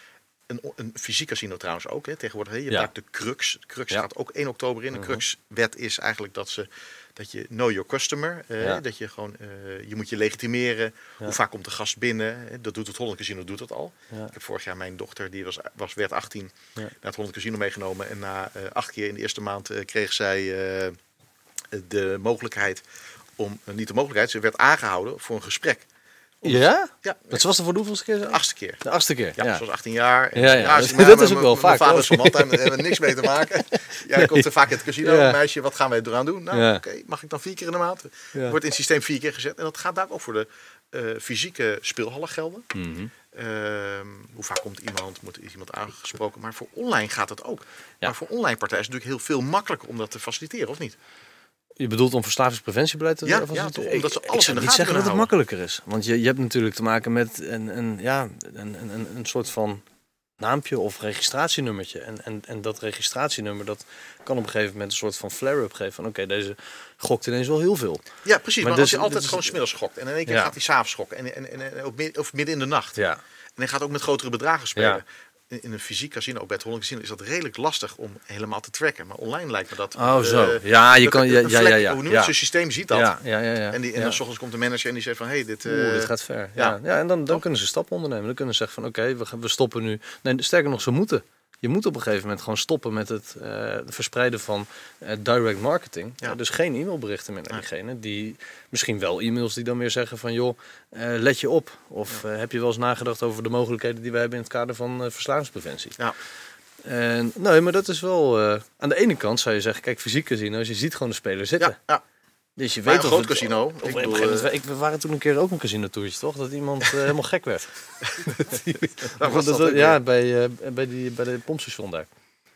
[SPEAKER 3] een, een fysiek casino trouwens ook. Hè. Tegenwoordig, hè, je
[SPEAKER 4] Ja.
[SPEAKER 3] maakt de Crux. De Crux
[SPEAKER 4] Ja.
[SPEAKER 3] gaat ook één oktober in. De
[SPEAKER 4] Mhm.
[SPEAKER 3] Crux-wet is eigenlijk dat ze dat je know your customer. Eh,
[SPEAKER 4] Ja.
[SPEAKER 3] Dat je gewoon uh, je moet je legitimeren.
[SPEAKER 4] Ja.
[SPEAKER 3] Hoe vaak komt de gast binnen? Hè. Dat doet het Holland Casino doet dat al.
[SPEAKER 4] Ja.
[SPEAKER 3] Ik heb vorig jaar mijn dochter, die was, was werd achttien,
[SPEAKER 4] Ja.
[SPEAKER 3] naar het Holland Casino meegenomen. En na uh, acht keer in de eerste maand uh, kreeg zij uh, de mogelijkheid om uh, niet de mogelijkheid. Ze werd aangehouden voor een gesprek.
[SPEAKER 4] Ja?
[SPEAKER 3] Ja,
[SPEAKER 4] Dat was er voor de hoeveelste keer?
[SPEAKER 3] de achtste keer.
[SPEAKER 4] De achtste keer.
[SPEAKER 3] Ja,
[SPEAKER 4] Ja.
[SPEAKER 3] ze was achttien jaar. En,
[SPEAKER 4] Ja, ja.
[SPEAKER 3] ze-
[SPEAKER 4] Dat-
[SPEAKER 3] maar
[SPEAKER 4] dat
[SPEAKER 3] mijn-
[SPEAKER 4] is ook wel
[SPEAKER 3] mijn
[SPEAKER 4] vaak,
[SPEAKER 3] vader
[SPEAKER 4] hoor.
[SPEAKER 3] is van Mannheim, daar hebben we niks mee te maken. Jij komt er vaak in het casino,
[SPEAKER 4] Ja.
[SPEAKER 3] meisje, wat gaan wij eraan doen? Nou,
[SPEAKER 4] Ja.
[SPEAKER 3] oké, okay, mag ik dan vier keer in de maand?
[SPEAKER 4] Ja.
[SPEAKER 3] Wordt in het systeem vier keer gezet. En dat gaat daar ook voor de uh, fysieke speelhallen gelden.
[SPEAKER 4] Mhm.
[SPEAKER 3] Uh, hoe vaak komt iemand, moet is iemand aangesproken? Maar voor online gaat het ook.
[SPEAKER 4] Ja.
[SPEAKER 3] Maar voor online partijen is het natuurlijk heel veel makkelijker om dat te faciliteren, of niet?
[SPEAKER 4] Je bedoelt om verslavingspreventiebeleid te
[SPEAKER 3] Ja,
[SPEAKER 4] faciliteren?
[SPEAKER 3] ja, toch, omdat ze
[SPEAKER 4] Ik-
[SPEAKER 3] alles
[SPEAKER 4] ik zou
[SPEAKER 3] in de
[SPEAKER 4] niet
[SPEAKER 3] gaten
[SPEAKER 4] zeggen dat het
[SPEAKER 3] kunnen
[SPEAKER 4] makkelijker is. Want je, je hebt natuurlijk te maken met een, een, ja, een, een, een soort van naampje of registratienummertje. En, en, en dat registratienummer dat kan op een gegeven moment een soort van flare-up geven. Van oké, okay, deze gokt ineens wel heel veel.
[SPEAKER 3] Ja, precies. Maar,
[SPEAKER 4] Maar
[SPEAKER 3] als
[SPEAKER 4] dus-
[SPEAKER 3] je altijd
[SPEAKER 4] dus-
[SPEAKER 3] gewoon 's middags schokt en in één keer
[SPEAKER 4] Ja.
[SPEAKER 3] gaat hij 's avonds schokken en, en, en, en ook midden, of midden in de nacht.
[SPEAKER 4] Ja.
[SPEAKER 3] En hij gaat ook met grotere bedragen spelen.
[SPEAKER 4] Ja.
[SPEAKER 3] In, in een fysiek casino, ook bij het Holland Casino, is dat redelijk lastig om helemaal te tracken. Maar online lijkt me dat...
[SPEAKER 4] Oh,
[SPEAKER 3] eh,
[SPEAKER 4] zo. Ja, je
[SPEAKER 3] dat-
[SPEAKER 4] kan...
[SPEAKER 3] een
[SPEAKER 4] Ja, ja,
[SPEAKER 3] vlek-
[SPEAKER 4] ja, ja.
[SPEAKER 3] Hoe noem je
[SPEAKER 4] ja.
[SPEAKER 3] het? Zijn systeem ziet dat.
[SPEAKER 4] Ja, ja, ja, ja.
[SPEAKER 3] En, die, en
[SPEAKER 4] ja.
[SPEAKER 3] dan 's ochtends komt de manager en die zegt van... Hey, dit, uh,
[SPEAKER 4] Oeh, dit gaat ver. Ja,
[SPEAKER 3] ja.
[SPEAKER 4] ja. En dan, dan
[SPEAKER 3] Toch?
[SPEAKER 4] kunnen ze stappen ondernemen. Dan kunnen ze zeggen van oké, okay, we, we stoppen nu. Nee, sterker nog, ze moeten. Je moet op een gegeven moment gewoon stoppen met het uh, verspreiden van uh, direct marketing.
[SPEAKER 3] Ja.
[SPEAKER 4] Uh, dus geen e-mailberichten meer naar
[SPEAKER 3] Nee.
[SPEAKER 4] diegene. Die, misschien wel e-mails die dan meer zeggen van joh, uh, let je op. Of uh, heb je wel eens nagedacht over de mogelijkheden die we hebben in het kader van uh, verslavingspreventie.
[SPEAKER 3] Ja.
[SPEAKER 4] En, nee, maar dat is wel... Uh, aan de ene kant zou je zeggen, kijk, fysiek casino's, je ziet gewoon de speler zitten.
[SPEAKER 3] Ja, ja.
[SPEAKER 4] Dus je
[SPEAKER 3] Maar
[SPEAKER 4] weet
[SPEAKER 3] een
[SPEAKER 4] of
[SPEAKER 3] groot
[SPEAKER 4] het-
[SPEAKER 3] casino,
[SPEAKER 4] Of,
[SPEAKER 3] ik
[SPEAKER 4] op een
[SPEAKER 3] bedoel,
[SPEAKER 4] gegeven moment,
[SPEAKER 3] eh,
[SPEAKER 4] we- ik- we waren toen een keer ook een casino-toertje, toch? Dat iemand uh, helemaal gek werd.
[SPEAKER 3] Waar was
[SPEAKER 4] Dat-
[SPEAKER 3] dat ook
[SPEAKER 4] ja,
[SPEAKER 3] weer?
[SPEAKER 4] bij, uh, bij, die, bij de pompstation daar.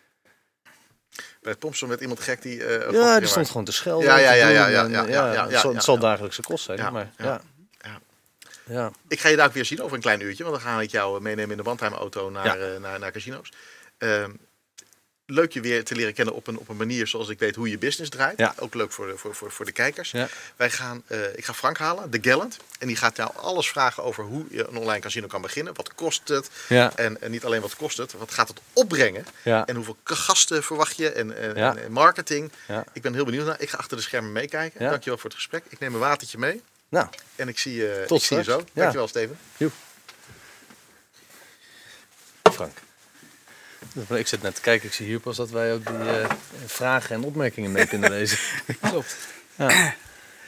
[SPEAKER 3] Bij het pompstation met iemand gek die... Uh,
[SPEAKER 4] Ja, die stond gewoon te schelden.
[SPEAKER 3] Ja, ja,
[SPEAKER 4] te
[SPEAKER 3] ja,
[SPEAKER 4] doen
[SPEAKER 3] ja, ja,
[SPEAKER 4] en,
[SPEAKER 3] ja,
[SPEAKER 4] uh,
[SPEAKER 3] ja, ja,
[SPEAKER 4] Het zal,
[SPEAKER 3] ja,
[SPEAKER 4] het zal
[SPEAKER 3] ja.
[SPEAKER 4] dagelijkse kost zijn,
[SPEAKER 3] Ja,
[SPEAKER 4] maar
[SPEAKER 3] ja,
[SPEAKER 4] ja.
[SPEAKER 3] ja.
[SPEAKER 4] Ja.
[SPEAKER 3] Ik ga je daar ook weer zien over een klein uurtje. Want dan ga ik jou meenemen in de one-time-auto naar,
[SPEAKER 4] Ja.
[SPEAKER 3] uh, naar, naar casino's. Uh, leuk je weer te leren kennen op een, op een manier zoals ik weet hoe je business draait.
[SPEAKER 4] Ja.
[SPEAKER 3] Ook leuk voor de, voor, voor, voor de kijkers.
[SPEAKER 4] Ja.
[SPEAKER 3] Wij gaan, uh, ik ga Frank halen, de Gallant. En die gaat jou alles vragen over hoe je een online casino kan beginnen. Wat kost het?
[SPEAKER 4] Ja.
[SPEAKER 3] En, en niet alleen wat kost het, wat gaat het opbrengen?
[SPEAKER 4] Ja.
[SPEAKER 3] En hoeveel gasten verwacht je? En, en,
[SPEAKER 4] Ja.
[SPEAKER 3] en, en marketing.
[SPEAKER 4] Ja.
[SPEAKER 3] Ik ben heel benieuwd naar. Ik ga achter de schermen meekijken.
[SPEAKER 4] Ja.
[SPEAKER 3] Dankjewel voor het gesprek. Ik neem een watertje mee.
[SPEAKER 4] Nou,
[SPEAKER 3] En ik zie, uh,
[SPEAKER 4] Tot
[SPEAKER 3] ik zie je
[SPEAKER 4] straks.
[SPEAKER 3] zo.
[SPEAKER 4] Ja.
[SPEAKER 3] Dankjewel, Steven.
[SPEAKER 4] Frank. Ik zit net te kijken, ik zie hier pas dat wij ook die uh, vragen en opmerkingen mee kunnen lezen.
[SPEAKER 2] Klopt.
[SPEAKER 4] Ja.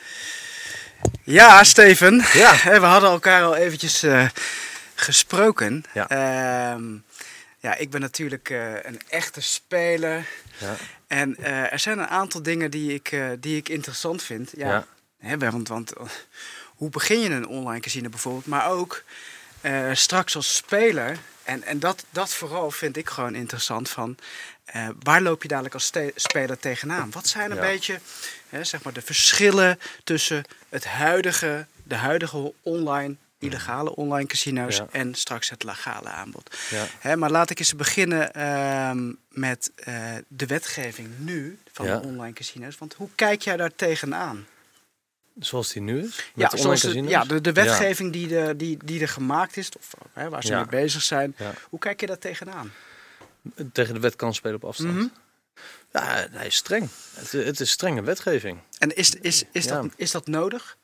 [SPEAKER 2] Ja, Steven.
[SPEAKER 4] Ja.
[SPEAKER 2] We hadden elkaar al eventjes uh, gesproken.
[SPEAKER 4] Ja.
[SPEAKER 2] Ehm, ja, ik ben natuurlijk uh, een echte speler.
[SPEAKER 4] Ja.
[SPEAKER 2] En uh, er zijn een aantal dingen die ik, uh, die ik interessant vind. Ja,
[SPEAKER 4] Ja.
[SPEAKER 2] Hè, want, want uh, hoe begin je een online casino bijvoorbeeld? Maar ook uh, straks als speler. En, en dat, dat vooral vind ik gewoon interessant van... Uh, waar loop je dadelijk als ste- speler tegenaan? Wat zijn een
[SPEAKER 4] Ja.
[SPEAKER 2] beetje hè, zeg maar de verschillen tussen het huidige, de huidige online, illegale online casino's
[SPEAKER 4] Ja.
[SPEAKER 2] en straks het legale aanbod?
[SPEAKER 4] Ja.
[SPEAKER 2] Hè, maar laat ik eens beginnen uh, met uh, de wetgeving nu van
[SPEAKER 4] Ja.
[SPEAKER 2] de online casino's. Want hoe kijk jij daar tegenaan?
[SPEAKER 4] Zoals die nu is? Met
[SPEAKER 2] Ja,
[SPEAKER 4] de
[SPEAKER 2] zoals
[SPEAKER 4] online
[SPEAKER 2] de,
[SPEAKER 4] casino's?
[SPEAKER 2] ja, de, de wetgeving die, de, die, die er gemaakt is, of hè, waar ze
[SPEAKER 4] Ja.
[SPEAKER 2] mee bezig zijn.
[SPEAKER 4] Ja.
[SPEAKER 2] Hoe kijk je daar tegenaan?
[SPEAKER 4] Tegen de wet kan spelen op afstand.
[SPEAKER 2] Mhm.
[SPEAKER 4] Ja, hij is streng. Het, het is strenge wetgeving.
[SPEAKER 2] En is, is, is,
[SPEAKER 4] Ja.
[SPEAKER 2] dat, is dat nodig?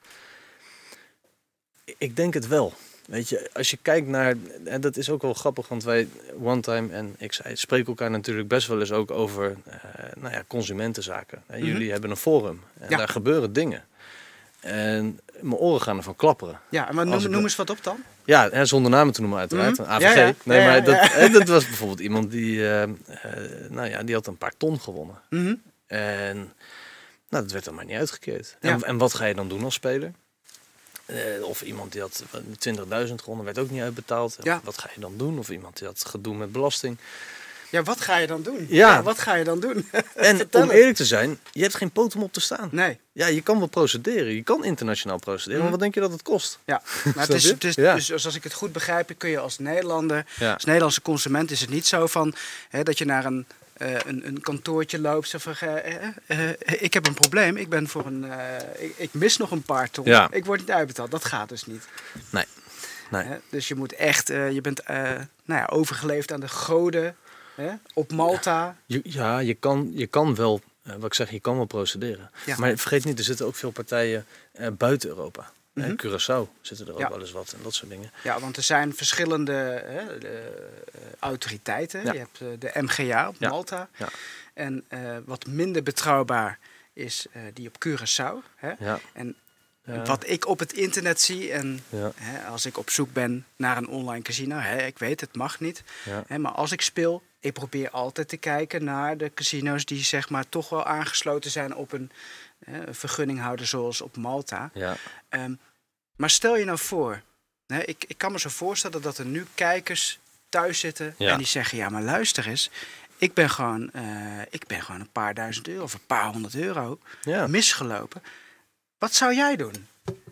[SPEAKER 4] Ik denk het wel. Weet je, als je kijkt naar, en dat is ook wel grappig, want wij, OneTime en ik zei, spreken elkaar natuurlijk best wel eens ook over uh, nou ja, consumentenzaken. En
[SPEAKER 2] Mhm.
[SPEAKER 4] jullie hebben een forum en
[SPEAKER 2] Ja.
[SPEAKER 4] daar gebeuren dingen. En mijn oren gaan ervan klapperen.
[SPEAKER 2] Ja, maar
[SPEAKER 4] Als
[SPEAKER 2] noem,
[SPEAKER 4] ik
[SPEAKER 2] noem
[SPEAKER 4] dat-
[SPEAKER 2] eens wat op dan.
[SPEAKER 4] Ja, hè, zonder namen te noemen uiteraard.
[SPEAKER 2] Mhm.
[SPEAKER 4] A V G.
[SPEAKER 2] Ja, ja.
[SPEAKER 4] Nee,
[SPEAKER 2] Ja,
[SPEAKER 4] maar
[SPEAKER 2] ja,
[SPEAKER 4] dat,
[SPEAKER 2] ja.
[SPEAKER 4] hè, dat was bijvoorbeeld iemand die, uh, uh, nou ja, die had een paar ton gewonnen.
[SPEAKER 2] Mhm.
[SPEAKER 4] En nou, dat werd dan maar niet uitgekeerd.
[SPEAKER 2] Ja.
[SPEAKER 4] En, en wat ga je dan doen als speler? Uh, of iemand die had twintigduizend gewonnen, werd ook niet uitbetaald.
[SPEAKER 2] Ja.
[SPEAKER 4] Wat ga je dan doen? Of iemand die had gedoe met belasting.
[SPEAKER 2] Ja, wat ga je dan doen?
[SPEAKER 4] Ja.
[SPEAKER 2] wat ga je dan doen?
[SPEAKER 4] En
[SPEAKER 2] Vertel
[SPEAKER 4] om
[SPEAKER 2] het.
[SPEAKER 4] eerlijk te zijn, je hebt geen poot om op te staan.
[SPEAKER 2] Nee,
[SPEAKER 4] Ja, je kan wel procederen. Je kan internationaal procederen.
[SPEAKER 2] Mhm.
[SPEAKER 4] Maar wat denk je dat het kost?
[SPEAKER 2] ja. Maar het
[SPEAKER 4] Snap
[SPEAKER 2] is,
[SPEAKER 4] je?
[SPEAKER 2] het is,
[SPEAKER 4] Ja.
[SPEAKER 2] dus als ik het goed begrijp, kun je als Nederlander,
[SPEAKER 4] Ja.
[SPEAKER 2] als Nederlandse consument, is het niet zo van hè, dat je naar een, uh, een, een kantoortje loopt. Zo van, uh, uh, uh, ik heb een probleem, ik ben voor een, uh, ik, ik mis nog een paar ton.
[SPEAKER 4] Ja.
[SPEAKER 2] Ik word niet uitbetaald. Dat gaat dus niet.
[SPEAKER 4] Nee. Nee.
[SPEAKER 2] Hè? Dus je moet echt, uh, je bent uh, nou ja, overgeleefd aan de goden hè? Op Malta.
[SPEAKER 4] Je, ja, je kan, je kan wel, uh, wat ik zeg, je kan wel procederen. Ja. Maar vergeet niet, er zitten ook veel partijen uh, buiten Europa. Mm-hmm. Uh, Curaçao zitten er ook ja. wel eens wat en dat soort dingen.
[SPEAKER 2] Ja, want er zijn verschillende hè, de, uh, autoriteiten. Ja. Je hebt uh, de M G A op ja. Malta. Ja. En uh, wat minder betrouwbaar is uh, die op Curaçao. Hè? Ja. En ja. wat ik op het internet zie en ja. hè, als ik op zoek ben naar een online casino, hè, ik weet het mag niet, ja. hè, maar als ik speel, ik probeer altijd te kijken naar de casino's die zeg maar toch wel aangesloten zijn op een, hè, een vergunninghouder zoals op Malta. Ja. Um, maar stel je nou voor, hè, ik, ik kan me zo voorstellen dat er nu kijkers thuis zitten ja. en die zeggen, ja maar luister eens, ik ben gewoon, uh, ik ben gewoon een paar duizend euro of een paar honderd euro ja. misgelopen. Wat zou jij doen?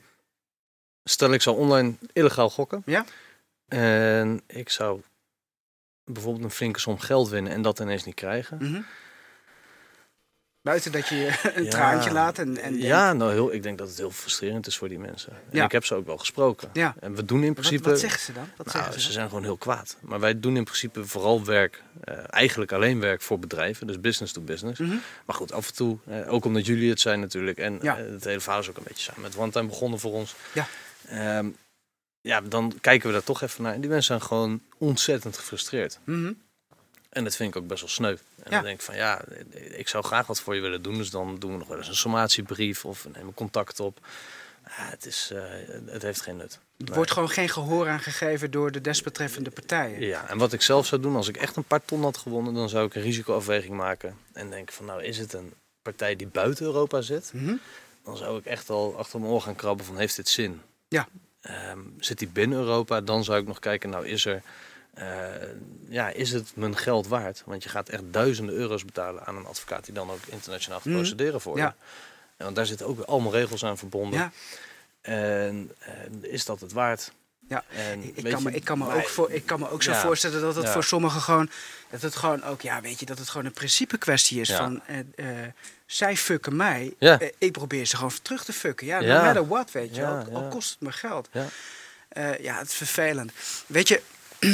[SPEAKER 4] Stel, ik zou online illegaal gokken.
[SPEAKER 2] Ja.
[SPEAKER 4] En ik zou bijvoorbeeld een flinke som geld winnen en dat ineens niet krijgen.
[SPEAKER 2] Mm-hmm. Buiten dat je een ja. traantje laat. En, en
[SPEAKER 4] ja, nou, heel, ik denk dat het heel frustrerend is voor die mensen. En ja. ik heb ze ook wel gesproken.
[SPEAKER 2] Ja.
[SPEAKER 4] En we doen in principe...
[SPEAKER 2] Wat, wat zeggen ze dan? Wat
[SPEAKER 4] nou,
[SPEAKER 2] zeggen ze,
[SPEAKER 4] ze
[SPEAKER 2] dan?
[SPEAKER 4] zijn gewoon heel kwaad. Maar wij doen in principe vooral werk, uh, eigenlijk alleen werk voor bedrijven. Dus business to business. Mm-hmm. Maar goed, af en toe, uh, ook omdat jullie het zijn natuurlijk. En ja. uh, het hele verhaal is ook een beetje samen met OneTime begonnen voor ons.
[SPEAKER 2] Ja.
[SPEAKER 4] Um, ja, dan kijken we daar toch even naar. En die mensen zijn gewoon ontzettend gefrustreerd.
[SPEAKER 2] Mm-hmm.
[SPEAKER 4] En dat vind ik ook best wel sneu. En ja. dan denk ik van ja, ik zou graag wat voor je willen doen. Dus dan doen we nog wel eens een sommatiebrief of we nemen contact op. Ja, het, is, uh, het heeft geen nut.
[SPEAKER 2] Er nee. wordt gewoon geen gehoor aan gegeven door de desbetreffende partijen.
[SPEAKER 4] Ja, en wat ik zelf zou doen, als ik echt een paar ton had gewonnen, dan zou ik een risicoafweging maken. En denken van nou, is het een partij die buiten Europa zit? Mm-hmm. Dan zou ik echt al achter mijn oor gaan krabben van heeft dit zin?
[SPEAKER 2] Ja.
[SPEAKER 4] Um, zit die binnen Europa? Dan zou ik nog kijken, nou is er... Uh, ja, is het mijn geld waard? Want je gaat echt duizenden euro's betalen aan een advocaat die dan ook internationaal gaat procederen mm. voor je. Ja. En want daar zitten ook weer allemaal regels aan verbonden. Ja. En uh, is dat het waard?
[SPEAKER 2] Ja, en, ik, kan me, ik, kan me maar, ook voor, ik kan me ook zo ja. voorstellen dat het ja. voor sommigen gewoon, dat het gewoon ook, ja, weet je, dat het gewoon een principe kwestie is ja. van, uh, uh, zij fucken mij, ja. uh, ik probeer ze gewoon terug te fucken. Ja, ja. no matter what, weet je, ja, al, ja. al kost het me geld. Ja, uh, ja het is vervelend. Weet je,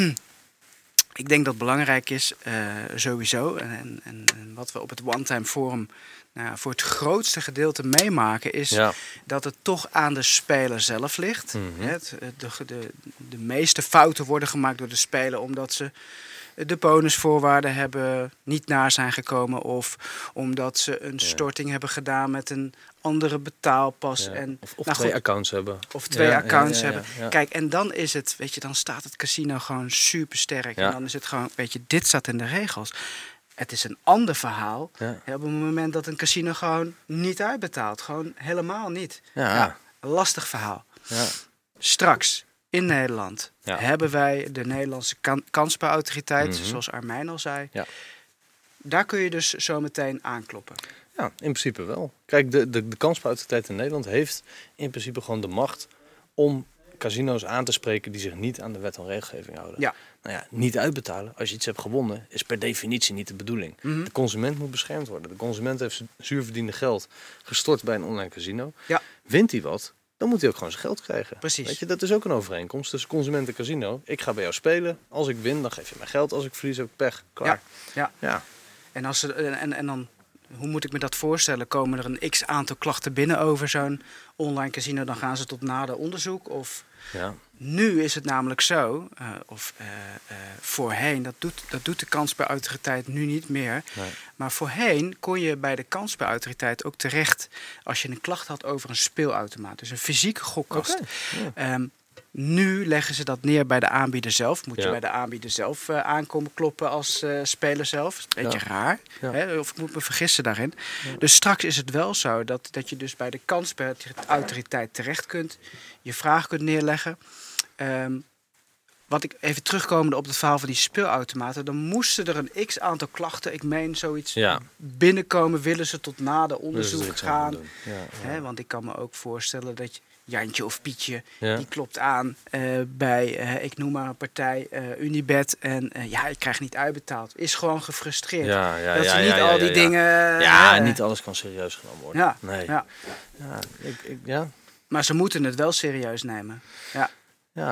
[SPEAKER 2] ik denk dat het belangrijk is, uh, sowieso, en, en, en wat we op het OneTime Forum nou, voor het grootste gedeelte meemaken, is ja. dat het toch aan de speler zelf ligt. Mm-hmm. Het, de, de, de meeste fouten worden gemaakt door de speler omdat ze de bonusvoorwaarden hebben niet na zijn gekomen of omdat ze een storting ja. hebben gedaan met een andere betaalpas.
[SPEAKER 4] Ja.
[SPEAKER 2] En,
[SPEAKER 4] of of
[SPEAKER 2] nou
[SPEAKER 4] twee
[SPEAKER 2] goed,
[SPEAKER 4] accounts hebben.
[SPEAKER 2] Of twee
[SPEAKER 4] ja,
[SPEAKER 2] accounts
[SPEAKER 4] ja, ja, ja,
[SPEAKER 2] hebben.
[SPEAKER 4] ja.
[SPEAKER 2] Kijk, en dan is het, weet je, dan staat het casino gewoon super sterk. Ja. En dan is het gewoon, weet je, dit staat in de regels. Het is een ander verhaal ja. op het moment dat een casino gewoon niet uitbetaalt. Gewoon helemaal niet.
[SPEAKER 4] Ja.
[SPEAKER 2] Ja, een lastig verhaal.
[SPEAKER 4] Ja.
[SPEAKER 2] Straks in Nederland
[SPEAKER 4] ja.
[SPEAKER 2] hebben wij de Nederlandse kan- kansspelautoriteit, mm-hmm. zoals Armijn al zei.
[SPEAKER 4] Ja.
[SPEAKER 2] Daar kun je dus zo meteen aankloppen.
[SPEAKER 4] Ja, in principe wel. Kijk, de, de, de kansspelautoriteit in Nederland heeft in principe gewoon de macht om casino's aan te spreken die zich niet aan de wet en regelgeving houden.
[SPEAKER 2] Ja.
[SPEAKER 4] Nou ja, niet uitbetalen als je iets hebt gewonnen is per definitie niet de bedoeling.
[SPEAKER 2] Mm-hmm.
[SPEAKER 4] De consument moet beschermd worden. De consument heeft zijn zuurverdiende geld gestort bij een online casino.
[SPEAKER 2] Ja.
[SPEAKER 4] Wint hij wat, dan moet hij ook gewoon zijn geld krijgen.
[SPEAKER 2] Precies.
[SPEAKER 4] Weet je, dat is ook een overeenkomst tussen consument en casino. Ik ga bij jou spelen. Als ik win, dan geef je mij geld. Als ik verlies, heb ik pech. Klaar.
[SPEAKER 2] Ja. ja.
[SPEAKER 4] ja.
[SPEAKER 2] En, als ze, en, en dan, hoe moet ik me dat voorstellen? Komen er een x aantal klachten binnen over zo'n online casino? Dan gaan ze tot nader onderzoek? Of...
[SPEAKER 4] Ja.
[SPEAKER 2] Nu is het namelijk zo, uh, of uh, uh, voorheen, dat doet, dat doet de kansspelautoriteit nu niet meer.
[SPEAKER 4] Nee.
[SPEAKER 2] Maar voorheen kon je bij de kansspelautoriteit ook terecht als je een klacht had over een speelautomaat. Dus een fysieke gokkast.
[SPEAKER 4] Okay. Ja.
[SPEAKER 2] Um, nu leggen ze dat neer bij de aanbieder zelf. Moet
[SPEAKER 4] ja.
[SPEAKER 2] je bij de aanbieder zelf uh, aankomen kloppen als uh, speler zelf. Een beetje
[SPEAKER 4] ja.
[SPEAKER 2] raar.
[SPEAKER 4] Ja.
[SPEAKER 2] Hè? Of ik moet me vergissen daarin.
[SPEAKER 4] Ja.
[SPEAKER 2] Dus straks is het wel zo dat, dat je dus bij de kansspelautoriteit terecht kunt. Je vraag kunt neerleggen. Um, wat ik even terugkomende op het verhaal van die speelautomaten. Dan moesten er een x aantal klachten, ik meen zoiets,
[SPEAKER 4] ja.
[SPEAKER 2] binnenkomen. Willen ze tot nader onderzoek gaan.
[SPEAKER 4] Ja, ja.
[SPEAKER 2] Hè, want ik kan me ook voorstellen dat je, Jantje of Pietje,
[SPEAKER 4] ja.
[SPEAKER 2] die klopt aan uh, bij, uh, ik noem maar een partij, uh, Unibet. En uh, ja, ik krijg niet uitbetaald. Is gewoon gefrustreerd.
[SPEAKER 4] Ja, ja,
[SPEAKER 2] dat
[SPEAKER 4] ja,
[SPEAKER 2] ze
[SPEAKER 4] ja,
[SPEAKER 2] niet
[SPEAKER 4] ja,
[SPEAKER 2] al die
[SPEAKER 4] ja,
[SPEAKER 2] dingen...
[SPEAKER 4] Ja, ja uh, niet alles kan serieus genomen worden.
[SPEAKER 2] Ja,
[SPEAKER 4] nee.
[SPEAKER 2] ja.
[SPEAKER 4] Ja, ik, ik, ja.
[SPEAKER 2] Maar ze moeten het wel serieus nemen. Ja.
[SPEAKER 4] Ja,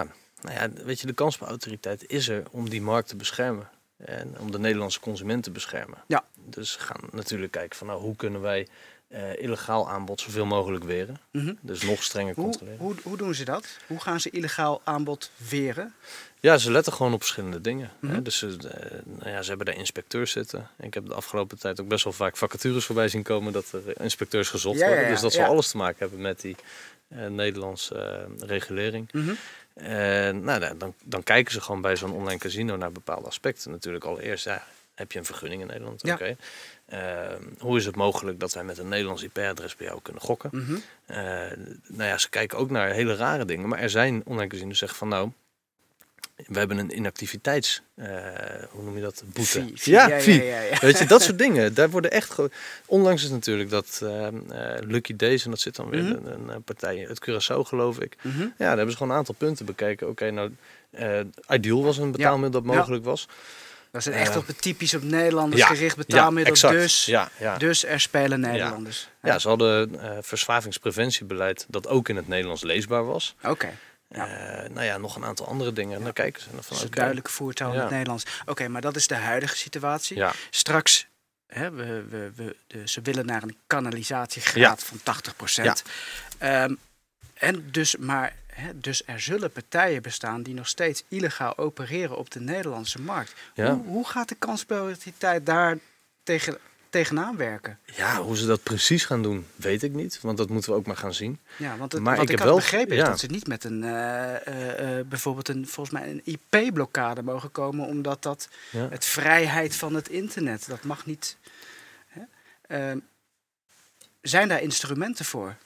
[SPEAKER 4] nou ja, weet je, de kansspelautoriteit is er om die markt te beschermen. En om de Nederlandse consument te beschermen.
[SPEAKER 2] Ja.
[SPEAKER 4] Dus we gaan natuurlijk kijken van nou, hoe kunnen wij uh, illegaal aanbod zoveel mogelijk weren.
[SPEAKER 2] Mm-hmm.
[SPEAKER 4] Dus nog strenger
[SPEAKER 2] Hoe,
[SPEAKER 4] controleren.
[SPEAKER 2] hoe, hoe doen ze dat? Hoe gaan ze illegaal aanbod weren?
[SPEAKER 4] Ja, ze letten gewoon op verschillende dingen.
[SPEAKER 2] Mm-hmm.
[SPEAKER 4] Hè? Dus ze, uh, nou ja, ze hebben daar inspecteurs zitten. Ik heb de afgelopen tijd ook best wel vaak vacatures voorbij zien komen dat er inspecteurs gezocht
[SPEAKER 2] ja,
[SPEAKER 4] worden.
[SPEAKER 2] ja, ja,
[SPEAKER 4] Dus dat
[SPEAKER 2] ja.
[SPEAKER 4] zal alles te maken hebben met die uh, Nederlandse uh, regulering.
[SPEAKER 2] Mm-hmm.
[SPEAKER 4] Uh, nou, dan, dan kijken ze gewoon bij zo'n online casino naar bepaalde aspecten. Natuurlijk allereerst, ja, heb je een vergunning in Nederland?
[SPEAKER 2] Ja.
[SPEAKER 4] Oké. Okay. Uh, hoe is het mogelijk dat wij met een Nederlands I P-adres bij jou kunnen gokken?
[SPEAKER 2] Mm-hmm.
[SPEAKER 4] Uh, nou ja, ze kijken ook naar hele rare dingen. Maar er zijn online casinos die zeggen van nou, we hebben een inactiviteits, uh, hoe noem je dat, boete.
[SPEAKER 2] Fee, fee,
[SPEAKER 4] ja,
[SPEAKER 2] ja,
[SPEAKER 4] fee.
[SPEAKER 2] ja, ja, ja.
[SPEAKER 4] Weet je, dat soort dingen. Daar worden echt. Ge- Onlangs is natuurlijk dat uh, uh, Lucky Days en dat zit dan weer
[SPEAKER 2] Mm-hmm.
[SPEAKER 4] een, een partij uit Curaçao, geloof ik.
[SPEAKER 2] Mm-hmm.
[SPEAKER 4] Ja, daar hebben ze gewoon een aantal punten bekeken. Oké, okay, nou, uh, Ideal was een betaalmiddel dat mogelijk ja. was.
[SPEAKER 2] Dat is echt
[SPEAKER 4] Uh,
[SPEAKER 2] op het typisch op Nederlanders
[SPEAKER 4] ja,
[SPEAKER 2] gericht betaalmiddel.
[SPEAKER 4] Ja, exact.
[SPEAKER 2] Dus,
[SPEAKER 4] Ja, ja.
[SPEAKER 2] dus er spelen Nederlanders.
[SPEAKER 4] Ja, ja ze hadden uh, verslavingspreventiebeleid dat ook in het Nederlands leesbaar was.
[SPEAKER 2] Oké. Okay. Ja.
[SPEAKER 4] Uh, nou ja, nog een aantal andere dingen. En
[SPEAKER 2] ja.
[SPEAKER 4] dan kijken ze. Van,
[SPEAKER 2] dus
[SPEAKER 4] okay.
[SPEAKER 2] duidelijke voertaal in
[SPEAKER 4] ja.
[SPEAKER 2] het Nederlands. Oké, okay, maar dat is de huidige situatie.
[SPEAKER 4] Ja.
[SPEAKER 2] Straks, hè, we, we, we, de, ze willen naar een kanalisatiegraad ja. van tachtig procent. Ja. Um, en dus, maar, hè, dus er zullen partijen bestaan die nog steeds illegaal opereren op de Nederlandse markt.
[SPEAKER 4] Ja.
[SPEAKER 2] Hoe, hoe gaat de kansspelautoriteit daar tegen, tegenaan werken?
[SPEAKER 4] Ja, hoe ze dat precies gaan doen, weet ik niet. Want dat moeten we ook maar gaan zien.
[SPEAKER 2] Ja, want het,
[SPEAKER 4] maar
[SPEAKER 2] wat
[SPEAKER 4] ik,
[SPEAKER 2] ik
[SPEAKER 4] heb
[SPEAKER 2] had
[SPEAKER 4] wel
[SPEAKER 2] begrepen
[SPEAKER 4] ja.
[SPEAKER 2] is dat ze niet met een uh, uh, uh, bijvoorbeeld een volgens mij een I P-blokkade mogen komen, omdat dat
[SPEAKER 4] ja.
[SPEAKER 2] het vrijheid van het internet, dat mag niet. Hè? Uh, zijn daar instrumenten voor?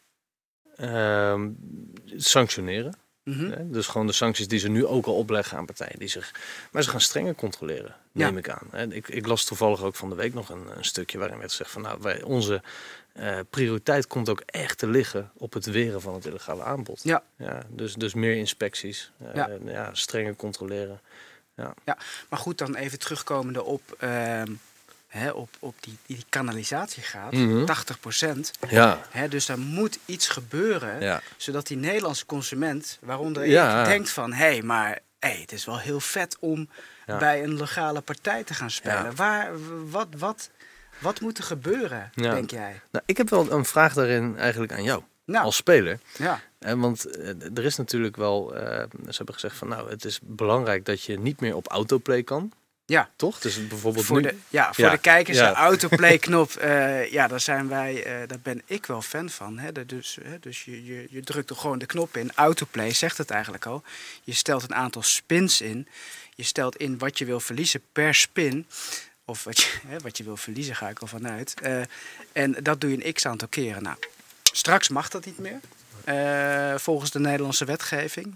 [SPEAKER 4] Uh, sanctioneren.
[SPEAKER 2] Mm-hmm.
[SPEAKER 4] Hè? Dus gewoon de sancties die ze nu ook al opleggen aan partijen die zich. Maar ze gaan strenger controleren, neem ja. ik aan. Hè? Ik, ik las toevallig ook van de week nog een, een stukje waarin werd gezegd van nou, wij, onze uh, prioriteit komt ook echt te liggen op het weren van het illegale aanbod.
[SPEAKER 2] Ja.
[SPEAKER 4] Ja, dus, dus meer inspecties, uh,
[SPEAKER 2] ja.
[SPEAKER 4] ja, strenger controleren. Ja.
[SPEAKER 2] Ja, maar goed, dan even terugkomende op, uh, hè, op, op die, die kanalisatiegraad, mm-hmm. tachtig procent.
[SPEAKER 4] Ja.
[SPEAKER 2] Hè, dus er moet iets gebeuren,
[SPEAKER 4] ja.
[SPEAKER 2] zodat die Nederlandse consument, waaronder
[SPEAKER 4] ja.
[SPEAKER 2] ik, denkt van, hé, hey, maar hey, het is wel heel vet om ja. bij een legale partij te gaan spelen. Ja. Waar, wat, wat, wat moet er gebeuren, ja. denk jij?
[SPEAKER 4] Nou, ik heb wel een vraag daarin eigenlijk aan jou. Nou, als speler.
[SPEAKER 2] Ja.
[SPEAKER 4] En want uh, er is natuurlijk wel, uh, ze hebben gezegd van nou, het is belangrijk dat je niet meer op autoplay kan.
[SPEAKER 2] Ja.
[SPEAKER 4] Toch? Dus bijvoorbeeld
[SPEAKER 2] voor
[SPEAKER 4] nu...
[SPEAKER 2] de, ja, voor
[SPEAKER 4] ja.
[SPEAKER 2] de kijkers,
[SPEAKER 4] ja.
[SPEAKER 2] de autoplay-knop, uh, ja, daar zijn wij, uh, daar ben ik wel fan van. Hè? De, dus hè, dus je, je, je drukt er gewoon de knop in. Autoplay zegt het eigenlijk al. Je stelt een aantal spins in. Je stelt in wat je wil verliezen per spin. Of wat je, hè, wat je wil verliezen, ga ik al vanuit. Uh, en dat doe je een x-aantal keren. Nou, straks mag dat niet meer. Uh, volgens de Nederlandse wetgeving.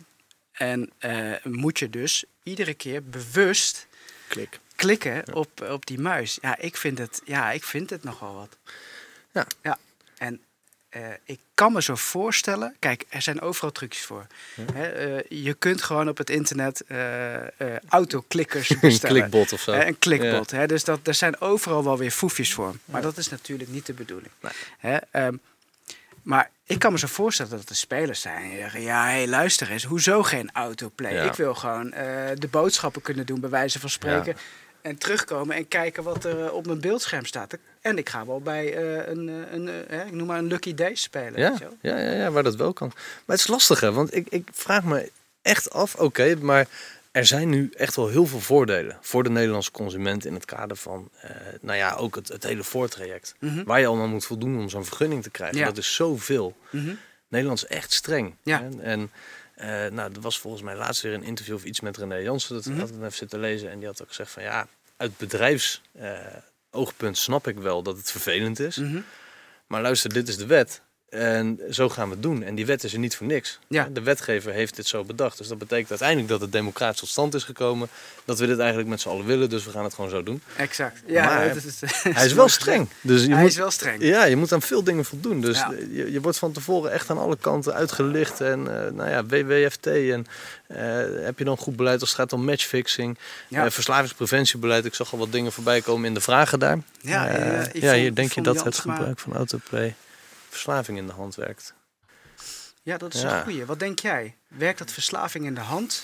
[SPEAKER 2] En uh, moet je dus iedere keer bewust
[SPEAKER 4] Klik.
[SPEAKER 2] klikken
[SPEAKER 4] ja.
[SPEAKER 2] op, op die muis. Ja, ik vind het, ja, ik vind het nogal wat.
[SPEAKER 4] Ja.
[SPEAKER 2] Ja. En uh, ik kan me zo voorstellen... Kijk, er zijn overal trucjes voor.
[SPEAKER 4] Ja.
[SPEAKER 2] He, uh, je kunt gewoon op het internet uh, uh, autoklikkers bestellen.
[SPEAKER 4] Een klikbot of zo.
[SPEAKER 2] He, een klikbot.
[SPEAKER 4] Ja.
[SPEAKER 2] He, dus dat, er zijn overal wel weer foefjes voor. Maar ja. dat is natuurlijk niet de bedoeling.
[SPEAKER 4] Nee.
[SPEAKER 2] He, um, maar ik kan me zo voorstellen dat er spelers zijn die zeggen... ja, hé, hey, luister eens, hoezo geen autoplay? Ja. Ik wil gewoon uh, de boodschappen kunnen doen, bij wijze van spreken... Ja. En terugkomen en kijken wat er uh, op mijn beeldscherm staat. En ik ga wel bij uh, een, een, een uh, ik noem maar een Lucky Days spelen.
[SPEAKER 4] Ja,
[SPEAKER 2] weet je wel?
[SPEAKER 4] ja, ja, ja, waar dat wel kan. Maar het is lastig, hè? Want ik, ik vraag me echt af... oké, okay, maar er zijn nu echt wel heel veel voordelen... voor de Nederlandse consument in het kader van... Uh, nou ja, ook het, het hele voortraject. Mm-hmm. Waar je allemaal moet voldoen om zo'n vergunning te krijgen. Ja. Dat is zoveel. Mm-hmm. Nederland is echt streng.
[SPEAKER 2] Ja.
[SPEAKER 4] Hè? En... Uh, nou, er was volgens mij laatst weer een interview of iets met René Jansen. Dat mm-hmm. had ik even zitten lezen. En die had ook gezegd van ja, uit bedrijfs uh, oogpunt snap ik wel dat het vervelend is. Mm-hmm. Maar luister, dit is de wet. En zo gaan we het doen. En die wet is er niet voor niks.
[SPEAKER 2] Ja.
[SPEAKER 4] De wetgever heeft dit zo bedacht. Dus dat betekent uiteindelijk dat het democratisch tot stand is gekomen. Dat we dit eigenlijk met z'n allen willen. Dus we gaan het gewoon zo doen.
[SPEAKER 2] Exact. Ja,
[SPEAKER 4] maar
[SPEAKER 2] dat is, dat is
[SPEAKER 4] hij is wel streng. Dus je
[SPEAKER 2] hij
[SPEAKER 4] moet,
[SPEAKER 2] is wel streng.
[SPEAKER 4] Ja, je moet aan veel dingen voldoen. Dus
[SPEAKER 2] ja.
[SPEAKER 4] je, je wordt van tevoren echt aan alle kanten uitgelicht. En uh, nou ja, W W F T. En uh, heb je dan goed beleid als het gaat om matchfixing.
[SPEAKER 2] Ja.
[SPEAKER 4] Uh, verslavingspreventiebeleid. Ik zag al wat dingen voorbij komen in de vragen daar.
[SPEAKER 2] Ja,
[SPEAKER 4] uh,
[SPEAKER 2] uh,
[SPEAKER 4] ja,
[SPEAKER 2] vond,
[SPEAKER 4] hier denk je dat het
[SPEAKER 2] maar...
[SPEAKER 4] gebruik van autoplay verslaving in de hand werkt.
[SPEAKER 2] Ja, Ja, dat is
[SPEAKER 4] Ja.
[SPEAKER 2] een goeie. Wat denk jij? Werkt dat verslaving in de hand?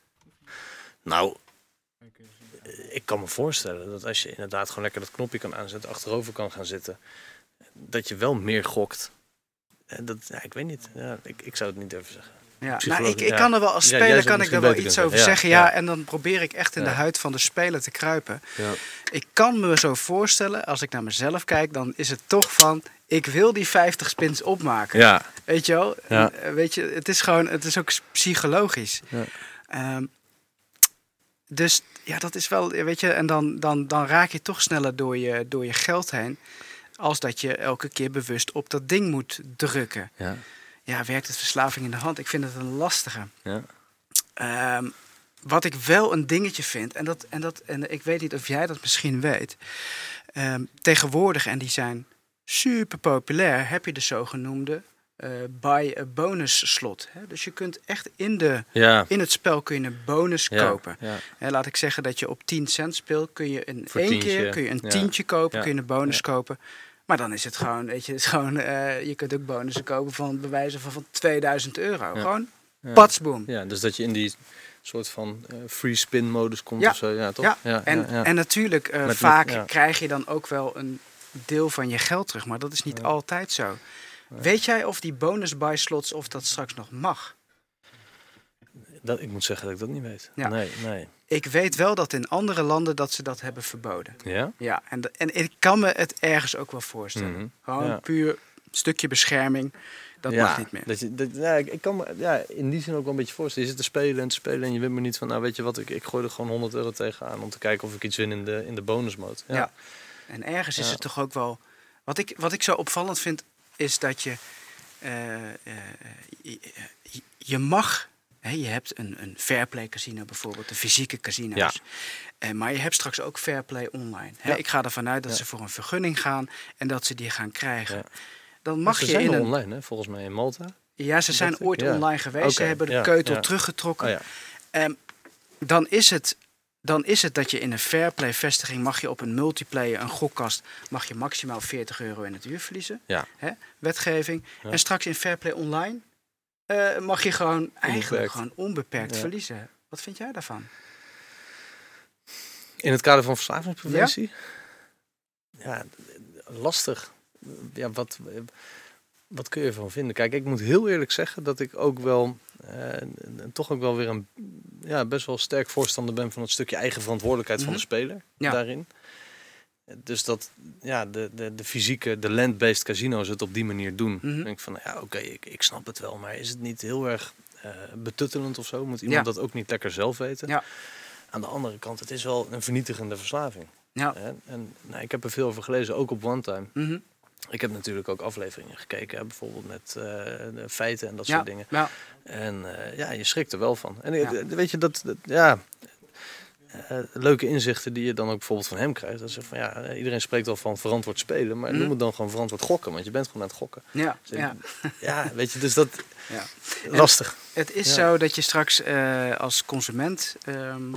[SPEAKER 4] Nou, ik kan me voorstellen dat als je inderdaad gewoon lekker dat knopje kan aanzetten, achterover kan gaan zitten, dat je wel meer gokt. En dat, ja, ik weet niet. Ja, ik, ik zou het niet durven zeggen.
[SPEAKER 2] Ja, nou,
[SPEAKER 4] Psycholoog-
[SPEAKER 2] ik, ik
[SPEAKER 4] ja.
[SPEAKER 2] kan er wel als
[SPEAKER 4] Ja,
[SPEAKER 2] speler
[SPEAKER 4] jij zou
[SPEAKER 2] kan ik
[SPEAKER 4] misschien
[SPEAKER 2] er wel
[SPEAKER 4] beter
[SPEAKER 2] iets
[SPEAKER 4] kunnen
[SPEAKER 2] over
[SPEAKER 4] zeggen.
[SPEAKER 2] zeggen.
[SPEAKER 4] Ja,
[SPEAKER 2] Ja,
[SPEAKER 4] ja.
[SPEAKER 2] en dan probeer ik echt in
[SPEAKER 4] Ja.
[SPEAKER 2] de huid van de speler te kruipen.
[SPEAKER 4] Ja.
[SPEAKER 2] Ik kan me zo voorstellen, als ik naar mezelf kijk, dan is het toch van, ik wil die vijftig spins opmaken.
[SPEAKER 4] Ja.
[SPEAKER 2] Weet je wel?
[SPEAKER 4] Ja.
[SPEAKER 2] En, eh, weet je, het is gewoon, het is ook psychologisch.
[SPEAKER 4] Ja.
[SPEAKER 2] Ehm, dus ja, dat is wel, weet je, en dan, dan, dan raak je toch sneller door je, door je geld heen, als dat je elke keer bewust op dat ding moet drukken.
[SPEAKER 4] Ja.
[SPEAKER 2] Ja, werkt het verslaving in de hand? Ik vind het een lastige.
[SPEAKER 4] Ja.
[SPEAKER 2] Ehm, wat ik wel een dingetje vind, en, dat, en, dat, en ik weet niet of jij dat misschien weet. Ehm, tegenwoordig, en die zijn super populair, heb je de zogenoemde eh buy a bonus slot. Hè? Dus je kunt echt in, de,
[SPEAKER 4] Ja.
[SPEAKER 2] in het spel kun je een bonus
[SPEAKER 4] Ja.
[SPEAKER 2] kopen.
[SPEAKER 4] Ja.
[SPEAKER 2] Hè, laat ik zeggen dat je op tien cent speelt, kun je in
[SPEAKER 4] Voor
[SPEAKER 2] één
[SPEAKER 4] tientje.
[SPEAKER 2] keer kun je een
[SPEAKER 4] Ja.
[SPEAKER 2] tientje kopen,
[SPEAKER 4] Ja.
[SPEAKER 2] kun je een bonus
[SPEAKER 4] Ja.
[SPEAKER 2] kopen. Maar dan is het gewoon, weet je, het is gewoon, eh, je kunt ook bonussen kopen van bewijzen van, van tweeduizend euro.
[SPEAKER 4] Ja.
[SPEAKER 2] Gewoon
[SPEAKER 4] Ja.
[SPEAKER 2] patsboom.
[SPEAKER 4] Ja, dus dat je in die soort van eh, free spin modus komt
[SPEAKER 2] Ja.
[SPEAKER 4] of zo. Ja, toch?
[SPEAKER 2] Ja,
[SPEAKER 4] Ja,
[SPEAKER 2] en,
[SPEAKER 4] ja, ja.
[SPEAKER 2] en natuurlijk, eh,
[SPEAKER 4] Met-
[SPEAKER 2] vaak
[SPEAKER 4] met- ja.
[SPEAKER 2] krijg je dan ook wel een deel van je geld terug. Maar dat is niet
[SPEAKER 4] Ja.
[SPEAKER 2] altijd zo. Weet jij of die bonus buy slots, of dat straks nog mag?
[SPEAKER 4] Dat, ik moet zeggen dat ik dat niet weet.
[SPEAKER 2] Ja.
[SPEAKER 4] Nee, nee.
[SPEAKER 2] Ik weet wel dat in andere landen dat ze dat hebben verboden.
[SPEAKER 4] Ja?
[SPEAKER 2] Ja, en, de- en ik kan me het ergens ook wel voorstellen.
[SPEAKER 4] Mhm.
[SPEAKER 2] Gewoon
[SPEAKER 4] Ja.
[SPEAKER 2] puur stukje bescherming. Dat
[SPEAKER 4] ja,
[SPEAKER 2] mag niet meer.
[SPEAKER 4] Dat je, dat, ja, ik, ik kan me ja, in die zin ook wel een beetje voorstellen. Je zit te spelen en te spelen en je weet maar niet van, nou weet je wat, ik, ik gooi er gewoon honderd euro tegenaan om te kijken of ik iets win in de, in de bonusmode. Ja.
[SPEAKER 2] Ja. En ergens is
[SPEAKER 4] Ja.
[SPEAKER 2] het toch ook wel... Wat ik, wat ik zo opvallend vind, is dat je... eh, eh, je, je- je mag... Hè, je hebt een, een Fairplay casino bijvoorbeeld, de fysieke casino's.
[SPEAKER 4] Ja.
[SPEAKER 2] Eh, maar je hebt straks ook Fairplay online. Hè,
[SPEAKER 4] Ja.
[SPEAKER 2] Ik ga ervan uit dat
[SPEAKER 4] Ja.
[SPEAKER 2] ze voor een vergunning gaan en dat ze die gaan krijgen.
[SPEAKER 4] Ja.
[SPEAKER 2] Dan mag
[SPEAKER 4] Ze
[SPEAKER 2] je
[SPEAKER 4] zijn
[SPEAKER 2] in
[SPEAKER 4] er
[SPEAKER 2] een...
[SPEAKER 4] online, hè, volgens mij in Malta.
[SPEAKER 2] Ja, ze zijn
[SPEAKER 4] Dat-
[SPEAKER 2] ooit
[SPEAKER 4] ja.
[SPEAKER 2] online geweest. Ze
[SPEAKER 4] Oké,
[SPEAKER 2] hebben de
[SPEAKER 4] ja,
[SPEAKER 2] keutel
[SPEAKER 4] ja.
[SPEAKER 2] teruggetrokken.
[SPEAKER 4] Oh ja.
[SPEAKER 2] Ehm, dan, is het, dan is het dat je in een Fairplay vestiging mag je op een multiplayer, een gokkast, mag je maximaal veertig euro in het uur verliezen.
[SPEAKER 4] Ja.
[SPEAKER 2] Hè? Wetgeving.
[SPEAKER 4] Ja.
[SPEAKER 2] En straks in Fairplay online eh, mag je gewoon eigenlijk
[SPEAKER 4] Onbeperkt.
[SPEAKER 2] gewoon onbeperkt
[SPEAKER 4] Ja.
[SPEAKER 2] verliezen. Wat vind jij daarvan?
[SPEAKER 4] In het kader van verslavingspreventie? Ja, lastig. Ja, wat, wat kun je ervan vinden? Kijk, ik moet heel eerlijk zeggen dat ik ook wel, eh, toch ook wel weer een ja, best wel sterk voorstander ben van het stukje eigen verantwoordelijkheid
[SPEAKER 2] Mhm.
[SPEAKER 4] van de speler
[SPEAKER 2] Ja.
[SPEAKER 4] daarin. Dus dat ja, de, de, de fysieke, de land-based casino's het op die manier doen.
[SPEAKER 2] Mhm.
[SPEAKER 4] Dan denk ik van, nou ja, oké, ik, ik snap het wel, maar is het niet heel erg eh, betuttelend of zo? Moet iemand
[SPEAKER 2] Ja.
[SPEAKER 4] dat ook niet lekker zelf weten?
[SPEAKER 2] Ja.
[SPEAKER 4] Aan de andere kant, het is wel een vernietigende verslaving.
[SPEAKER 2] Ja.
[SPEAKER 4] Hè? En nou, ik heb er veel over gelezen, ook op One Time.
[SPEAKER 2] Mhm.
[SPEAKER 4] Ik heb natuurlijk ook afleveringen gekeken, hè, bijvoorbeeld met eh, de feiten en dat
[SPEAKER 2] Ja.
[SPEAKER 4] soort dingen.
[SPEAKER 2] Ja.
[SPEAKER 4] En eh, ja, je schrikt er wel van. En eh,
[SPEAKER 2] Ja.
[SPEAKER 4] weet je, dat, dat ja, eh, leuke inzichten die je dan ook bijvoorbeeld van hem krijgt. Dat is van, ja, eh, iedereen spreekt al van verantwoord spelen, maar
[SPEAKER 2] Mhm.
[SPEAKER 4] noem het dan gewoon verantwoord gokken, want je bent gewoon aan het gokken.
[SPEAKER 2] Ja.
[SPEAKER 4] Dus ik-
[SPEAKER 2] Ja.
[SPEAKER 4] Ja, weet je, dus dat,
[SPEAKER 2] Ja.
[SPEAKER 4] lastig.
[SPEAKER 2] Het is
[SPEAKER 4] Ja.
[SPEAKER 2] zo dat je straks eh, als consument ehm,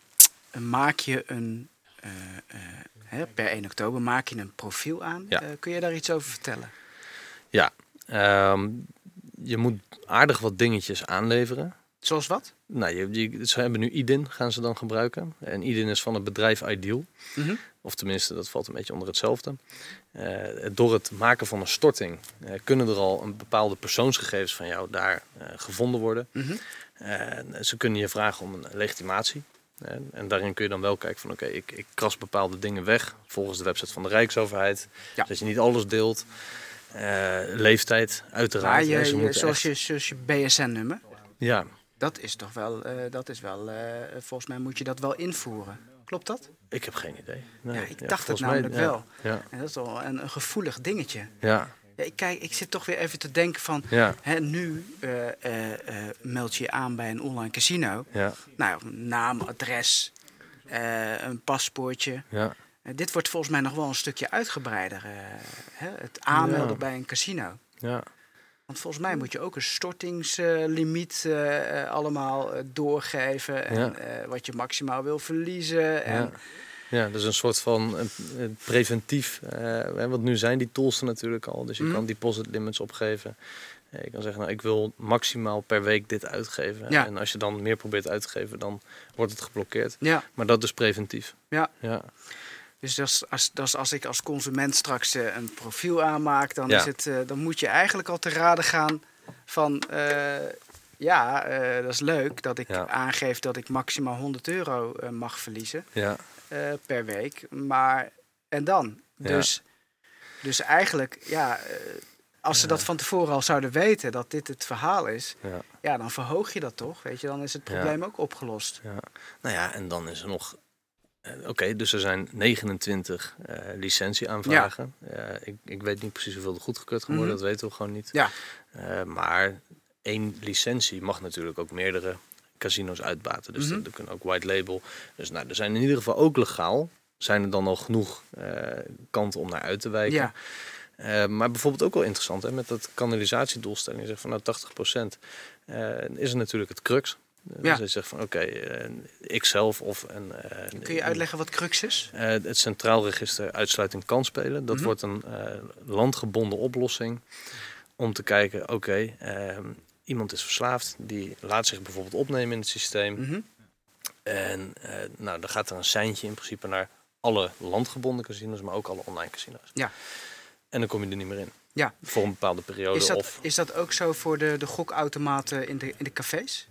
[SPEAKER 2] maak je een eh, eh, hè, per één oktober maak je een profiel aan.
[SPEAKER 4] Ja.
[SPEAKER 2] Eh, kun je daar iets over vertellen?
[SPEAKER 4] Ja, ehm, je moet aardig wat dingetjes aanleveren.
[SPEAKER 2] Zoals wat?
[SPEAKER 4] Nou, je, je, ze hebben nu I D I N, gaan ze dan gebruiken. En I D I N is van het bedrijf Ideal.
[SPEAKER 2] Mhm.
[SPEAKER 4] Of tenminste, dat valt een beetje onder hetzelfde. Eh, door het maken van een storting eh, kunnen er al een bepaalde persoonsgegevens van jou daar eh, gevonden worden.
[SPEAKER 2] Mhm.
[SPEAKER 4] En ze kunnen je vragen om een legitimatie. En, en daarin kun je dan wel kijken van oké, ik, ik kras bepaalde dingen weg volgens de website van de Rijksoverheid.
[SPEAKER 2] Ja.
[SPEAKER 4] Zodat je niet alles deelt. Eh, leeftijd, uiteraard.
[SPEAKER 2] Maar je,
[SPEAKER 4] hè, ze
[SPEAKER 2] je-
[SPEAKER 4] moeten
[SPEAKER 2] zoals,
[SPEAKER 4] echt-
[SPEAKER 2] je, zoals je B S N-nummer,
[SPEAKER 4] Ja,
[SPEAKER 2] dat is toch wel, eh, dat is wel eh, volgens mij moet je dat wel invoeren. Klopt dat?
[SPEAKER 4] ik heb geen idee. Nee,
[SPEAKER 2] Ja, ik dacht het
[SPEAKER 4] volgens mij-
[SPEAKER 2] namelijk
[SPEAKER 4] ja,
[SPEAKER 2] wel.
[SPEAKER 4] Ja,
[SPEAKER 2] En dat is wel een, een gevoelig dingetje.
[SPEAKER 4] ja,
[SPEAKER 2] Ja, ik, kijk, ik zit toch weer even te denken van,
[SPEAKER 4] ja,
[SPEAKER 2] hè, nu eh, eh, eh, meld je je aan bij een online casino.
[SPEAKER 4] ja,
[SPEAKER 2] Nou, naam, adres, eh, een paspoortje.
[SPEAKER 4] ja.
[SPEAKER 2] Eh, dit wordt volgens mij nog wel een stukje uitgebreider. eh, hè, het aanmelden
[SPEAKER 4] Ja.
[SPEAKER 2] bij een casino.
[SPEAKER 4] ja.
[SPEAKER 2] Want volgens mij moet je ook een stortingslimiet eh, eh, allemaal eh, doorgeven. En
[SPEAKER 4] Ja.
[SPEAKER 2] eh, wat je maximaal wil verliezen. En,
[SPEAKER 4] Ja. Ja, dus een soort van eh, eh, preventief. eh, hè, want nu zijn die tools er natuurlijk al. Dus je
[SPEAKER 2] Mhm.
[SPEAKER 4] kan deposit limits opgeven. Je kan zeggen, nou, ik wil maximaal per week dit uitgeven.
[SPEAKER 2] Ja.
[SPEAKER 4] En als je dan meer probeert uit te geven, dan wordt het geblokkeerd.
[SPEAKER 2] Ja.
[SPEAKER 4] Maar dat is preventief.
[SPEAKER 2] Ja.
[SPEAKER 4] Ja.
[SPEAKER 2] Dus dat is, als, dat is als ik als consument straks uh, een profiel aanmaak, dan,
[SPEAKER 4] Ja.
[SPEAKER 2] is het, uh, dan moet je eigenlijk al te raden gaan van... Uh, ja, uh, dat is leuk dat ik
[SPEAKER 4] Ja.
[SPEAKER 2] aangeef dat ik maximaal honderd euro uh, mag verliezen
[SPEAKER 4] Ja.
[SPEAKER 2] uh, per week. Maar, en dan?
[SPEAKER 4] Ja.
[SPEAKER 2] Dus, dus eigenlijk, ja... Uh, Als ze
[SPEAKER 4] Ja.
[SPEAKER 2] dat van tevoren al zouden weten, dat dit het verhaal is,
[SPEAKER 4] Ja.
[SPEAKER 2] ja, dan verhoog je dat toch, weet je, dan is het probleem
[SPEAKER 4] Ja.
[SPEAKER 2] ook opgelost.
[SPEAKER 4] Ja. Nou ja, en dan is er nog... Uh, Oké, okay, dus er zijn negenentwintig uh, licentieaanvragen. Ja. Uh, ik, ik weet niet precies hoeveel er goedgekeurd gaan worden,
[SPEAKER 2] Mm-hmm.
[SPEAKER 4] dat weten we gewoon niet.
[SPEAKER 2] Ja.
[SPEAKER 4] Uh, maar één licentie mag natuurlijk ook meerdere casino's uitbaten. Dus
[SPEAKER 2] Mm-hmm.
[SPEAKER 4] er kunnen ook white label. Dus nou, er zijn in ieder geval ook legaal, zijn er dan al genoeg uh, kanten om naar uit te wijken.
[SPEAKER 2] Ja.
[SPEAKER 4] Uh, maar bijvoorbeeld ook wel interessant, hè, met dat kanalisatiedoelstelling. Je zegt van nou tachtig procent uh, is er natuurlijk het crux. Uh,
[SPEAKER 2] Ja.
[SPEAKER 4] Dus je zegt van oké, okay, uh, ikzelf of een... Uh,
[SPEAKER 2] Kun je uitleggen wat crux is?
[SPEAKER 4] Uh, het Centraal Register Uitsluiting Kansspelen. Dat
[SPEAKER 2] Mm-hmm.
[SPEAKER 4] wordt een uh, landgebonden oplossing om te kijken, oké, okay, uh, iemand is verslaafd. Die laat zich bijvoorbeeld opnemen in het systeem.
[SPEAKER 2] Mm-hmm.
[SPEAKER 4] En uh, nou, dan gaat er een seintje in principe naar alle landgebonden casinos, maar ook alle online casino's.
[SPEAKER 2] Ja.
[SPEAKER 4] En dan kom je er niet meer in.
[SPEAKER 2] Ja.
[SPEAKER 4] Voor een bepaalde periode.
[SPEAKER 2] Is dat,
[SPEAKER 4] of...
[SPEAKER 2] is dat ook zo voor de, de gokautomaten in de, in de cafés?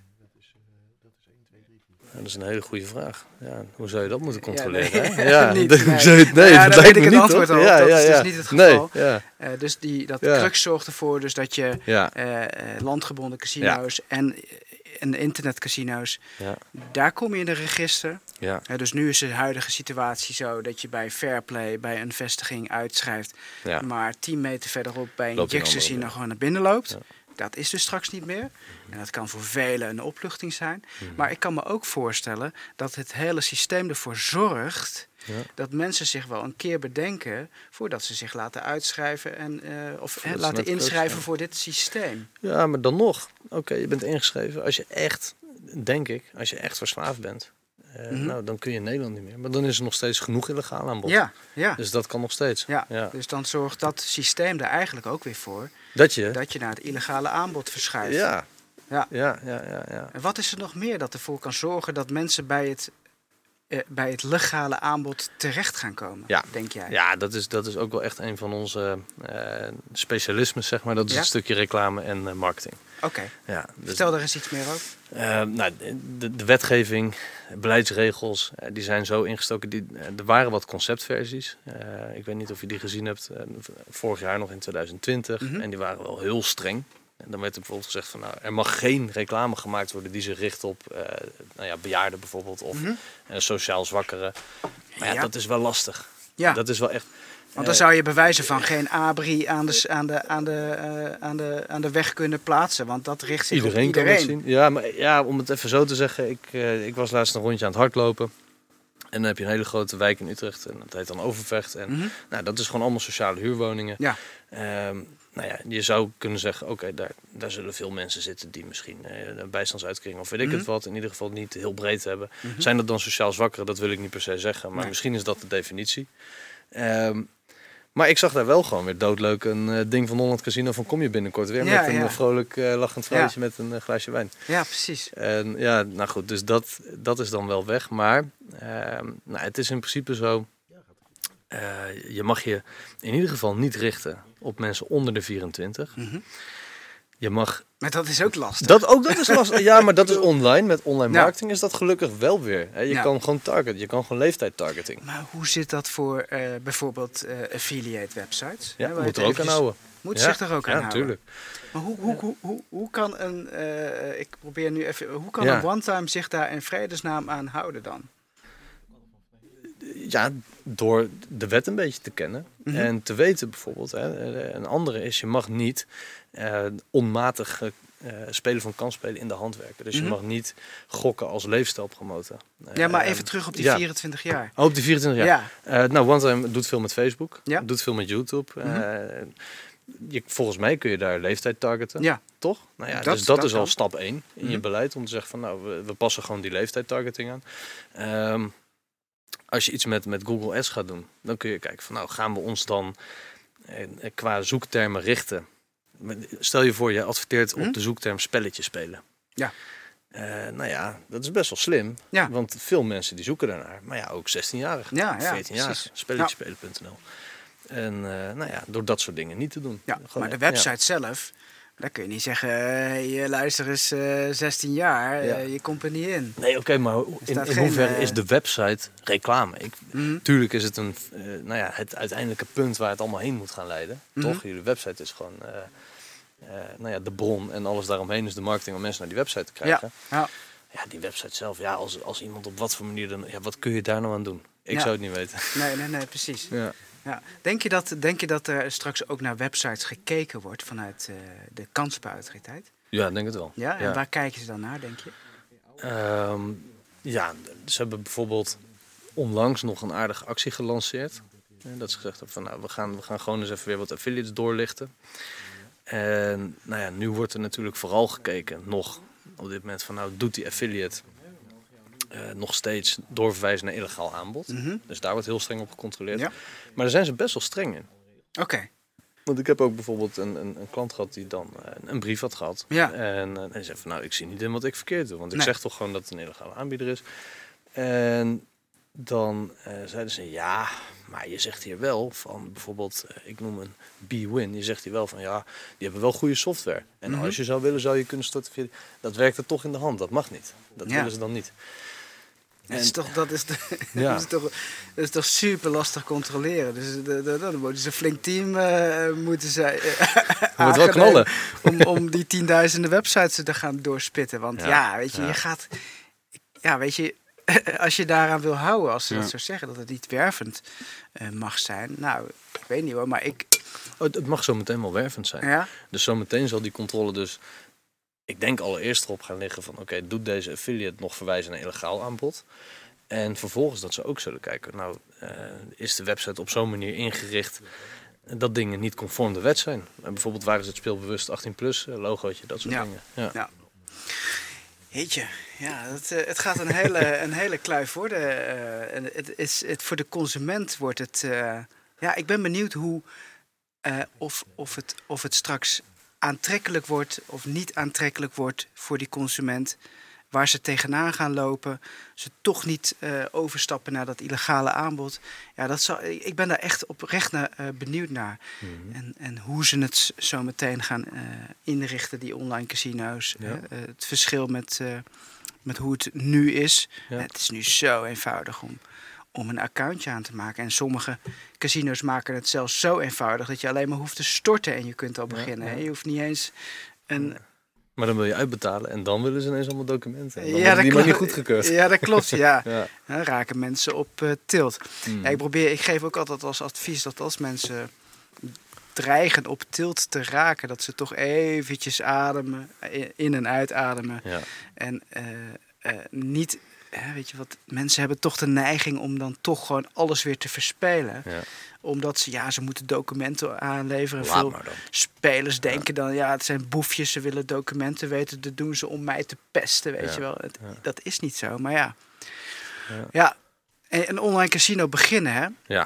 [SPEAKER 4] Ja, dat is een hele goede vraag. Ja, hoe zou je dat moeten
[SPEAKER 2] Ja,
[SPEAKER 4] controleren?
[SPEAKER 2] nee.
[SPEAKER 4] hè? Ja,
[SPEAKER 2] Niet,
[SPEAKER 4] dat,
[SPEAKER 2] nee.
[SPEAKER 4] zou je- nee,
[SPEAKER 2] Nou ja,
[SPEAKER 4] dat
[SPEAKER 2] dan
[SPEAKER 4] lijkt
[SPEAKER 2] weet
[SPEAKER 4] me
[SPEAKER 2] ik het
[SPEAKER 4] niet,
[SPEAKER 2] antwoord
[SPEAKER 4] toch?
[SPEAKER 2] al.
[SPEAKER 4] Ja,
[SPEAKER 2] Dat
[SPEAKER 4] ja,
[SPEAKER 2] is
[SPEAKER 4] ja.
[SPEAKER 2] dus niet het geval.
[SPEAKER 4] Nee, ja,
[SPEAKER 2] Uh, dus die, dat
[SPEAKER 4] Ja.
[SPEAKER 2] crux zorgt ervoor dus dat je
[SPEAKER 4] ja,
[SPEAKER 2] uh, uh, landgebonden casino's en, en internetcasino's,
[SPEAKER 4] ja,
[SPEAKER 2] daar kom je in de register.
[SPEAKER 4] ja,
[SPEAKER 2] Uh, dus nu is de huidige situatie zo dat je bij Fairplay, bij een vestiging uitschrijft,
[SPEAKER 4] ja.
[SPEAKER 2] maar tien meter verderop bij een
[SPEAKER 4] Loopt je een
[SPEAKER 2] Jax
[SPEAKER 4] andere
[SPEAKER 2] casino
[SPEAKER 4] op, ja.
[SPEAKER 2] gewoon naar binnen loopt.
[SPEAKER 4] Ja.
[SPEAKER 2] Dat is dus straks niet meer. En dat kan voor velen een opluchting zijn.
[SPEAKER 4] Mhm.
[SPEAKER 2] Maar ik kan me ook voorstellen dat het hele systeem ervoor zorgt
[SPEAKER 4] Ja.
[SPEAKER 2] dat mensen zich wel een keer bedenken voordat ze zich laten uitschrijven en uh, of
[SPEAKER 4] Voordat
[SPEAKER 2] hè,
[SPEAKER 4] ze
[SPEAKER 2] laten
[SPEAKER 4] naar het
[SPEAKER 2] inschrijven
[SPEAKER 4] gaan.
[SPEAKER 2] voor dit systeem.
[SPEAKER 4] Ja, maar dan nog. Oké, okay, je bent ingeschreven. Als je echt, denk ik, als je echt verslaafd bent, uh,
[SPEAKER 2] Mhm.
[SPEAKER 4] nou, dan kun je in Nederland niet meer. Maar dan is er nog steeds genoeg illegaal aanbod.
[SPEAKER 2] Ja, ja.
[SPEAKER 4] Dus dat kan nog steeds.
[SPEAKER 2] Ja,
[SPEAKER 4] Ja.
[SPEAKER 2] dus dan zorgt dat systeem er eigenlijk ook weer voor
[SPEAKER 4] Dat je...
[SPEAKER 2] dat je naar het illegale aanbod verschuift.
[SPEAKER 4] Ja.
[SPEAKER 2] Ja.
[SPEAKER 4] Ja, ja, ja, ja.
[SPEAKER 2] En wat is er nog meer dat ervoor kan zorgen dat mensen bij het, eh, bij het legale aanbod terecht gaan komen,
[SPEAKER 4] Ja.
[SPEAKER 2] denk jij?
[SPEAKER 4] Ja, dat is, dat is ook wel echt een van onze uh, specialismes, zeg maar. Dat is
[SPEAKER 2] Ja?
[SPEAKER 4] het stukje reclame en uh, marketing.
[SPEAKER 2] Oké, okay.
[SPEAKER 4] Ja, dus,
[SPEAKER 2] vertel daar eens iets meer over.
[SPEAKER 4] uh, nou, de, de wetgeving, beleidsregels, uh, die zijn zo ingestoken. Die, uh, er waren wat conceptversies. Uh, ik weet niet of je die gezien hebt. Uh, vorig jaar nog in twintig twintig.
[SPEAKER 2] Mm-hmm.
[SPEAKER 4] En die waren wel heel streng. En dan werd er bijvoorbeeld gezegd van, nou, er mag geen reclame gemaakt worden die zich richt op uh, nou ja, bejaarden bijvoorbeeld of
[SPEAKER 2] Mm-hmm.
[SPEAKER 4] uh, sociaal zwakkeren. Maar ja,
[SPEAKER 2] Ja.
[SPEAKER 4] dat is wel lastig.
[SPEAKER 2] Ja.
[SPEAKER 4] Dat is wel echt...
[SPEAKER 2] Want dan zou je bewijzen van geen abri aan de, aan de, aan de, uh, aan de, aan de weg kunnen plaatsen. Want dat richt zich
[SPEAKER 4] Iedereen,
[SPEAKER 2] op iedereen.
[SPEAKER 4] kan het zien. Ja, maar ja, om het even zo te zeggen. Ik, uh, ik was laatst een rondje aan het hardlopen. En dan heb je een hele grote wijk in Utrecht. En dat heet dan Overvecht. En
[SPEAKER 2] Mm-hmm.
[SPEAKER 4] nou, dat is gewoon allemaal sociale huurwoningen.
[SPEAKER 2] Ja.
[SPEAKER 4] Um, nou ja, je zou kunnen zeggen, oké, okay, daar, daar zullen veel mensen zitten die misschien uh, een bijstandsuitkering of weet ik
[SPEAKER 2] Mm-hmm.
[SPEAKER 4] het wat, in ieder geval niet heel breed hebben.
[SPEAKER 2] Mm-hmm.
[SPEAKER 4] Zijn dat dan sociaal zwakkeren? Dat wil ik niet per se zeggen. Maar
[SPEAKER 2] Nee.
[SPEAKER 4] misschien is dat de definitie. Um, Maar ik zag daar wel gewoon weer doodleuk een uh, ding van Holland Casino van kom je binnenkort weer
[SPEAKER 2] Ja,
[SPEAKER 4] met een
[SPEAKER 2] ja.
[SPEAKER 4] uh, vrolijk uh, lachend vrouwtje
[SPEAKER 2] Ja.
[SPEAKER 4] met een uh, glaasje wijn.
[SPEAKER 2] Ja, precies.
[SPEAKER 4] En ja, nou goed, dus dat, dat is dan wel weg. Maar uh, nou, het is in principe zo, uh, je mag je in ieder geval niet richten op mensen onder de vierentwintig.
[SPEAKER 2] Mm-hmm.
[SPEAKER 4] Je mag...
[SPEAKER 2] Maar dat is ook lastig.
[SPEAKER 4] Dat ook, dat is lastig. Ja, maar dat is online. Met online
[SPEAKER 2] Ja.
[SPEAKER 4] marketing is dat gelukkig wel weer. Hè. Je
[SPEAKER 2] Ja.
[SPEAKER 4] kan gewoon targeten. Je kan gewoon leeftijd targeting.
[SPEAKER 2] Maar hoe zit dat voor uh, bijvoorbeeld uh, affiliate websites?
[SPEAKER 4] Ja,
[SPEAKER 2] Hè, waar
[SPEAKER 4] moet
[SPEAKER 2] je
[SPEAKER 4] er
[SPEAKER 2] het
[SPEAKER 4] ook aan
[SPEAKER 2] eventjes-
[SPEAKER 4] houden.
[SPEAKER 2] Moet
[SPEAKER 4] Ja.
[SPEAKER 2] zich er ook aan
[SPEAKER 4] Ja,
[SPEAKER 2] houden.
[SPEAKER 4] natuurlijk.
[SPEAKER 2] Maar hoe, hoe, hoe, hoe, hoe kan een, uh, ik probeer nu even, hoe kan
[SPEAKER 4] Ja.
[SPEAKER 2] een one-time zich daar in vredesnaam aan houden dan?
[SPEAKER 4] Ja, door de wet een beetje te kennen.
[SPEAKER 2] Mhm.
[SPEAKER 4] En te weten bijvoorbeeld, hè, een andere is, je mag niet uh, onmatig uh, spelen van kansspelen in de hand werken. Dus
[SPEAKER 2] Mhm.
[SPEAKER 4] je mag niet gokken als leefstijl promoten.
[SPEAKER 2] Ja, maar
[SPEAKER 4] Uh,
[SPEAKER 2] even terug op die
[SPEAKER 4] ja.
[SPEAKER 2] vierentwintig jaar.
[SPEAKER 4] Oh, op die vierentwintig jaar.
[SPEAKER 2] Ja.
[SPEAKER 4] Uh, nou, OneTime doet veel met Facebook.
[SPEAKER 2] Ja.
[SPEAKER 4] Doet veel met YouTube.
[SPEAKER 2] Mhm.
[SPEAKER 4] Uh, je, volgens mij kun je daar leeftijd targeten.
[SPEAKER 2] Ja.
[SPEAKER 4] Toch? Nou ja,
[SPEAKER 2] Dat-
[SPEAKER 4] dus dat,
[SPEAKER 2] dat
[SPEAKER 4] is al
[SPEAKER 2] kan.
[SPEAKER 4] stap één in je
[SPEAKER 2] Mhm.
[SPEAKER 4] beleid. Om te zeggen van nou, we, we passen gewoon die leeftijd targeting aan. Um, als je iets met, met Google Ads gaat doen, dan kun je kijken van nou, gaan we ons dan eh, qua zoektermen richten Stel je voor, je adverteert
[SPEAKER 2] Hm?
[SPEAKER 4] op de zoekterm spelletje spelen.
[SPEAKER 2] Ja.
[SPEAKER 4] Uh, nou ja, dat is best wel slim.
[SPEAKER 2] Ja.
[SPEAKER 4] Want veel mensen die zoeken daarnaar. Maar ja, ook zestienjarigen,
[SPEAKER 2] Ja, ja,
[SPEAKER 4] veertienjarigen, spelletjespelen punt n l. En uh, nou ja, door dat soort dingen niet te doen.
[SPEAKER 2] Ja,
[SPEAKER 4] Gewoon,
[SPEAKER 2] maar de website
[SPEAKER 4] ja.
[SPEAKER 2] zelf, daar kun je niet zeggen, hey, luister eens, uh, zestien jaar,
[SPEAKER 4] Ja.
[SPEAKER 2] uh, je komt er niet in.
[SPEAKER 4] Nee, oké, okay, maar in,
[SPEAKER 2] staat
[SPEAKER 4] in
[SPEAKER 2] geen,
[SPEAKER 4] hoeverre
[SPEAKER 2] uh,
[SPEAKER 4] is de website reclame? Ik,
[SPEAKER 2] Mhm.
[SPEAKER 4] Tuurlijk is het een, uh, nou ja, het uiteindelijke punt waar het allemaal heen moet gaan leiden.
[SPEAKER 2] Mhm.
[SPEAKER 4] Toch? Jullie website is gewoon uh, uh, nou ja, de bron en alles daaromheen is de marketing om mensen naar die website te krijgen.
[SPEAKER 2] Ja, ja.
[SPEAKER 4] Ja, die website zelf, ja, als, als iemand op wat voor manier dan, ja, wat kun je daar nou aan doen? Ik
[SPEAKER 2] Ja.
[SPEAKER 4] zou het niet weten.
[SPEAKER 2] Nee, nee, nee, precies.
[SPEAKER 4] Ja.
[SPEAKER 2] Ja. Denk je dat, denk je dat er straks ook naar websites gekeken wordt vanuit uh, de kansspelautoriteit?
[SPEAKER 4] Ja, ik denk het wel.
[SPEAKER 2] Ja, en
[SPEAKER 4] ja.
[SPEAKER 2] waar kijken ze dan naar, denk je?
[SPEAKER 4] Um, ja, ze hebben bijvoorbeeld onlangs nog een aardige actie gelanceerd. Dat ze gezegd hebben van, nou, we gaan, we gaan gewoon eens even weer wat affiliates doorlichten. En nou ja, nu wordt er natuurlijk vooral gekeken, nog op dit moment, van nou, doet die affiliate uh, nog steeds doorverwijzen naar illegaal aanbod.
[SPEAKER 2] Mm-hmm.
[SPEAKER 4] Dus daar wordt heel streng op gecontroleerd.
[SPEAKER 2] Ja.
[SPEAKER 4] Maar daar zijn ze best wel streng in.
[SPEAKER 2] Oké. Okay.
[SPEAKER 4] Want ik heb ook bijvoorbeeld een, een, een klant gehad die dan uh, een brief had gehad.
[SPEAKER 2] Ja.
[SPEAKER 4] En, uh, en die zei van, nou, ik zie niet in wat ik verkeerd doe. Want ik
[SPEAKER 2] nee.
[SPEAKER 4] zeg toch gewoon dat het een illegale aanbieder is. En dan uh, zeiden ze, ja, maar je zegt hier wel van bijvoorbeeld, uh, ik noem een B-Win. Je zegt hier wel van, ja, die hebben wel goede software. En
[SPEAKER 2] mm-hmm.
[SPEAKER 4] als je zou willen, zou je kunnen storten via... Dat werkt er toch in de hand, dat mag niet. Dat
[SPEAKER 2] ja.
[SPEAKER 4] willen ze dan niet.
[SPEAKER 2] Dat is, toch, dat, is de,
[SPEAKER 4] ja.
[SPEAKER 2] dat, is toch, dat is toch super lastig controleren. Dus dan moeten ze een flink team uh, moeten zij, uh,
[SPEAKER 4] moet wel knallen.
[SPEAKER 2] Om, om die tienduizenden websites te gaan doorspitten. Want ja,
[SPEAKER 4] ja
[SPEAKER 2] weet je,
[SPEAKER 4] ja.
[SPEAKER 2] je gaat... Ja, weet je, als je daaraan wil houden, als ze ja. dat zo zeggen, dat het niet wervend uh, mag zijn. Nou, ik weet niet hoor, maar ik...
[SPEAKER 4] Oh, het mag zo meteen wel wervend zijn.
[SPEAKER 2] Ja?
[SPEAKER 4] Dus zometeen zal die controle dus... Ik denk allereerst erop gaan liggen van... Oké, okay, doet deze affiliate nog verwijzen naar illegaal aanbod? En vervolgens dat ze ook zullen kijken... Nou, uh, is de website op zo'n manier ingericht... dat dingen niet conform de wet zijn? En bijvoorbeeld, waar is het speelbewust achttien plus, logootje, dat soort
[SPEAKER 2] ja.
[SPEAKER 4] dingen. Ja.
[SPEAKER 2] ja. Heetje, ja, het, uh, het gaat een hele, een hele kluif worden. Uh, en het is, het, voor de consument wordt het... Uh, ja, ik ben benieuwd hoe... Uh, of, of, het, of het straks... aantrekkelijk wordt of niet aantrekkelijk wordt voor die consument, waar ze tegenaan gaan lopen, ze toch niet uh, overstappen naar dat illegale aanbod. Ja, dat zal, ik ben daar echt oprecht naar, uh, benieuwd naar. Mm-hmm. En, en hoe ze het zo meteen gaan uh, inrichten, die online casino's. Ja. Uh, het verschil met, uh, met hoe het nu is. Ja. Het is nu zo eenvoudig om... om een accountje aan te maken. En sommige casino's maken het zelfs zo eenvoudig... dat je alleen maar hoeft te storten en je kunt al beginnen. Ja, ja. Je hoeft niet eens een...
[SPEAKER 4] Ja. Maar dan wil je uitbetalen en dan willen ze ineens allemaal documenten. Dan
[SPEAKER 2] ja,
[SPEAKER 4] die maar niet goedgekeurd.
[SPEAKER 2] Ja, dat klopt, ja.
[SPEAKER 4] ja.
[SPEAKER 2] Dan raken mensen op uh, tilt. Hmm. Ja, ik, probeer, ik geef ook altijd als advies dat als mensen dreigen op tilt te raken... dat ze toch eventjes ademen, in- en uitademen. Ja. En uh, uh, niet... Ja, weet je wat, mensen hebben toch de neiging om dan toch gewoon alles weer te verspelen. Ja. Omdat ze, ja, ze moeten documenten aanleveren.
[SPEAKER 4] Laat
[SPEAKER 2] Veel
[SPEAKER 4] maar dan.
[SPEAKER 2] spelers denken ja. dan, ja, het zijn boefjes, ze willen documenten weten. Dat doen ze om mij te pesten, weet
[SPEAKER 4] ja.
[SPEAKER 2] je wel. Het,
[SPEAKER 4] ja.
[SPEAKER 2] Dat is niet zo, maar ja.
[SPEAKER 4] Ja,
[SPEAKER 2] ja. En een online casino beginnen, hè.
[SPEAKER 4] Ja.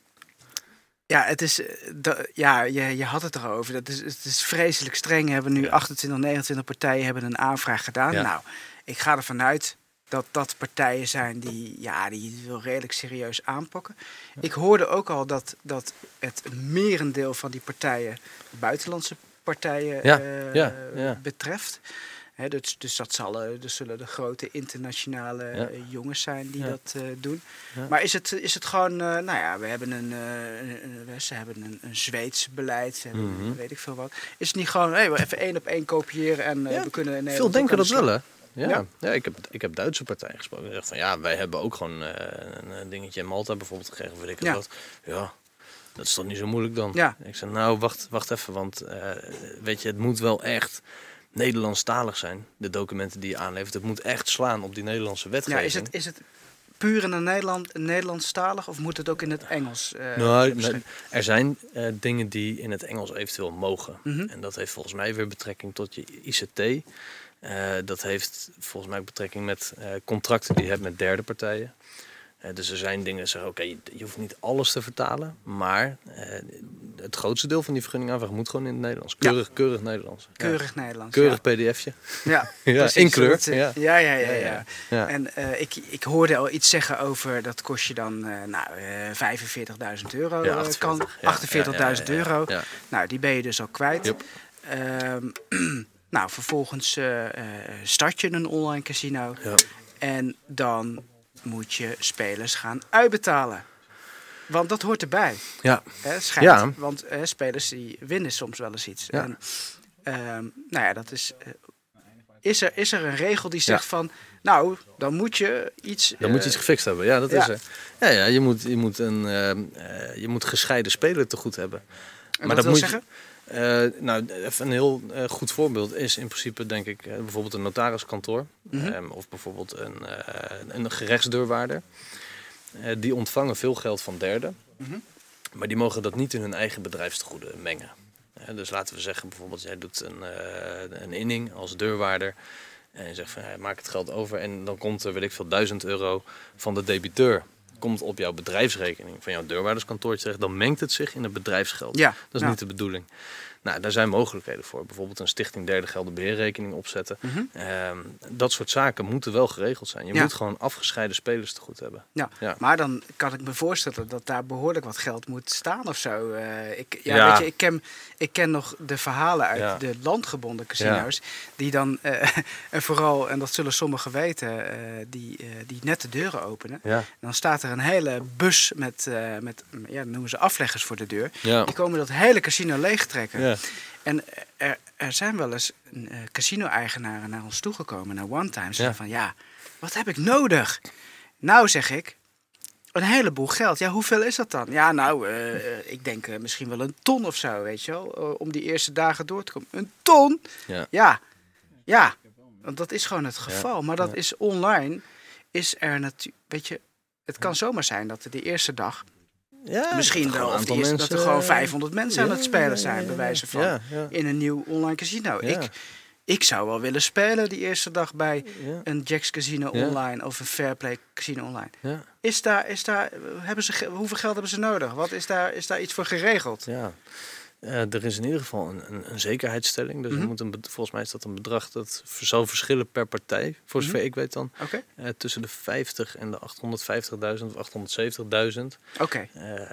[SPEAKER 2] Ja, het is, da, ja je, je had het erover. Dat is, het is vreselijk streng. We hebben nu ja. achtentwintig, negenentwintig partijen hebben een aanvraag gedaan. Ja. Nou, ik ga ervan uit... dat dat partijen zijn die, ja, die het wel redelijk serieus aanpakken. Ja. Ik hoorde ook al dat, dat het merendeel van die partijen buitenlandse partijen
[SPEAKER 4] ja.
[SPEAKER 2] Uh,
[SPEAKER 4] ja. Ja.
[SPEAKER 2] betreft. He, dus, dus dat zullen, dus zullen de grote internationale ja. jongens zijn die ja. dat uh, doen. Ja. Maar is het, is het gewoon, uh, nou ja, we hebben een, uh, een, een ze hebben een, een Zweeds beleid, ze hebben mm-hmm. weet ik veel wat. Is het niet gewoon, hey, even één op één kopiëren en uh,
[SPEAKER 4] ja.
[SPEAKER 2] we kunnen... Nee,
[SPEAKER 4] veel denken dat wel, hè? Ja,
[SPEAKER 2] ja.
[SPEAKER 4] ja ik, heb, ik heb Duitse partijen gesproken. Die zeggen van ja, wij hebben ook gewoon uh, een, een dingetje in Malta bijvoorbeeld gekregen. Weet ik ja. wat. Ja, dat is toch niet zo moeilijk dan?
[SPEAKER 2] Ja.
[SPEAKER 4] Ik zeg nou, wacht, wacht even. Want uh, weet je, het moet wel echt Nederlandstalig zijn. De documenten die je aanlevert. Het moet echt slaan op die Nederlandse wetgeving.
[SPEAKER 2] Ja, is het, is het puur in een Nederland, Nederlandstalig of moet het ook in het Engels? Uh,
[SPEAKER 4] nou, nee, er zijn uh, dingen die in het Engels eventueel mogen.
[SPEAKER 2] Mm-hmm.
[SPEAKER 4] En dat heeft volgens mij weer betrekking tot je I C T. Uh, dat heeft volgens mij betrekking met uh, contracten die je hebt met derde partijen. Uh, dus er zijn dingen dat zeggen, oké, okay, je, je hoeft niet alles te vertalen. Maar uh, het grootste deel van die vergunningaanvraag moet gewoon in het Nederlands. Keurig, ja. keurig Nederlands.
[SPEAKER 2] Keurig
[SPEAKER 4] ja.
[SPEAKER 2] Nederlands,
[SPEAKER 4] Keurig
[SPEAKER 2] ja.
[SPEAKER 4] pdfje.
[SPEAKER 2] Ja,
[SPEAKER 4] ja in kleur.
[SPEAKER 2] Dat, uh, ja. Ja, ja, ja, ja,
[SPEAKER 4] ja. ja.
[SPEAKER 2] En uh, ik, ik hoorde al iets zeggen over, dat kost je dan uh, nou, uh, vijfenveertigduizend euro.
[SPEAKER 4] Ja, achtenveertig,
[SPEAKER 2] kan,
[SPEAKER 4] ja.
[SPEAKER 2] achtenveertigduizend
[SPEAKER 4] ja, ja, ja, ja.
[SPEAKER 2] euro.
[SPEAKER 4] Ja.
[SPEAKER 2] Nou, die ben je dus al kwijt.
[SPEAKER 4] Yep.
[SPEAKER 2] Um, nou, vervolgens uh, uh, start je een online casino.
[SPEAKER 4] Ja.
[SPEAKER 2] En dan moet je spelers gaan uitbetalen. Want dat hoort erbij.
[SPEAKER 4] Ja.
[SPEAKER 2] Hè, schijnt.
[SPEAKER 4] Ja.
[SPEAKER 2] Want uh, spelers die winnen soms wel eens iets.
[SPEAKER 4] Ja.
[SPEAKER 2] En, um, nou ja, dat is... Uh, is, er, is er een regel die zegt ja. van... Nou, dan moet je iets...
[SPEAKER 4] Dan uh, moet je iets gefixt hebben. Ja, dat ja. is er. Ja, ja je, moet, je, moet een, uh, uh, je moet gescheiden speler te goed hebben.
[SPEAKER 2] En
[SPEAKER 4] maar
[SPEAKER 2] dat wil
[SPEAKER 4] moet
[SPEAKER 2] zeggen?
[SPEAKER 4] Je, uh, nou, even een heel uh, goed voorbeeld is in principe, denk ik, uh, bijvoorbeeld een notariskantoor.
[SPEAKER 2] Mm-hmm.
[SPEAKER 4] um, of bijvoorbeeld een, uh, een gerechtsdeurwaarder. Uh, die ontvangen veel geld van derden. Mm-hmm. Maar die mogen dat niet in hun eigen bedrijfstegoeden mengen. Uh, dus laten we zeggen, bijvoorbeeld, jij doet een, uh, een inning als deurwaarder. En je zegt van, ja, maak het geld over. En dan komt er, weet ik veel, duizend euro van de debiteur. Komt op jouw bedrijfsrekening van jouw deurwaarderskantoortje terecht, dan mengt het zich in het bedrijfsgeld.
[SPEAKER 2] Ja,
[SPEAKER 4] dat is
[SPEAKER 2] ja.
[SPEAKER 4] niet de bedoeling. Nou, daar zijn mogelijkheden voor. Bijvoorbeeld een stichting derde geldenbeheerrekening opzetten.
[SPEAKER 2] Mm-hmm.
[SPEAKER 4] Um, dat soort zaken moeten wel geregeld zijn. Je
[SPEAKER 2] ja.
[SPEAKER 4] moet gewoon afgescheiden spelers te goed hebben.
[SPEAKER 2] Ja.
[SPEAKER 4] Ja.
[SPEAKER 2] Maar dan kan ik me voorstellen dat daar behoorlijk wat geld moet staan of zo. Uh, ik, ja,
[SPEAKER 4] ja.
[SPEAKER 2] Weet je, ik, ken, ik ken nog de verhalen uit
[SPEAKER 4] ja.
[SPEAKER 2] de landgebonden casino's. Ja. Die dan, uh, en vooral, en dat zullen sommigen weten, uh, die, uh, die net de deuren openen.
[SPEAKER 4] Ja.
[SPEAKER 2] Dan staat er een hele bus met, uh, met ja, dat noemen ze afleggers voor de deur.
[SPEAKER 4] Ja.
[SPEAKER 2] Die komen dat hele casino leegtrekken.
[SPEAKER 4] Ja.
[SPEAKER 2] En er, er zijn wel eens uh, casino-eigenaren naar ons toegekomen, naar One Time. Ze
[SPEAKER 4] ja.
[SPEAKER 2] zeggen van, ja, wat heb ik nodig? Nou, zeg ik, een heleboel geld. Ja, hoeveel is dat dan? Ja, nou, uh, uh, ik denk uh, misschien wel een ton of zo, weet je wel. Uh, om die eerste dagen door te komen. Een ton?
[SPEAKER 4] Ja.
[SPEAKER 2] Ja, ja. Want dat is gewoon het geval.
[SPEAKER 4] Ja.
[SPEAKER 2] Maar dat
[SPEAKER 4] ja.
[SPEAKER 2] is online, is er natuurlijk, weet je, het kan zomaar zijn dat er de eerste dag...
[SPEAKER 4] Ja,
[SPEAKER 2] misschien wel, of eerste, dat er gewoon vijfhonderd mensen ja, aan het spelen zijn, ja, ja, bij wijze van, ja, ja. in een nieuw online casino.
[SPEAKER 4] Ja.
[SPEAKER 2] Ik, ik zou wel willen spelen die eerste dag bij
[SPEAKER 4] ja.
[SPEAKER 2] een Jack's Casino
[SPEAKER 4] ja.
[SPEAKER 2] online of een Fairplay Casino online.
[SPEAKER 4] Ja.
[SPEAKER 2] Is daar, is daar, hebben ze, hoeveel geld hebben ze nodig? Wat is daar, is daar iets voor geregeld?
[SPEAKER 4] Ja. Uh, er is in ieder geval een, een, een zekerheidsstelling. Dus
[SPEAKER 2] mm-hmm.
[SPEAKER 4] er moet een, volgens mij is dat een bedrag dat zal verschillen per partij. Voor zover mm-hmm. ik weet dan.
[SPEAKER 2] Okay.
[SPEAKER 4] Uh, tussen de vijftig en de achthonderdvijftigduizend of achthonderdzeventigduizend.
[SPEAKER 2] Oké. Okay.
[SPEAKER 4] Uh,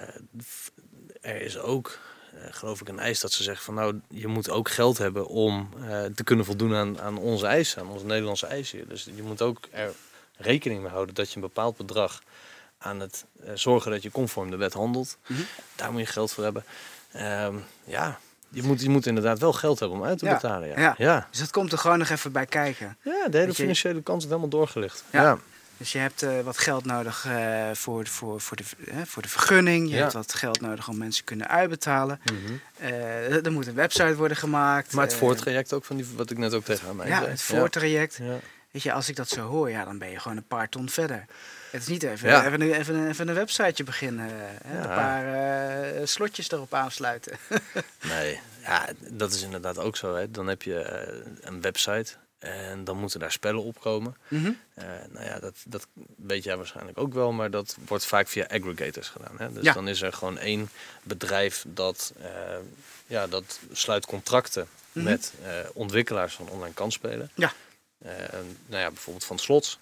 [SPEAKER 4] er is ook, uh, geloof ik, een eis dat ze zeggen van nou, je moet ook geld hebben om uh, te kunnen voldoen aan, aan onze eisen, aan onze Nederlandse eisen hier. Dus je moet ook er rekening mee houden dat je een bepaald bedrag aan het uh, zorgen dat je conform de wet handelt. Mm-hmm. Daar moet je geld voor hebben. Um, ja, je moet, je moet inderdaad wel geld hebben om uit te
[SPEAKER 2] ja,
[SPEAKER 4] betalen. Ja.
[SPEAKER 2] Ja.
[SPEAKER 4] Ja.
[SPEAKER 2] Dus dat komt er gewoon nog even bij kijken.
[SPEAKER 4] Ja, de hele financiële kant is helemaal doorgelicht.
[SPEAKER 2] Ja.
[SPEAKER 4] Ja.
[SPEAKER 2] Dus je hebt uh, wat geld nodig uh, voor, voor, voor, de, uh, voor de vergunning. Je
[SPEAKER 4] ja.
[SPEAKER 2] hebt wat geld nodig om mensen te kunnen uitbetalen.
[SPEAKER 4] Mm-hmm.
[SPEAKER 2] Uh, er moet een website worden gemaakt.
[SPEAKER 4] Maar het
[SPEAKER 2] uh,
[SPEAKER 4] voortraject ook van die, wat ik net ook tegen haar mij
[SPEAKER 2] Ja,
[SPEAKER 4] zei.
[SPEAKER 2] het voortraject.
[SPEAKER 4] Ja.
[SPEAKER 2] Weet je, als ik dat zo hoor, ja, dan ben je gewoon een paar ton verder. Het is niet even,
[SPEAKER 4] ja.
[SPEAKER 2] even, een, even, een, even een websiteje beginnen. Hè,
[SPEAKER 4] ja.
[SPEAKER 2] Een paar uh, slotjes erop aansluiten.
[SPEAKER 4] Nee, ja, dat is inderdaad ook zo. Hè. Dan heb je uh, een website en dan moeten daar spellen op komen.
[SPEAKER 2] Mm-hmm.
[SPEAKER 4] Uh, nou ja, dat, dat weet jij waarschijnlijk ook wel, maar dat wordt vaak via aggregators gedaan. Hè. Dus
[SPEAKER 2] ja.
[SPEAKER 4] dan is er gewoon één bedrijf dat, uh, ja, dat sluit contracten mm-hmm. met uh, ontwikkelaars van online kansspelen.
[SPEAKER 2] Ja.
[SPEAKER 4] Uh, nou ja, bijvoorbeeld van Slots.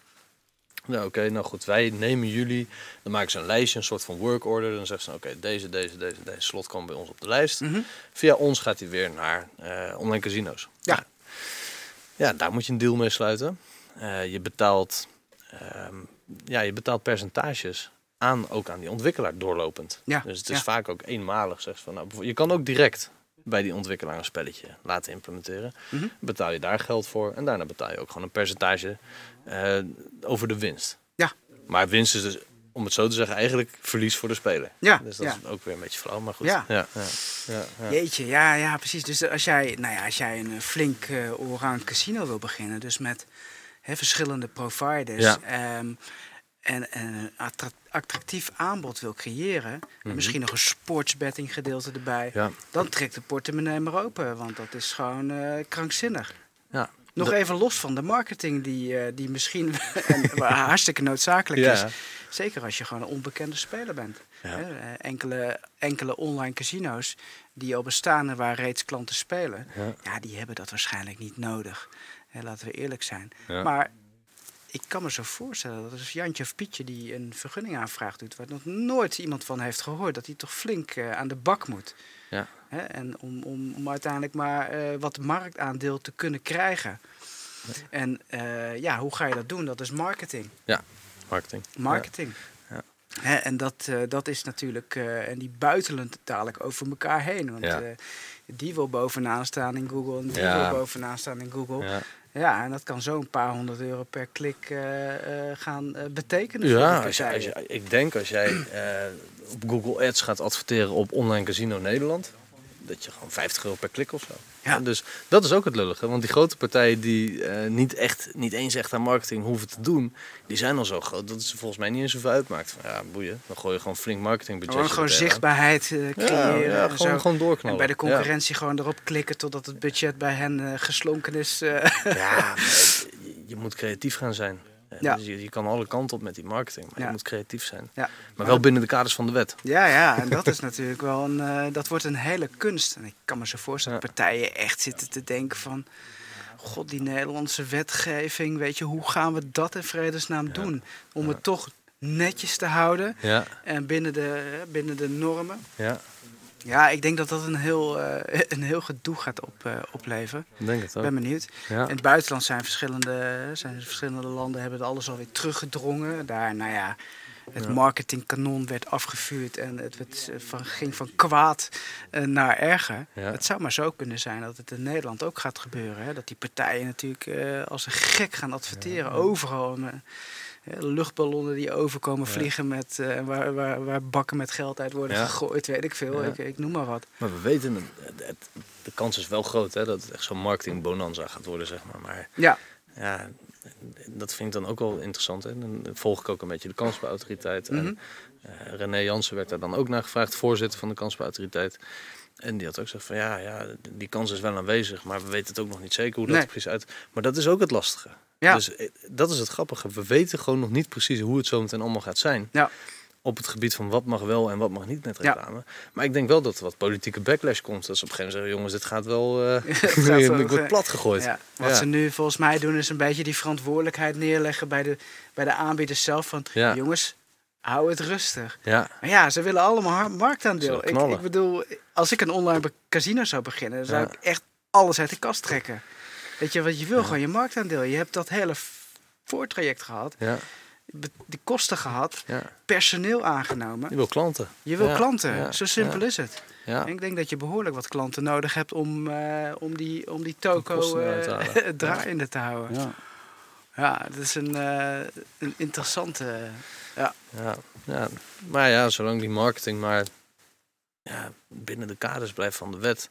[SPEAKER 4] Nou oké, okay, nou goed, wij nemen jullie, dan maken ze een lijstje, een soort van work order. Dan zeggen ze, oké, okay, deze, deze, deze, deze slot komt bij ons op de lijst.
[SPEAKER 2] Mm-hmm.
[SPEAKER 4] Via ons gaat hij weer naar uh, online casino's.
[SPEAKER 2] Ja.
[SPEAKER 4] Nou, ja, daar moet je een deal mee sluiten. Uh, je betaalt, um, ja, je betaalt percentages aan, ook aan die ontwikkelaar doorlopend.
[SPEAKER 2] Ja.
[SPEAKER 4] Dus het is
[SPEAKER 2] ja.
[SPEAKER 4] vaak ook eenmalig. Zeg van, nou, je kan ook direct bij die ontwikkelaar een spelletje laten implementeren.
[SPEAKER 2] Mm-hmm.
[SPEAKER 4] Betaal je daar geld voor en daarna betaal je ook gewoon een percentage uh, over de winst.
[SPEAKER 2] Ja.
[SPEAKER 4] Maar winst is dus, om het zo te zeggen, eigenlijk verlies voor de speler.
[SPEAKER 2] Ja.
[SPEAKER 4] Dus dat
[SPEAKER 2] ja.
[SPEAKER 4] is ook weer een beetje flauw, maar goed.
[SPEAKER 2] Ja.
[SPEAKER 4] Ja, ja, ja, ja.
[SPEAKER 2] Jeetje, ja, ja, precies. Dus als jij, nou ja, als jij een flink uh, allround casino wil beginnen, dus met hè, verschillende providers
[SPEAKER 4] ja.
[SPEAKER 2] um, en, en een attra- attractief aanbod wil creëren,
[SPEAKER 4] mm-hmm.
[SPEAKER 2] misschien nog een sportsbetting gedeelte erbij,
[SPEAKER 4] Ja.
[SPEAKER 2] dan trekt de portemonnee maar open, want dat is gewoon uh, krankzinnig.
[SPEAKER 4] Ja.
[SPEAKER 2] Nog
[SPEAKER 4] De...
[SPEAKER 2] even los van de marketing die, uh, die misschien en, hartstikke noodzakelijk
[SPEAKER 4] ja.
[SPEAKER 2] is. Zeker als je gewoon een onbekende speler bent.
[SPEAKER 4] Ja.
[SPEAKER 2] Hè? Enkele, enkele online casino's die al bestaan en waar reeds klanten spelen,
[SPEAKER 4] Ja.
[SPEAKER 2] ja, die hebben dat waarschijnlijk niet nodig. Hè, laten we eerlijk zijn.
[SPEAKER 4] Ja.
[SPEAKER 2] Maar ik kan me zo voorstellen dat als Jantje of Pietje die een vergunning aanvraag doet, waar nog nooit iemand van heeft gehoord, dat hij toch flink uh, aan de bak moet.
[SPEAKER 4] Ja.
[SPEAKER 2] Hè? En om, om, om uiteindelijk maar uh, wat marktaandeel te kunnen krijgen. Ja. En uh, ja, hoe ga je dat doen? Dat is marketing.
[SPEAKER 4] Ja, marketing.
[SPEAKER 2] Marketing.
[SPEAKER 4] Ja.
[SPEAKER 2] Hè, en dat, uh, dat is natuurlijk, uh, en die buitelen dadelijk over elkaar heen. Want
[SPEAKER 4] Ja.
[SPEAKER 2] uh, die wil bovenaan staan in Google en die
[SPEAKER 4] Ja.
[SPEAKER 2] wil bovenaan staan in Google.
[SPEAKER 4] Ja.
[SPEAKER 2] Ja, en dat kan zo een paar honderd euro per klik uh, uh, gaan uh, betekenen.
[SPEAKER 4] Ja,
[SPEAKER 2] voor
[SPEAKER 4] als je,
[SPEAKER 2] partijen.
[SPEAKER 4] als je, ik denk als jij uh, op Google Ads gaat adverteren op Online Casino Nederland, dat je gewoon vijftig euro per klik of zo.
[SPEAKER 2] Ja.
[SPEAKER 4] En dus dat is ook het lullige. Want die grote partijen die uh, niet, echt, niet eens echt aan marketing hoeven te doen, die zijn al zo groot dat het ze volgens mij niet eens zoveel uitmaakt. Van, ja, boeien. Dan gooi je gewoon flink marketingbudget.
[SPEAKER 2] Gewoon, gewoon zichtbaarheid uh, creëren.
[SPEAKER 4] Ja, ja,
[SPEAKER 2] en
[SPEAKER 4] gewoon,
[SPEAKER 2] zo.
[SPEAKER 4] gewoon doorknallen.
[SPEAKER 2] En bij de concurrentie ja. gewoon erop klikken totdat het budget bij hen uh, geslonken is. Uh.
[SPEAKER 4] Ja, je, je moet creatief gaan zijn.
[SPEAKER 2] Ja.
[SPEAKER 4] Dus je, je kan alle kanten op met die marketing, maar
[SPEAKER 2] ja.
[SPEAKER 4] je moet creatief zijn.
[SPEAKER 2] Ja.
[SPEAKER 4] Maar wel binnen de kaders van de wet.
[SPEAKER 2] Ja, ja, en dat is natuurlijk wel een, uh, dat wordt een hele kunst. En ik kan me zo voorstellen dat ja. partijen echt zitten te denken van, god, die Nederlandse wetgeving, weet je, hoe gaan we dat in vredesnaam ja. doen? Om ja. het toch netjes te houden
[SPEAKER 4] ja.
[SPEAKER 2] en binnen de, binnen de normen.
[SPEAKER 4] Ja.
[SPEAKER 2] Ja, ik denk dat dat een heel, uh, een heel gedoe gaat op, uh, opleveren.
[SPEAKER 4] Ik denk het ook.
[SPEAKER 2] Ik ben benieuwd.
[SPEAKER 4] Ja.
[SPEAKER 2] In het buitenland zijn verschillende, zijn verschillende landen hebben het alles alweer teruggedrongen. Daar, nou ja, het ja. marketingkanon werd afgevuurd en het werd, van, ging van kwaad uh, naar erger. Ja. Het zou maar zo kunnen zijn dat het in Nederland ook gaat gebeuren. Hè? Dat die partijen natuurlijk uh, als een gek gaan adverteren ja. overal. Uh, luchtballonnen die overkomen vliegen ja. met uh, waar, waar, waar bakken met geld uit worden ja. gegooid, weet ik veel. Ja. Ik, ik noem maar wat.
[SPEAKER 4] Maar we weten, het, het, de kans is wel groot hè, dat het echt zo'n marketing bonanza gaat worden, zeg maar. Maar
[SPEAKER 2] ja.
[SPEAKER 4] ja, dat vind ik dan ook wel interessant. Hè. Dan volg ik ook een beetje de kansspelautoriteit. Mm-hmm. En uh, René Jansen werd daar dan ook naar gevraagd, voorzitter van de kansspelautoriteit. En die had ook gezegd van ja, ja, die kans is wel aanwezig, maar we weten het ook nog niet zeker hoe dat nee. er precies uit. Maar dat is ook het lastige. Ja. Dus dat is het grappige. We weten gewoon nog niet precies hoe het zo meteen allemaal gaat zijn.
[SPEAKER 2] Ja.
[SPEAKER 4] Op het gebied van wat mag wel en wat mag niet met reclame. Ja. Maar ik denk wel dat er wat politieke backlash komt. Dat ze op een gegeven moment zeggen, jongens, dit gaat wel uh, ik word plat gegooid.
[SPEAKER 2] Ja. Wat ja. ze nu volgens mij doen is een beetje die verantwoordelijkheid neerleggen bij de, bij de aanbieders zelf. Van ja. jongens, hou het rustig.
[SPEAKER 4] Ja.
[SPEAKER 2] Maar ja, ze willen allemaal marktaandeel. Ik, ik bedoel, als ik een online casino zou beginnen, dan zou ja. ik echt alles uit de kast trekken. Weet je, wat je wil, ja. gewoon je marktaandeel. Je hebt dat hele voortraject gehad.
[SPEAKER 4] Ja.
[SPEAKER 2] Die kosten gehad.
[SPEAKER 4] Ja.
[SPEAKER 2] Personeel aangenomen.
[SPEAKER 4] Je wil klanten.
[SPEAKER 2] Je wil
[SPEAKER 4] ja.
[SPEAKER 2] klanten.
[SPEAKER 4] Ja.
[SPEAKER 2] Zo simpel
[SPEAKER 4] ja.
[SPEAKER 2] is het.
[SPEAKER 4] Ja.
[SPEAKER 2] En ik denk dat je behoorlijk wat klanten nodig hebt om, uh, om die, om die toko uh, draaiende ja. te houden. Ja, ja dat is een, uh, een interessante... Uh, ja.
[SPEAKER 4] Ja. ja. Maar ja, zolang die marketing maar ja, binnen de kaders blijft van de wet.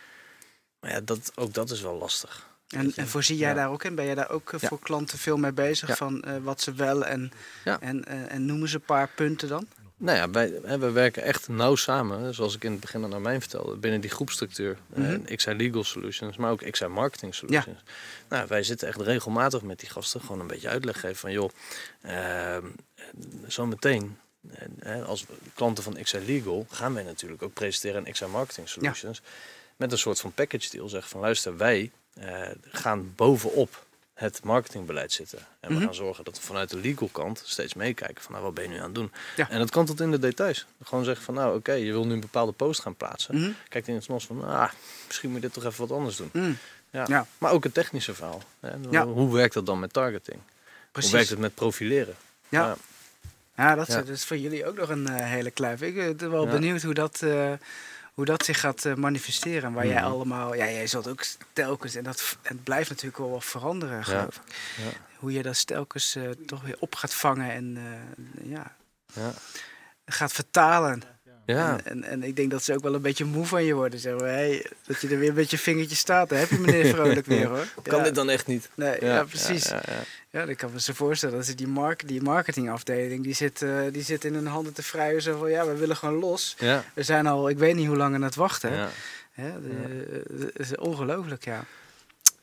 [SPEAKER 4] Maar ja, dat, ook dat is wel lastig.
[SPEAKER 2] En, en voorzie jij ja. daar ook in? Ben jij daar ook uh, ja. voor klanten veel mee bezig? Ja. Van uh, wat ze wel en, ja. en, uh, en noemen ze een paar punten dan?
[SPEAKER 4] Nou ja, wij, hè, we werken echt nauw samen, zoals ik in het begin aan mij vertelde, binnen die groepstructuur. Mm-hmm. Uh, ik zei Legal Solutions, maar ook ik zei Marketing Solutions. Ja. Nou, wij zitten echt regelmatig met die gasten gewoon een beetje uitleg geven van joh, uh, zometeen, uh, als klanten van X I Legal gaan wij natuurlijk ook presenteren aan X I Marketing Solutions. Ja. Met een soort van package deal zeggen van luister, wij uh, gaan bovenop het marketingbeleid zitten. En mm-hmm. we gaan zorgen dat we vanuit de legal kant steeds meekijken van nou, wat ben je nu aan het doen? Ja. En dat kan tot in de details. Gewoon zeggen van nou oké, okay, je wil nu een bepaalde post gaan plaatsen. Mm-hmm. Kijk in het nos van ah, misschien moet je dit toch even wat anders doen. Mm. Ja. Ja. Maar ook het technische verhaal. Hè? Ja. Hoe werkt dat dan met targeting? Precies. Hoe werkt het met profileren?
[SPEAKER 2] Ja, ja. ja, dat, ja. Is, dat is voor jullie ook nog een uh, hele kluif. Ik ben wel ja. benieuwd hoe dat... Uh, Hoe dat zich gaat uh, manifesteren. Waar mm-hmm. jij allemaal... Ja, jij zult ook telkens... En dat en het blijft natuurlijk wel wat veranderen, geloof ja. ik. Ja. Hoe je dat telkens uh, toch weer op gaat vangen. En uh, ja, ja. gaat vertalen. Ja. En, en, en ik denk dat ze ook wel een beetje moe van je worden. Zeg maar, hey, dat je er weer een beetje vingertje staat. Daar heb je meneer Vrolijk weer, hoor.
[SPEAKER 4] Kan
[SPEAKER 2] ja.
[SPEAKER 4] dit dan echt niet?
[SPEAKER 2] Nee, ja, ja precies. Ja, ja, ja. Ja, ik kan me zo voorstellen dat ze die, mark, die marketingafdeling... Die zit, uh, die zit in hun handen te vrijen. Zo van, ja, we willen gewoon los. Ja. We zijn al, ik weet niet hoe lang aan het wachten. Ja. Ja, de, ja. Dat is ongelooflijk, ja.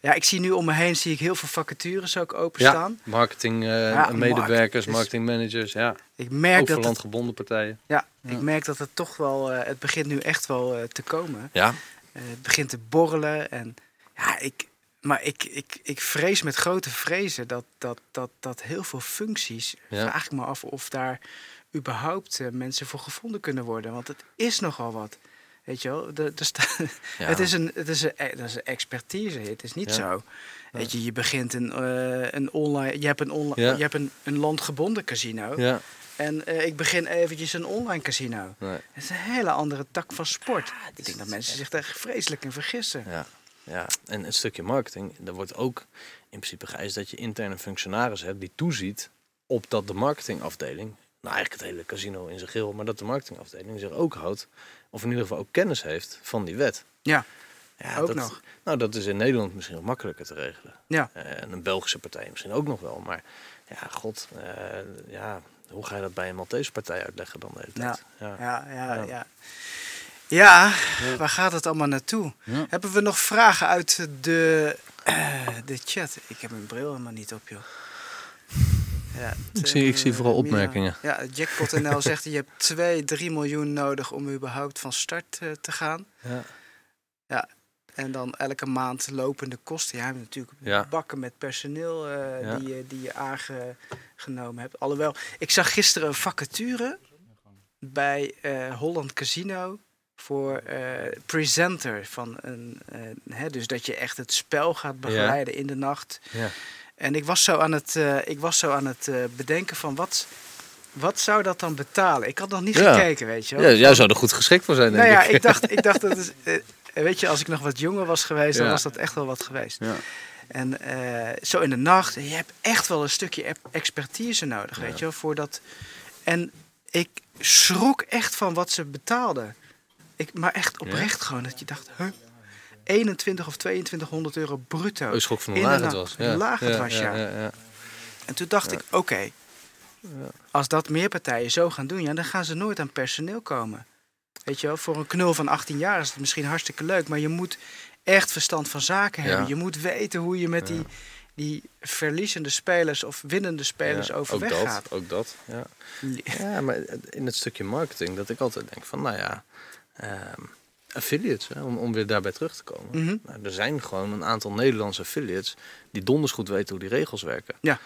[SPEAKER 2] Ja, ik zie nu om me heen zie ik heel veel vacatures ook openstaan.
[SPEAKER 4] Ja, marketing, uh,
[SPEAKER 2] Ja,
[SPEAKER 4] medewerkers,
[SPEAKER 2] markt-
[SPEAKER 4] marketingmanagers, ja.
[SPEAKER 2] Ik merk
[SPEAKER 4] Ook voor
[SPEAKER 2] dat het,
[SPEAKER 4] landgebonden partijen.
[SPEAKER 2] ja,
[SPEAKER 4] Ja.
[SPEAKER 2] ik merk dat het toch wel, uh, het begint nu echt wel uh, te komen.
[SPEAKER 4] Ja,
[SPEAKER 2] Uh, het begint te borrelen en ja, ik, maar ik, ik, ik vrees met grote vrezen dat, dat, dat, dat heel veel functies,
[SPEAKER 4] Ja.
[SPEAKER 2] vraag ik me af of daar überhaupt uh, mensen voor gevonden kunnen worden. Want het is nogal wat. Weet je wel, de, de sta-
[SPEAKER 4] ja.
[SPEAKER 2] het is een, het is een, dat is een expertise. Het is niet
[SPEAKER 4] Ja.
[SPEAKER 2] zo. Weet je, je begint een, uh, een online, je hebt een online,
[SPEAKER 4] Ja.
[SPEAKER 2] je hebt een, een landgebonden casino.
[SPEAKER 4] Ja,
[SPEAKER 2] En uh, ik begin eventjes een online casino.
[SPEAKER 4] nee.
[SPEAKER 2] Het is een hele andere tak van sport. ik
[SPEAKER 4] is-
[SPEAKER 2] denk dat mensen zich daar vreselijk in vergissen.
[SPEAKER 4] Ja, ja, en een stukje marketing. Daar wordt ook in principe geëist dat je interne functionaris hebt die toeziet op dat de marketingafdeling, nou eigenlijk het hele casino in zijn geheel, maar dat de marketingafdeling zich ook houdt, of in ieder geval ook kennis heeft van die wet.
[SPEAKER 2] Ja,
[SPEAKER 4] Ja,
[SPEAKER 2] ook
[SPEAKER 4] dat,
[SPEAKER 2] nog.
[SPEAKER 4] Nou, dat is in Nederland misschien nog makkelijker te regelen.
[SPEAKER 2] Ja.
[SPEAKER 4] Eh, en een Belgische partij misschien ook nog wel. Maar ja, god, eh, ja, hoe ga je dat bij een Maltese partij uitleggen dan de hele tijd? Ja.
[SPEAKER 2] Ja, ja,
[SPEAKER 4] Ja.
[SPEAKER 2] ja. Ja, waar gaat het allemaal naartoe?
[SPEAKER 4] Ja.
[SPEAKER 2] Hebben we nog vragen uit de, uh, de chat? Ik heb mijn bril helemaal niet op, joh. Ja,
[SPEAKER 4] Ik zie- ik zie
[SPEAKER 2] eh,
[SPEAKER 4] vooral
[SPEAKER 2] Mira-
[SPEAKER 4] opmerkingen.
[SPEAKER 2] Ja, Jackpot N L zegt, je hebt twee, drie miljoen nodig om überhaupt van start uh, te gaan.
[SPEAKER 4] Ja.
[SPEAKER 2] En dan elke maand lopende kosten. Ja, je hebt natuurlijk
[SPEAKER 4] Ja.
[SPEAKER 2] bakken met personeel uh,
[SPEAKER 4] Ja.
[SPEAKER 2] die, je, die je aangenomen hebt. Alhoewel, ik zag gisteren een vacature bij uh, Holland Casino voor uh, presenter. Van een, uh, hè, dus dat je echt het spel gaat begeleiden in de nacht.
[SPEAKER 4] Ja.
[SPEAKER 2] En ik was zo aan het, uh, ik was zo aan het uh, bedenken van wat, wat zou dat dan betalen? Ik had nog niet
[SPEAKER 4] Ja.
[SPEAKER 2] gekeken, weet je wel.
[SPEAKER 4] Ja, jij zou er goed geschikt voor zijn, denk
[SPEAKER 2] Nou ja,
[SPEAKER 4] ik.
[SPEAKER 2] ik dacht, ik dacht dat is, uh, weet je, als ik nog wat jonger was geweest, dan
[SPEAKER 4] Ja.
[SPEAKER 2] was dat echt wel wat geweest.
[SPEAKER 4] Ja.
[SPEAKER 2] En uh, zo in de nacht, je hebt echt wel een stukje expertise nodig, weet
[SPEAKER 4] Ja.
[SPEAKER 2] je wel, voor dat. En ik schrok echt van wat ze betaalden. Ik, maar echt oprecht gewoon, dat je dacht, huh? eenentwintig of tweeëntwintighonderd euro bruto.
[SPEAKER 4] Oh, je schrok van hoe
[SPEAKER 2] In de
[SPEAKER 4] laag het
[SPEAKER 2] nacht.
[SPEAKER 4] was.
[SPEAKER 2] Hoe
[SPEAKER 4] Ja.
[SPEAKER 2] laag het
[SPEAKER 4] Ja,
[SPEAKER 2] was, ja.
[SPEAKER 4] ja, ja, ja.
[SPEAKER 2] En toen dacht
[SPEAKER 4] Ja.
[SPEAKER 2] ik, oké, okay, als dat meer partijen zo gaan doen, ja, dan gaan ze nooit aan personeel komen. Weet je wel, voor een knul van achttien jaar is het misschien hartstikke leuk, maar je moet echt verstand van zaken hebben.
[SPEAKER 4] Ja.
[SPEAKER 2] Je moet weten hoe je met
[SPEAKER 4] Ja.
[SPEAKER 2] die, die verliezende spelers of winnende spelers
[SPEAKER 4] Ja,
[SPEAKER 2] overweg
[SPEAKER 4] ook dat,
[SPEAKER 2] gaat.
[SPEAKER 4] Ook dat, ja. Ja, maar in het stukje marketing, dat ik altijd denk van, nou ja, ehm, affiliates, hè, om, om weer daarbij terug te komen.
[SPEAKER 2] Mhm.
[SPEAKER 4] Nou, er zijn gewoon een aantal Nederlandse affiliates die donders goed weten hoe die regels werken.
[SPEAKER 2] Ja.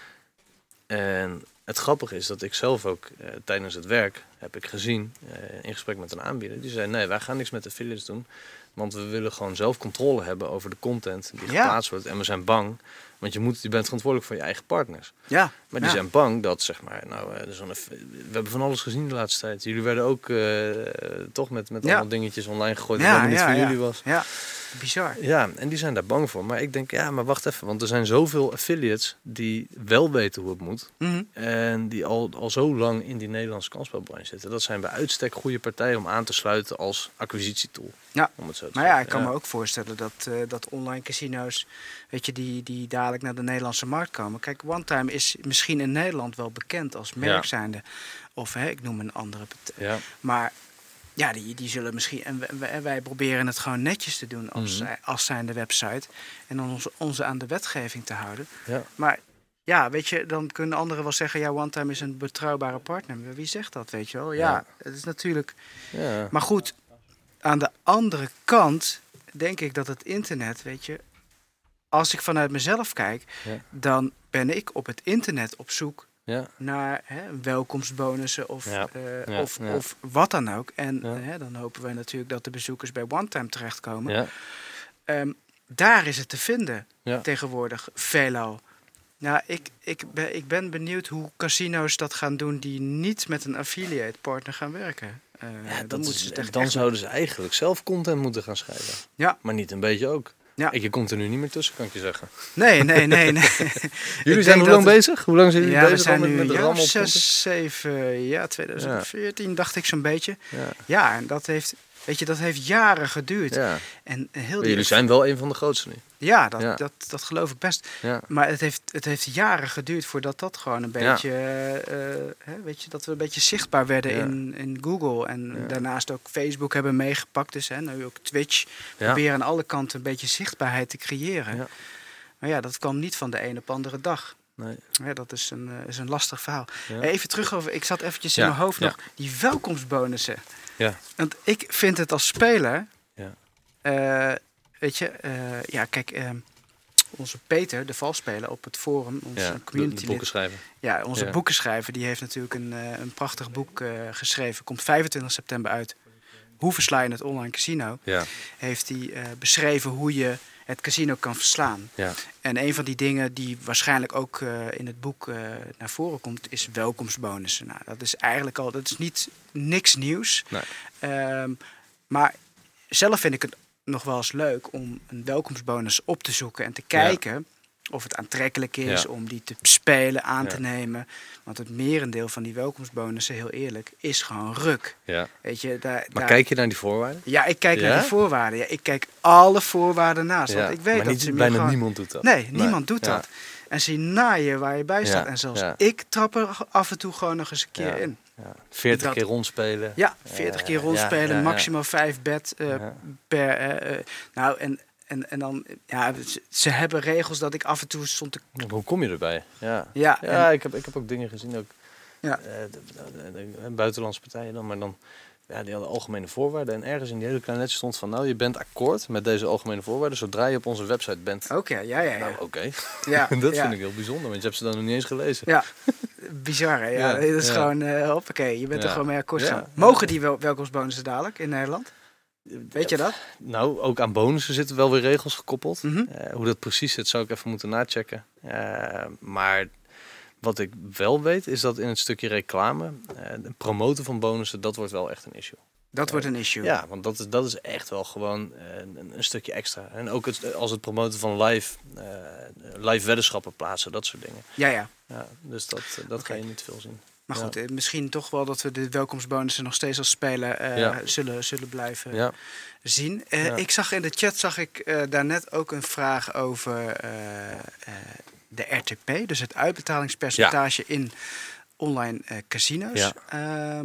[SPEAKER 4] En het grappige is dat ik zelf ook eh, tijdens het werk heb ik gezien, eh, in gesprek met een aanbieder, die zei, nee, wij gaan niks met affiliates doen, want we willen gewoon zelf controle hebben over de content die
[SPEAKER 2] Ja.
[SPEAKER 4] geplaatst wordt. En we zijn bang, want je, moet, je bent verantwoordelijk voor je eigen partners.
[SPEAKER 2] Ja,
[SPEAKER 4] Maar die
[SPEAKER 2] ja.
[SPEAKER 4] zijn bang dat, zeg maar, nou, eh, zo'n eff- we hebben van alles gezien de laatste tijd. Jullie werden ook eh, toch met, met
[SPEAKER 2] Ja.
[SPEAKER 4] allemaal dingetjes online gegooid,
[SPEAKER 2] Ja,
[SPEAKER 4] dat helemaal niet
[SPEAKER 2] ja,
[SPEAKER 4] voor
[SPEAKER 2] ja.
[SPEAKER 4] jullie was.
[SPEAKER 2] Ja, bizar.
[SPEAKER 4] Ja, en die zijn daar bang voor. Maar ik denk, ja, maar wacht even, want er zijn zoveel affiliates die wel weten hoe het moet.
[SPEAKER 2] Mhm.
[SPEAKER 4] En die al, al zo lang in die Nederlandse kansspelbranche zitten. Dat zijn bij uitstek goede partijen om aan te sluiten als acquisitietool.
[SPEAKER 2] Ja.
[SPEAKER 4] Om het zo te
[SPEAKER 2] Maar ja, ik
[SPEAKER 4] zeggen.
[SPEAKER 2] kan me ook voorstellen dat, uh, dat online casino's, weet je, die, die dadelijk naar de Nederlandse markt komen. Kijk, OneTime is misschien in Nederland wel bekend als merk
[SPEAKER 4] Ja.
[SPEAKER 2] zijnde. Of hè, ik noem een andere partij.
[SPEAKER 4] Ja,
[SPEAKER 2] Maar ja, die, die zullen misschien. En wij, wij proberen het gewoon netjes te doen als,
[SPEAKER 4] Mhm.
[SPEAKER 2] zij- als zijnde website. En dan onze, onze aan de wetgeving te houden.
[SPEAKER 4] ja.
[SPEAKER 2] Maar ja, weet je, dan kunnen anderen wel zeggen, ja, OneTime is een betrouwbare partner. Maar wie zegt dat, weet je wel? Ja,
[SPEAKER 4] Ja.
[SPEAKER 2] het is natuurlijk.
[SPEAKER 4] ja.
[SPEAKER 2] Maar goed, aan de andere kant denk ik dat het internet, weet je, als ik vanuit mezelf kijk,
[SPEAKER 4] Ja.
[SPEAKER 2] dan ben ik op het internet op zoek
[SPEAKER 4] ja.
[SPEAKER 2] naar hè, welkomstbonussen of,
[SPEAKER 4] Ja,
[SPEAKER 2] eh,
[SPEAKER 4] ja,
[SPEAKER 2] of,
[SPEAKER 4] ja.
[SPEAKER 2] of wat dan ook. En
[SPEAKER 4] Ja.
[SPEAKER 2] hè, dan hopen we natuurlijk dat de bezoekers bij OneTime terechtkomen.
[SPEAKER 4] ja.
[SPEAKER 2] Ehm, daar is het te vinden
[SPEAKER 4] Ja.
[SPEAKER 2] tegenwoordig, veelal. Nou, ik, ik, ben, ik ben benieuwd hoe casino's dat gaan doen die niet met een affiliate partner gaan werken. Uh,
[SPEAKER 4] Ja,
[SPEAKER 2] dan
[SPEAKER 4] dat
[SPEAKER 2] moeten
[SPEAKER 4] is-
[SPEAKER 2] ze het echt
[SPEAKER 4] dan
[SPEAKER 2] echt-
[SPEAKER 4] zouden ze eigenlijk zelf content moeten gaan schrijven.
[SPEAKER 2] Ja.
[SPEAKER 4] Maar niet een beetje ook.
[SPEAKER 2] Ja.
[SPEAKER 4] Ik, je komt er nu niet meer tussen, kan ik je zeggen.
[SPEAKER 2] Nee, nee, nee, nee.
[SPEAKER 4] Jullie
[SPEAKER 2] Ik
[SPEAKER 4] zijn
[SPEAKER 2] denk
[SPEAKER 4] hoe
[SPEAKER 2] dat
[SPEAKER 4] lang
[SPEAKER 2] het-
[SPEAKER 4] bezig? Hoe lang zijn jullie
[SPEAKER 2] Ja, we
[SPEAKER 4] bezig al
[SPEAKER 2] zijn
[SPEAKER 4] met,
[SPEAKER 2] nu
[SPEAKER 4] met
[SPEAKER 2] een
[SPEAKER 4] de
[SPEAKER 2] jaar
[SPEAKER 4] rammen
[SPEAKER 2] of
[SPEAKER 4] op content?
[SPEAKER 2] zes, zeven, ja, twintig veertien dacht ik zo'n beetje.
[SPEAKER 4] Ja.
[SPEAKER 2] Ja, en dat heeft, weet je, dat heeft jaren geduurd.
[SPEAKER 4] Ja.
[SPEAKER 2] En heel
[SPEAKER 4] Maar
[SPEAKER 2] die
[SPEAKER 4] jullie zijn wel een van de grootste nu.
[SPEAKER 2] Ja, dat,
[SPEAKER 4] Ja.
[SPEAKER 2] Dat, dat geloof ik best.
[SPEAKER 4] Ja.
[SPEAKER 2] Maar het heeft, het heeft jaren geduurd voordat dat gewoon een
[SPEAKER 4] Ja.
[SPEAKER 2] beetje, eh, hè, weet je, dat we een beetje zichtbaar werden
[SPEAKER 4] Ja.
[SPEAKER 2] in, in Google. En
[SPEAKER 4] Ja.
[SPEAKER 2] daarnaast ook Facebook hebben meegepakt. Dus hè, nu ook Twitch.
[SPEAKER 4] Ja.
[SPEAKER 2] Proberen aan alle kanten een beetje zichtbaarheid te creëren.
[SPEAKER 4] Ja.
[SPEAKER 2] Maar ja, dat kwam niet van de een op andere dag.
[SPEAKER 4] Nee.
[SPEAKER 2] Ja, dat is een, uh, is een lastig verhaal.
[SPEAKER 4] Ja.
[SPEAKER 2] Even terug over, ik zat eventjes in
[SPEAKER 4] Ja,
[SPEAKER 2] mijn hoofd
[SPEAKER 4] ja.
[SPEAKER 2] nog, die welkomstbonussen.
[SPEAKER 4] Ja.
[SPEAKER 2] Want ik vind het als speler,
[SPEAKER 4] Ja.
[SPEAKER 2] uh, weet je, uh, ja kijk, uh, onze Peter, de valspeler op het forum, onze
[SPEAKER 4] Ja,
[SPEAKER 2] community
[SPEAKER 4] de, de boekenschrijver.
[SPEAKER 2] Ja, onze
[SPEAKER 4] Ja.
[SPEAKER 2] boekenschrijver, die heeft natuurlijk een, uh, een prachtig boek uh, geschreven. Komt vijfentwintig september uit. Hoe versla je het online casino?
[SPEAKER 4] Ja.
[SPEAKER 2] Heeft hij uh, beschreven hoe je het casino kan verslaan.
[SPEAKER 4] Ja.
[SPEAKER 2] En een van die dingen die waarschijnlijk ook uh, in het boek uh, naar voren komt, is welkomstbonussen. Nou, dat is eigenlijk al, dat is niet niks nieuws.
[SPEAKER 4] Nee.
[SPEAKER 2] Um, maar zelf vind ik het nog wel eens leuk om een welkomstbonus op te zoeken en te kijken ja. of het aantrekkelijk is
[SPEAKER 4] Ja.
[SPEAKER 2] om die te spelen, aan
[SPEAKER 4] Ja.
[SPEAKER 2] te nemen. Want het merendeel van die welkomstbonussen, heel eerlijk, is gewoon ruk.
[SPEAKER 4] Ja.
[SPEAKER 2] Weet je, daar,
[SPEAKER 4] Maar
[SPEAKER 2] daar...
[SPEAKER 4] kijk je naar die voorwaarden?
[SPEAKER 2] Ja, ik kijk
[SPEAKER 4] Ja?
[SPEAKER 2] naar de voorwaarden. Ja, ik kijk alle voorwaarden naast.
[SPEAKER 4] Ja.
[SPEAKER 2] Want ik weet
[SPEAKER 4] maar
[SPEAKER 2] dat
[SPEAKER 4] niet,
[SPEAKER 2] ze me
[SPEAKER 4] bijna
[SPEAKER 2] gewoon...
[SPEAKER 4] niemand doet dat.
[SPEAKER 2] Nee, niemand doet
[SPEAKER 4] Ja.
[SPEAKER 2] dat. En ze naaien waar je bij staat.
[SPEAKER 4] Ja,
[SPEAKER 2] En zelfs
[SPEAKER 4] ja.
[SPEAKER 2] ik trap er af en toe gewoon nog eens een keer
[SPEAKER 4] Ja.
[SPEAKER 2] in.
[SPEAKER 4] Ja. veertig
[SPEAKER 2] Dat-
[SPEAKER 4] keer rondspelen.
[SPEAKER 2] Ja, veertig keer
[SPEAKER 4] Ja,
[SPEAKER 2] rondspelen,
[SPEAKER 4] ja, ja.
[SPEAKER 2] maximaal vijf bed uh,
[SPEAKER 4] Ja.
[SPEAKER 2] per... Uh, uh, nou, en, en, en dan... Ja, ze, ze hebben regels dat ik af en toe stond te...
[SPEAKER 4] Hoe kom je erbij? Ja,
[SPEAKER 2] Ja,
[SPEAKER 4] ja
[SPEAKER 2] en-
[SPEAKER 4] ik, heb, ik heb ook dingen gezien. Ook,
[SPEAKER 2] Ja.
[SPEAKER 4] eh, de, de- de- de buitenlandse partijen dan. Maar dan... Ja, die hadden algemene voorwaarden. En ergens in die hele kleine stond van... Nou, je bent akkoord met deze algemene voorwaarden... zodra je op onze website bent.
[SPEAKER 2] Oké, ja, ja, ja.
[SPEAKER 4] Nou, oké.
[SPEAKER 2] ja,
[SPEAKER 4] dat
[SPEAKER 2] ja.
[SPEAKER 4] vind ik heel bijzonder. Want je hebt ze dan nog niet eens gelezen.
[SPEAKER 2] Ja, bizar hè? Ja,
[SPEAKER 4] Ja,
[SPEAKER 2] dat is
[SPEAKER 4] ja.
[SPEAKER 2] gewoon, uh, hoppakee, je bent er
[SPEAKER 4] Ja.
[SPEAKER 2] gewoon mee akkoord
[SPEAKER 4] Ja.
[SPEAKER 2] gegaan. Mogen die wel, welkomstbonussen dadelijk in Nederland? Weet je dat?
[SPEAKER 4] Nou, ook aan bonussen zitten wel weer regels gekoppeld.
[SPEAKER 2] Mhm.
[SPEAKER 4] Eh, hoe dat precies zit, zou ik even moeten nachecken. Eh, maar wat ik wel weet, is dat in het stukje reclame... eh, het promoten van bonussen, dat wordt wel echt een issue.
[SPEAKER 2] Dat wordt een issue.
[SPEAKER 4] Ja, want dat is, dat is echt wel gewoon eh, een, een stukje extra. En ook het, als het promoten van live, eh, live weddenschappen plaatsen, dat soort dingen.
[SPEAKER 2] Ja, ja.
[SPEAKER 4] Ja, dus dat, dat
[SPEAKER 2] Oké.
[SPEAKER 4] ga je niet veel zien.
[SPEAKER 2] Maar
[SPEAKER 4] Ja.
[SPEAKER 2] goed, eh, misschien toch wel dat we de welkomstbonussen nog steeds als speler eh,
[SPEAKER 4] Ja.
[SPEAKER 2] zullen, zullen blijven
[SPEAKER 4] Ja,
[SPEAKER 2] zien. Eh,
[SPEAKER 4] Ja.
[SPEAKER 2] Ik zag in de chat zag ik uh, daarnet ook een vraag over uh, uh, de R T P, dus het uitbetalingspercentage in online uh, casino's.
[SPEAKER 4] Ja.
[SPEAKER 2] Ehm,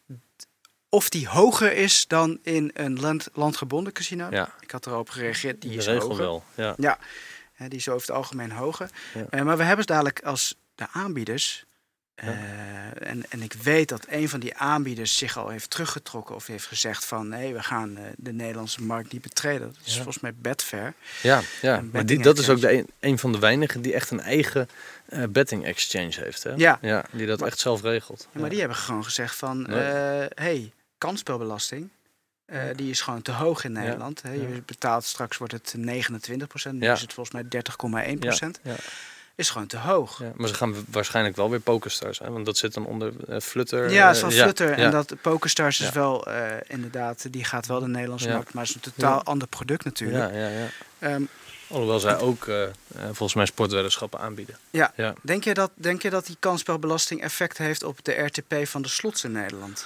[SPEAKER 2] of die hoger is dan in een land, landgebonden casino.
[SPEAKER 4] ja.
[SPEAKER 2] Ik had erop gereageerd, die
[SPEAKER 4] de
[SPEAKER 2] is
[SPEAKER 4] regel
[SPEAKER 2] hoger.
[SPEAKER 4] wel. Ja.
[SPEAKER 2] Ja, hè, die is over het algemeen hoger.
[SPEAKER 4] Ja.
[SPEAKER 2] Uh, maar we hebben dadelijk als de aanbieders... Uh,
[SPEAKER 4] Ja.
[SPEAKER 2] en, en ik weet dat een van die aanbieders zich al heeft teruggetrokken... of heeft gezegd van nee, we gaan uh, de Nederlandse markt niet betreden. Dat is
[SPEAKER 4] Ja.
[SPEAKER 2] volgens mij Betfair.
[SPEAKER 4] Ja, ja.
[SPEAKER 2] Een
[SPEAKER 4] maar die,
[SPEAKER 2] betting
[SPEAKER 4] dat is ook de
[SPEAKER 2] exchange.
[SPEAKER 4] een, een van de weinigen die echt een eigen uh, betting exchange heeft. Hè?
[SPEAKER 2] Ja.
[SPEAKER 4] ja. Die dat
[SPEAKER 2] Maar-
[SPEAKER 4] echt zelf regelt.
[SPEAKER 2] Ja, maar die hebben gewoon gezegd van...
[SPEAKER 4] Nee.
[SPEAKER 2] Hé, hey, kansspelbelasting... Uh, die is gewoon te hoog in Nederland. Hè. Je
[SPEAKER 4] Ja.
[SPEAKER 2] betaalt straks wordt het negenentwintig procent. Nu
[SPEAKER 4] Ja.
[SPEAKER 2] is het volgens mij dertig komma één procent.
[SPEAKER 4] Ja, ja.
[SPEAKER 2] Is gewoon te hoog.
[SPEAKER 4] Ja, maar ze gaan waarschijnlijk wel weer PokerStars, hè? Want dat zit dan onder uh, Flutter.
[SPEAKER 2] Ja, het is
[SPEAKER 4] uh,
[SPEAKER 2] van
[SPEAKER 4] ja,
[SPEAKER 2] Flutter.
[SPEAKER 4] ja.
[SPEAKER 2] En dat PokerStars is
[SPEAKER 4] Ja.
[SPEAKER 2] wel uh, inderdaad, die gaat wel de Nederlandse
[SPEAKER 4] Ja.
[SPEAKER 2] markt, maar het is een totaal
[SPEAKER 4] Ja.
[SPEAKER 2] ander product natuurlijk.
[SPEAKER 4] Ja, ja, ja.
[SPEAKER 2] Ehm,
[SPEAKER 4] Alhoewel zij ook uh, uh, volgens mij sportweddenschappen aanbieden.
[SPEAKER 2] ja.
[SPEAKER 4] Ja.
[SPEAKER 2] Denk je dat, denk je dat die kansspelbelasting effect heeft op de R T P van de slots in Nederland?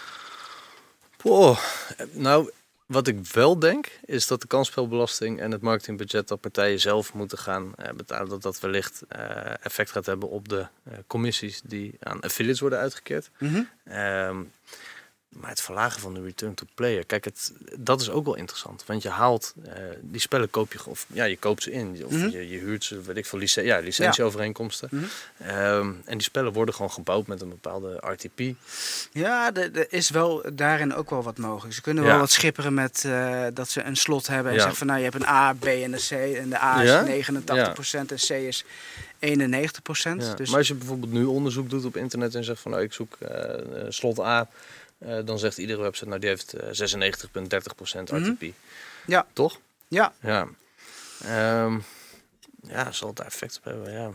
[SPEAKER 4] Oh, nou, wat ik wel denk, is dat de kansspelbelasting en het marketingbudget dat partijen zelf moeten gaan uh, betalen, dat dat wellicht uh, effect gaat hebben op de uh, commissies die aan affiliates worden uitgekeerd.
[SPEAKER 2] Mm-hmm.
[SPEAKER 4] Um, maar het verlagen van de return to player, kijk, het, dat is ook wel interessant. Want je haalt, uh, die spellen koop je, of ja, je koopt ze in. Of
[SPEAKER 2] Mhm.
[SPEAKER 4] je, je huurt ze, weet ik veel, lic- ja, licentieovereenkomsten.
[SPEAKER 2] Mhm.
[SPEAKER 4] Um, en die spellen worden gewoon gebouwd met een bepaalde R T P.
[SPEAKER 2] Ja, er is wel daarin ook wel wat mogelijk. Ze kunnen
[SPEAKER 4] Ja.
[SPEAKER 2] wel wat schipperen met uh, dat ze een slot hebben en
[SPEAKER 4] Ja.
[SPEAKER 2] zeggen van nou, je hebt een A, B en een C. En de A is
[SPEAKER 4] Ja?
[SPEAKER 2] negenentachtig procent en C is eenennegentig procent.
[SPEAKER 4] Ja.
[SPEAKER 2] Dus
[SPEAKER 4] Maar als je bijvoorbeeld nu onderzoek doet op internet en zegt van nou, ik zoek uh, slot A, uh, dan zegt iedere website nou die heeft uh, zesennegentig komma dertig procent R T P.
[SPEAKER 2] Mhm. Ja.
[SPEAKER 4] Toch?
[SPEAKER 2] ja,
[SPEAKER 4] Ja. Um, ja, zal het daar effect op hebben, ja.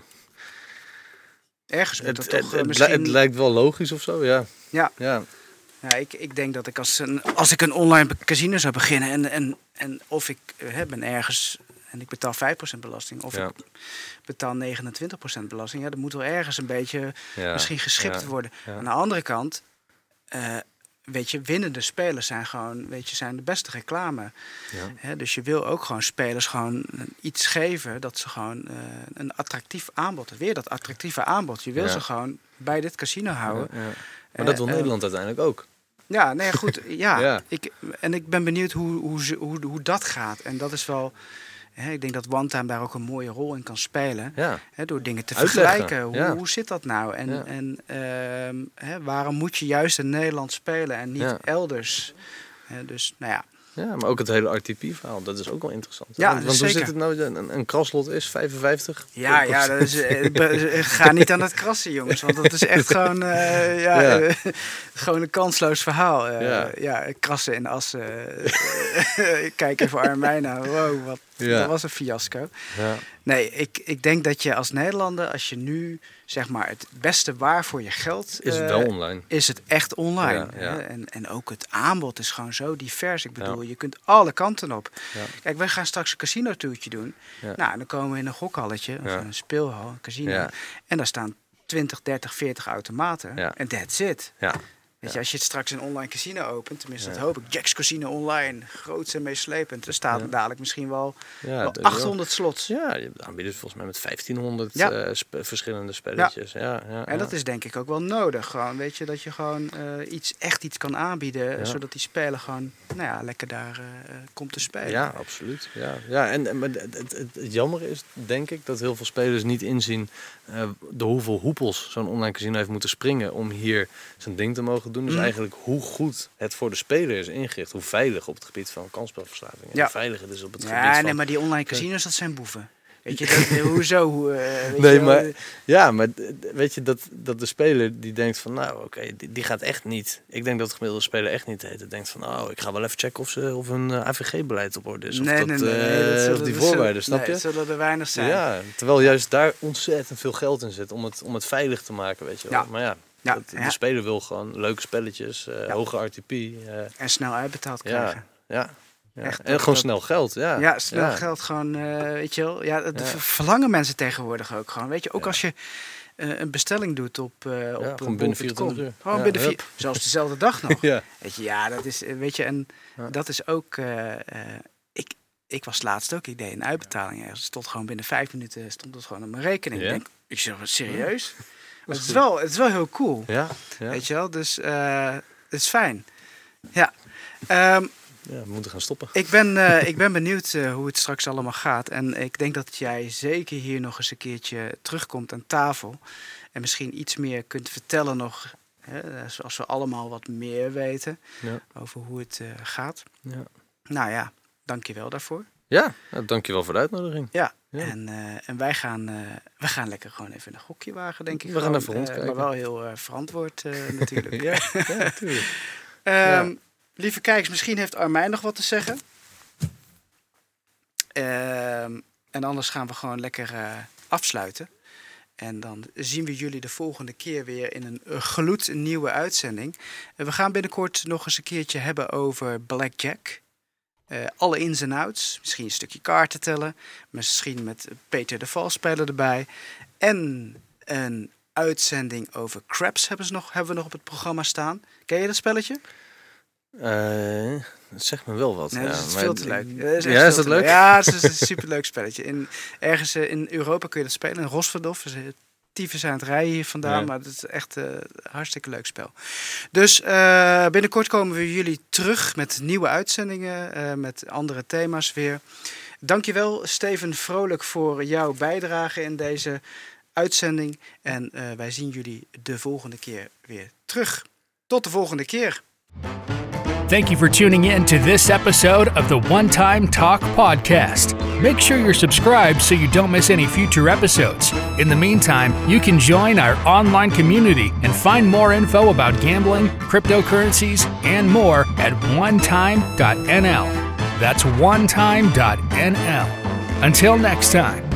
[SPEAKER 2] ergens moet
[SPEAKER 4] Het,
[SPEAKER 2] dat
[SPEAKER 4] het,
[SPEAKER 2] toch uh,
[SPEAKER 4] het,
[SPEAKER 2] misschien...
[SPEAKER 4] het lijkt wel logisch of zo, ja.
[SPEAKER 2] Ja.
[SPEAKER 4] Ja.
[SPEAKER 2] Ja, ik, ik denk dat ik als, een, als ik een online casino zou beginnen en, en, en of ik uh, ben ergens en ik betaal vijf procent belasting of
[SPEAKER 4] Ja.
[SPEAKER 2] ik betaal negenentwintig procent belasting, ja, dat moet wel ergens een beetje
[SPEAKER 4] Ja.
[SPEAKER 2] misschien geschipt
[SPEAKER 4] Ja.
[SPEAKER 2] worden.
[SPEAKER 4] Ja.
[SPEAKER 2] Aan de andere kant, uh, weet je, winnende spelers zijn gewoon, weet je, zijn de beste reclame.
[SPEAKER 4] Ja.
[SPEAKER 2] Hè, dus je wil ook gewoon spelers gewoon iets geven dat ze gewoon uh, een attractief aanbod, weer dat attractieve aanbod. Je wil
[SPEAKER 4] Ja.
[SPEAKER 2] ze gewoon bij dit casino houden.
[SPEAKER 4] Ja, ja. Maar dat wil
[SPEAKER 2] Uh,
[SPEAKER 4] Nederland uiteindelijk ook.
[SPEAKER 2] Ja, nee, goed. Ja,
[SPEAKER 4] Ja.
[SPEAKER 2] Ik, en ik ben benieuwd hoe, hoe, ze, hoe, hoe dat gaat. En dat is wel... Hè, ik denk dat OneTime daar ook een mooie rol in kan spelen.
[SPEAKER 4] Ja.
[SPEAKER 2] Hè, door dingen te
[SPEAKER 4] Uitleggen,
[SPEAKER 2] vergelijken. Hoe,
[SPEAKER 4] ja.
[SPEAKER 2] hoe zit dat nou? En,
[SPEAKER 4] Ja.
[SPEAKER 2] en ehm, hè, waarom moet je juist in Nederland spelen en niet
[SPEAKER 4] Ja.
[SPEAKER 2] elders? Hè, dus, nou ja.
[SPEAKER 4] Ja, maar ook het hele R T P-verhaal, dat is ook wel interessant.
[SPEAKER 2] Ja,
[SPEAKER 4] want want hoe
[SPEAKER 2] zeker.
[SPEAKER 4] zit het nou? Een, een kraslot is vijfenvijftig?
[SPEAKER 2] Ja, ja, dat is, eh, be- ga niet aan het krassen, jongens. Want dat is echt gewoon, eh, ja,
[SPEAKER 4] Ja.
[SPEAKER 2] eh, gewoon een kansloos verhaal. Eh,
[SPEAKER 4] Ja.
[SPEAKER 2] ja. krassen in Assen. Eh, Kijk even Armijna. Wow, wat,
[SPEAKER 4] Ja.
[SPEAKER 2] dat was een fiasco.
[SPEAKER 4] Ja.
[SPEAKER 2] Nee, ik, ik denk dat je als Nederlander, als je nu zeg maar het beste waar voor je geld...
[SPEAKER 4] Is het
[SPEAKER 2] eh,
[SPEAKER 4] wel online?
[SPEAKER 2] is het echt online.
[SPEAKER 4] Ja, ja.
[SPEAKER 2] Hè? En, en ook het aanbod is gewoon zo divers. Ik bedoel, je kunt alle kanten op.
[SPEAKER 4] Ja.
[SPEAKER 2] Kijk, wij gaan straks een casino-toertje doen.
[SPEAKER 4] Ja.
[SPEAKER 2] Nou, dan komen we in een gokhalletje, of
[SPEAKER 4] Ja.
[SPEAKER 2] een speelhal, een casino.
[SPEAKER 4] Ja.
[SPEAKER 2] En daar staan twintig, dertig, veertig automaten.
[SPEAKER 4] Ja.
[SPEAKER 2] En that's it.
[SPEAKER 4] Ja.
[SPEAKER 2] Weet je, als je het straks een online casino opent, tenminste
[SPEAKER 4] Ja.
[SPEAKER 2] dat hoop ik, Jack's Casino Online, groots en meeslepend. Er staan
[SPEAKER 4] Ja.
[SPEAKER 2] dadelijk misschien wel,
[SPEAKER 4] Ja,
[SPEAKER 2] wel
[SPEAKER 4] dat is
[SPEAKER 2] achthonderd slots.
[SPEAKER 4] Ja, je aanbieden volgens mij met vijftienhonderd
[SPEAKER 2] Ja.
[SPEAKER 4] eh, spe- verschillende spelletjes. Ja. Ja, ja,
[SPEAKER 2] En dat is denk ik ook wel nodig. Gewoon, weet je, dat je gewoon eh, iets, echt iets kan aanbieden,
[SPEAKER 4] Ja.
[SPEAKER 2] zodat die speler gewoon nou ja, lekker daar eh, komt te spelen.
[SPEAKER 4] Ja, absoluut. Ja, ja en, en maar het, het, het, het jammer is, denk ik, dat heel veel spelers niet inzien uh, de hoeveel hoepels zo'n online casino heeft moeten springen om hier zijn ding te mogen doen. Dus
[SPEAKER 2] Mm.
[SPEAKER 4] eigenlijk hoe goed het voor de speler is ingericht. Hoe veilig op het gebied van kansspelverslaving. En
[SPEAKER 2] Ja.
[SPEAKER 4] hoe veilig het is op het gebied
[SPEAKER 2] Ja,
[SPEAKER 4] van...
[SPEAKER 2] nee, maar die online casinos, dat zijn boeven. Weet je, dat, hoezo? Hoe, eh, weet
[SPEAKER 4] Nee,
[SPEAKER 2] je wel,
[SPEAKER 4] maar, ja, maar d- weet je, dat, dat de speler die denkt van, nou oké, die, die gaat echt niet. Ik denk dat de gemiddelde speler echt niet heet. Denkt van, oh, ik ga wel even checken of, ze, of een uh, A V G-beleid op orde is. Of
[SPEAKER 2] nee,
[SPEAKER 4] dat,
[SPEAKER 2] nee, nee, nee,
[SPEAKER 4] uh,
[SPEAKER 2] dat zullen-
[SPEAKER 4] of die
[SPEAKER 2] dat
[SPEAKER 4] voorwaarden,
[SPEAKER 2] zullen-
[SPEAKER 4] snap
[SPEAKER 2] nee,
[SPEAKER 4] je?
[SPEAKER 2] zullen er weinig zijn.
[SPEAKER 4] Ja, terwijl juist daar ontzettend veel geld in zit om het, om het veilig te maken, weet je wel.
[SPEAKER 2] Ja.
[SPEAKER 4] Maar ja,
[SPEAKER 2] Ja,
[SPEAKER 4] dat- de
[SPEAKER 2] ja.
[SPEAKER 4] speler wil gewoon leuke spelletjes, uh,
[SPEAKER 2] Ja.
[SPEAKER 4] hoge R T P. Uh,
[SPEAKER 2] En snel uitbetaald
[SPEAKER 4] ja,
[SPEAKER 2] krijgen.
[SPEAKER 4] ja, ja.
[SPEAKER 2] Echt,
[SPEAKER 4] En
[SPEAKER 2] dat-
[SPEAKER 4] gewoon
[SPEAKER 2] dat-
[SPEAKER 4] snel geld, ja.
[SPEAKER 2] Ja, snel
[SPEAKER 4] Ja.
[SPEAKER 2] geld gewoon, eh, weet je wel. Ja, dat
[SPEAKER 4] Ja.
[SPEAKER 2] verlangen mensen tegenwoordig ook gewoon. Weet je, ook
[SPEAKER 4] Ja.
[SPEAKER 2] als je eh, een bestelling doet op, eh op
[SPEAKER 4] gewoon
[SPEAKER 2] eh,
[SPEAKER 4] binnen
[SPEAKER 2] bol punt com.
[SPEAKER 4] vierentwintig uur.
[SPEAKER 2] Gewoon
[SPEAKER 4] Ja,
[SPEAKER 2] binnen vier,
[SPEAKER 4] hup.
[SPEAKER 2] zelfs dezelfde dag nog.
[SPEAKER 4] Ja.
[SPEAKER 2] Weet je, ja, dat is, eh, weet je, en
[SPEAKER 4] Ja.
[SPEAKER 2] dat is ook, eh, eh, ik, ik was laatst ook, ik deed een uitbetaling ergens. Het stond gewoon binnen vijf minuten, stond het gewoon op mijn rekening.
[SPEAKER 4] Ja?
[SPEAKER 2] Ik denk, ik zeg, wat serieus? Maar het is wel, het is wel heel cool,
[SPEAKER 4] Ja, ja.
[SPEAKER 2] weet je wel. Dus eh, het is fijn. Ja. Ehm,
[SPEAKER 4] ja, we moeten gaan stoppen.
[SPEAKER 2] ik ben, eh, ik ben benieuwd eh, hoe het straks allemaal gaat. En ik denk dat jij zeker hier nog eens een keertje terugkomt aan tafel. En misschien iets meer kunt vertellen nog. Hè, als we allemaal wat meer weten
[SPEAKER 4] Ja.
[SPEAKER 2] over hoe het eh, gaat.
[SPEAKER 4] Ja.
[SPEAKER 2] Nou ja, dank je wel daarvoor.
[SPEAKER 4] Ja, nou, dankjewel voor de uitnodiging.
[SPEAKER 2] Ja,
[SPEAKER 4] Ja.
[SPEAKER 2] En, eh, en wij, gaan, eh, wij gaan lekker gewoon even een gokje wagen, denk ik.
[SPEAKER 4] We gaan
[SPEAKER 2] gewoon,
[SPEAKER 4] even
[SPEAKER 2] eh,
[SPEAKER 4] rondkijken.
[SPEAKER 2] maar wel heel eh, verantwoord eh, natuurlijk.
[SPEAKER 4] Ja, ja, natuurlijk.
[SPEAKER 2] Ehm,
[SPEAKER 4] Ja.
[SPEAKER 2] Lieve kijkers, misschien heeft Armijn nog wat te zeggen. Ehm, en anders gaan we gewoon lekker eh, afsluiten. En dan zien we jullie de volgende keer weer in een uh, gloednieuwe uitzending. En we gaan binnenkort nog eens een keertje hebben over Blackjack. Uh, alle ins en outs. Misschien een stukje kaarten tellen. Misschien met Peter de Valspeler erbij. En een uitzending over craps hebben, ze nog, hebben we nog op het programma staan. Ken je dat spelletje?
[SPEAKER 4] Uh, dat zegt me wel wat.
[SPEAKER 2] Nee,
[SPEAKER 4] ja,
[SPEAKER 2] dat is
[SPEAKER 4] maar-
[SPEAKER 2] veel te leuk. Dat is echt
[SPEAKER 4] Ja, is
[SPEAKER 2] veel
[SPEAKER 4] dat
[SPEAKER 2] te
[SPEAKER 4] leuk?
[SPEAKER 2] Ja, het is een superleuk spelletje. In, ergens uh, in Europa kun je dat spelen. In Rosverdorf. Dus, uh, tyfus zijn het rijden hier vandaan.
[SPEAKER 4] Ja.
[SPEAKER 2] Maar het is echt uh, een hartstikke leuk spel. Dus uh, binnenkort komen we jullie terug met nieuwe uitzendingen. Uh, met andere thema's weer. Dankjewel Steven Vrolijk voor jouw bijdrage in deze uitzending. En uh, wij zien jullie de volgende keer weer terug. Tot de volgende keer.
[SPEAKER 1] Thank you for tuning in to this episode of the One Time Talk podcast. Make sure you're subscribed so you don't miss any future episodes. In the meantime, you can join our online community and find more info about gambling, cryptocurrencies, and more at one time dot n l. That's one time dot n l. Until next time.